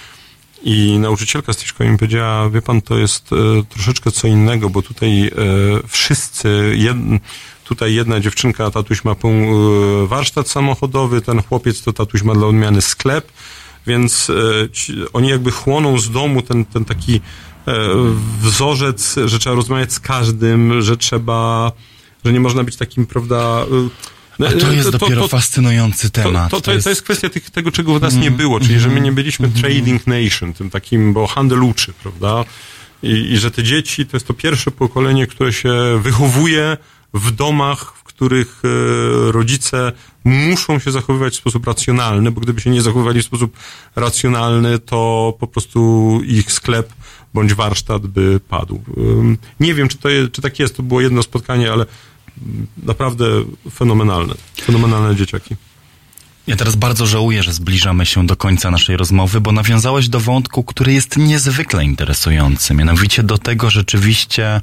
I nauczycielka z tej szkoły mi powiedziała, wie pan, to jest e, troszeczkę co innego, bo tutaj e, wszyscy, jed, tutaj jedna dziewczynka, tatuś ma pół, e, warsztat samochodowy, ten chłopiec to tatuś ma dla odmiany sklep, więc e, ci, oni jakby chłoną z domu ten, ten taki e, wzorzec, że trzeba rozmawiać z każdym, że trzeba, że nie można być takim, prawda... E, A to jest to, dopiero to, to, fascynujący temat. To, to, to, jest... to jest kwestia tych, tego, czego w nas mm, nie było, czyli mm, że my nie byliśmy mm, trading nation, tym takim, bo handel uczy, prawda? I, I że te dzieci to jest to pierwsze pokolenie, które się wychowuje w domach, w których e, rodzice muszą się zachowywać w sposób racjonalny, bo gdyby się nie zachowywali w sposób racjonalny, to po prostu ich sklep bądź warsztat by padł. Um, nie wiem, czy, to je, czy tak jest, to było jedno spotkanie, ale naprawdę fenomenalne. Fenomenalne dzieciaki. Ja teraz bardzo żałuję, że zbliżamy się do końca naszej rozmowy, bo nawiązałeś do wątku, który jest niezwykle interesujący. Mianowicie do tego rzeczywiście,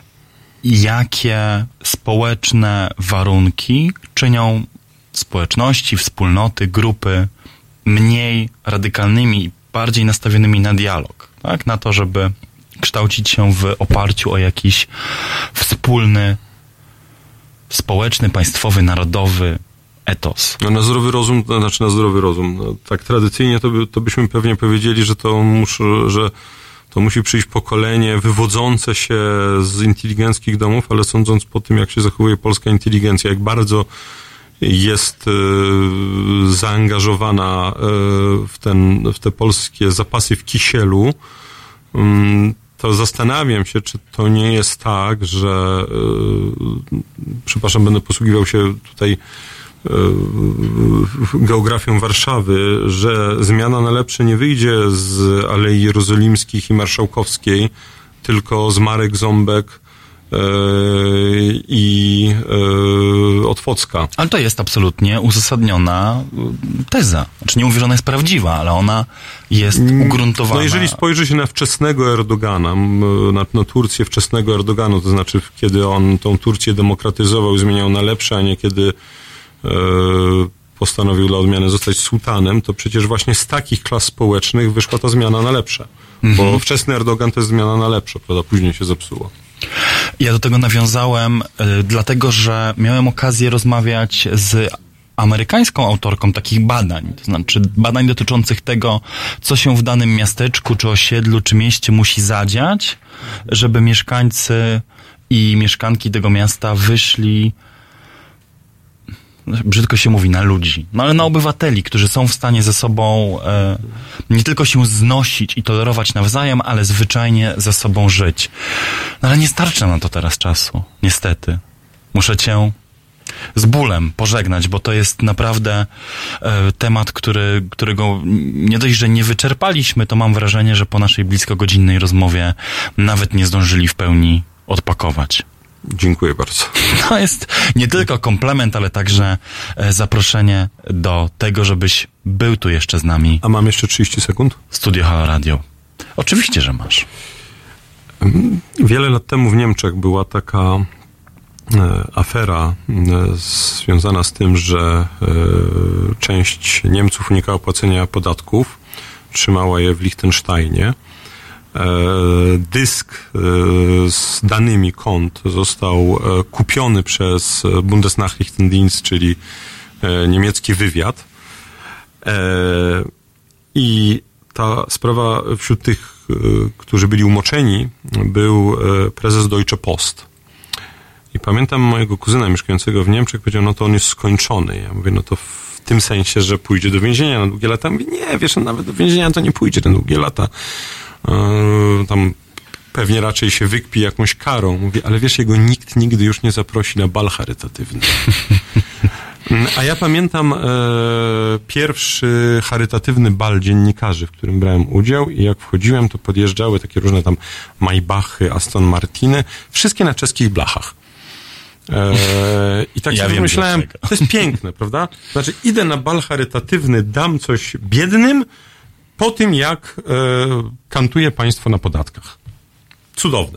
jakie społeczne warunki czynią społeczności, wspólnoty, grupy mniej radykalnymi, bardziej nastawionymi na dialog. Tak? Na to, żeby kształcić się w oparciu o jakiś wspólny społeczny, państwowy, narodowy etos. No na zdrowy rozum, to znaczy na zdrowy rozum. No, tak tradycyjnie to, by, to byśmy pewnie powiedzieli, że to, musz, że to musi przyjść pokolenie wywodzące się z inteligenckich domów, ale sądząc po tym, jak się zachowuje polska inteligencja, jak bardzo jest e, zaangażowana e, w, ten, w te polskie zapasy w kisielu, m, to zastanawiam się, czy to nie jest tak, że yy, przepraszam, będę posługiwał się tutaj yy, geografią Warszawy, że zmiana na lepsze nie wyjdzie z Alei Jerozolimskich i Marszałkowskiej, tylko z Marek Ząbek yy, i yy, Otwocka. Ale to jest absolutnie uzasadniona teza. Znaczy nie mówię, że ona jest prawdziwa, ale ona jest ugruntowana. No jeżeli spojrzy się na wczesnego Erdogana, na, na Turcję wczesnego Erdogana, to znaczy kiedy on tą Turcję demokratyzował i zmieniał na lepsze, a nie kiedy e, postanowił dla odmiany zostać sułtanem, to przecież właśnie z takich klas społecznych wyszła ta zmiana na lepsze. Mhm. Bo wczesny Erdogan to jest zmiana na lepsze, prawda? Później się zepsuło. Ja do tego nawiązałem, y, dlatego że miałem okazję rozmawiać z amerykańską autorką takich badań, to znaczy badań dotyczących tego, co się w danym miasteczku, czy osiedlu, czy mieście musi zadziać, żeby mieszkańcy i mieszkanki tego miasta wyszli, brzydko się mówi, na ludzi, no ale na obywateli, którzy są w stanie ze sobą e, nie tylko się znosić i tolerować nawzajem, ale zwyczajnie ze sobą żyć. No ale nie starczy na to teraz czasu, niestety. Muszę cię z bólem pożegnać, bo to jest naprawdę e, temat, który, którego nie dość, że nie wyczerpaliśmy, to mam wrażenie, że po naszej blisko godzinnej rozmowie nawet nie zdążyli w pełni odpakować. Dziękuję bardzo. To jest nie tylko komplement, ale także e, zaproszenie do tego, żebyś był tu jeszcze z nami. A mam jeszcze trzydzieści sekund? Studio Halo Radio. Oczywiście, że masz. Wiele lat temu w Niemczech była taka e, afera e, związana z tym, że e, część Niemców unikała płacenia podatków, trzymała je w Liechtensteinie. Dysk z danymi kont został kupiony przez Bundesnachrichtendienst, czyli niemiecki wywiad. E, I ta sprawa wśród tych, e, którzy byli umoczeni, był e, prezes Deutsche Post. I pamiętam mojego kuzyna mieszkającego w Niemczech, powiedział, no to on jest skończony. Ja mówię, no to w tym sensie, że pójdzie do więzienia na długie lata. Mówię, nie, wiesz, on nawet do więzienia to nie pójdzie na długie lata. E, tam pewnie raczej się wykpi jakąś karą. Mówię, ale wiesz, jego nikt nigdy już nie zaprosi na bal charytatywny. A ja pamiętam e, pierwszy charytatywny bal dziennikarzy, w którym brałem udział i jak wchodziłem, to podjeżdżały takie różne tam Maybachy, Aston Martiny, wszystkie na czeskich blachach. E, I tak ja sobie wiem, myślałem, dlaczego. to jest piękne, prawda? Znaczy idę na bal charytatywny, dam coś biednym po tym, jak e, kantuje państwo na podatkach. Cudowne.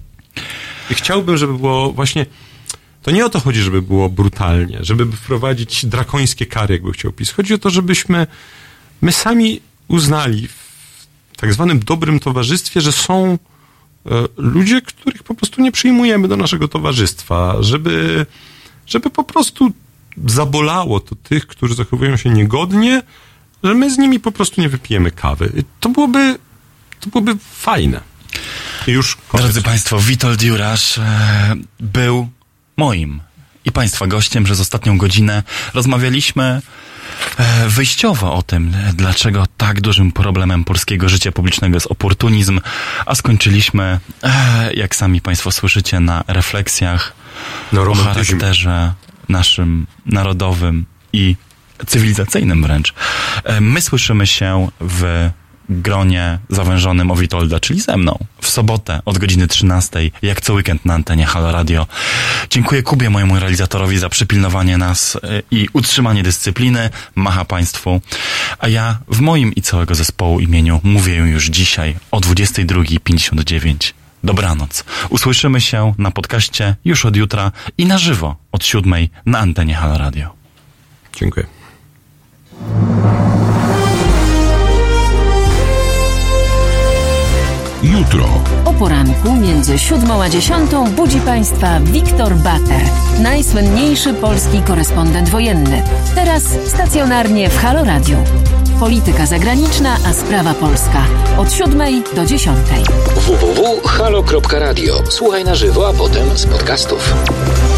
I chciałbym, żeby było właśnie... To nie o to chodzi, żeby było brutalnie, żeby wprowadzić drakońskie kary, jakby chciał PiS. Chodzi o to, żebyśmy my sami uznali w tak zwanym dobrym towarzystwie, że są e, ludzie, których po prostu nie przyjmujemy do naszego towarzystwa, żeby, żeby po prostu zabolało to tych, którzy zachowują się niegodnie, że my z nimi po prostu nie wypijemy kawy. I to byłoby, to byłoby fajne. I już koniec. Drodzy Państwo, Witold Jurasz e, był moim i Państwa gościem przez ostatnią godzinę. Rozmawialiśmy e, wyjściowo o tym, dlaczego tak dużym problemem polskiego życia publicznego jest oportunizm, a skończyliśmy, e, jak sami Państwo słyszycie, na refleksjach no, o charakterze naszym narodowym i cywilizacyjnym wręcz. E, my słyszymy się w gronie zawężonym o Witolda, czyli ze mną, w sobotę od godziny trzynastej, jak co weekend na antenie Halo Radio. Dziękuję Kubie, mojemu realizatorowi, za przypilnowanie nas i utrzymanie dyscypliny. Macha Państwu. A ja w moim i całego zespołu imieniu mówię już dzisiaj o dwudziestej drugiej pięćdziesiąt dziewięć. Dobranoc. Usłyszymy się na podcaście już od jutra i na żywo od siódmej na antenie Halo Radio. Dziękuję. Jutro. O poranku między siódmą a dziesiątą budzi Państwa Wiktor Bater, najsłynniejszy polski korespondent wojenny. Teraz stacjonarnie w Halo Radio. Polityka zagraniczna, a sprawa polska. Od siódmej do dziesiątej. w w w kropka halo kropka radio. Słuchaj na żywo, a potem z podcastów.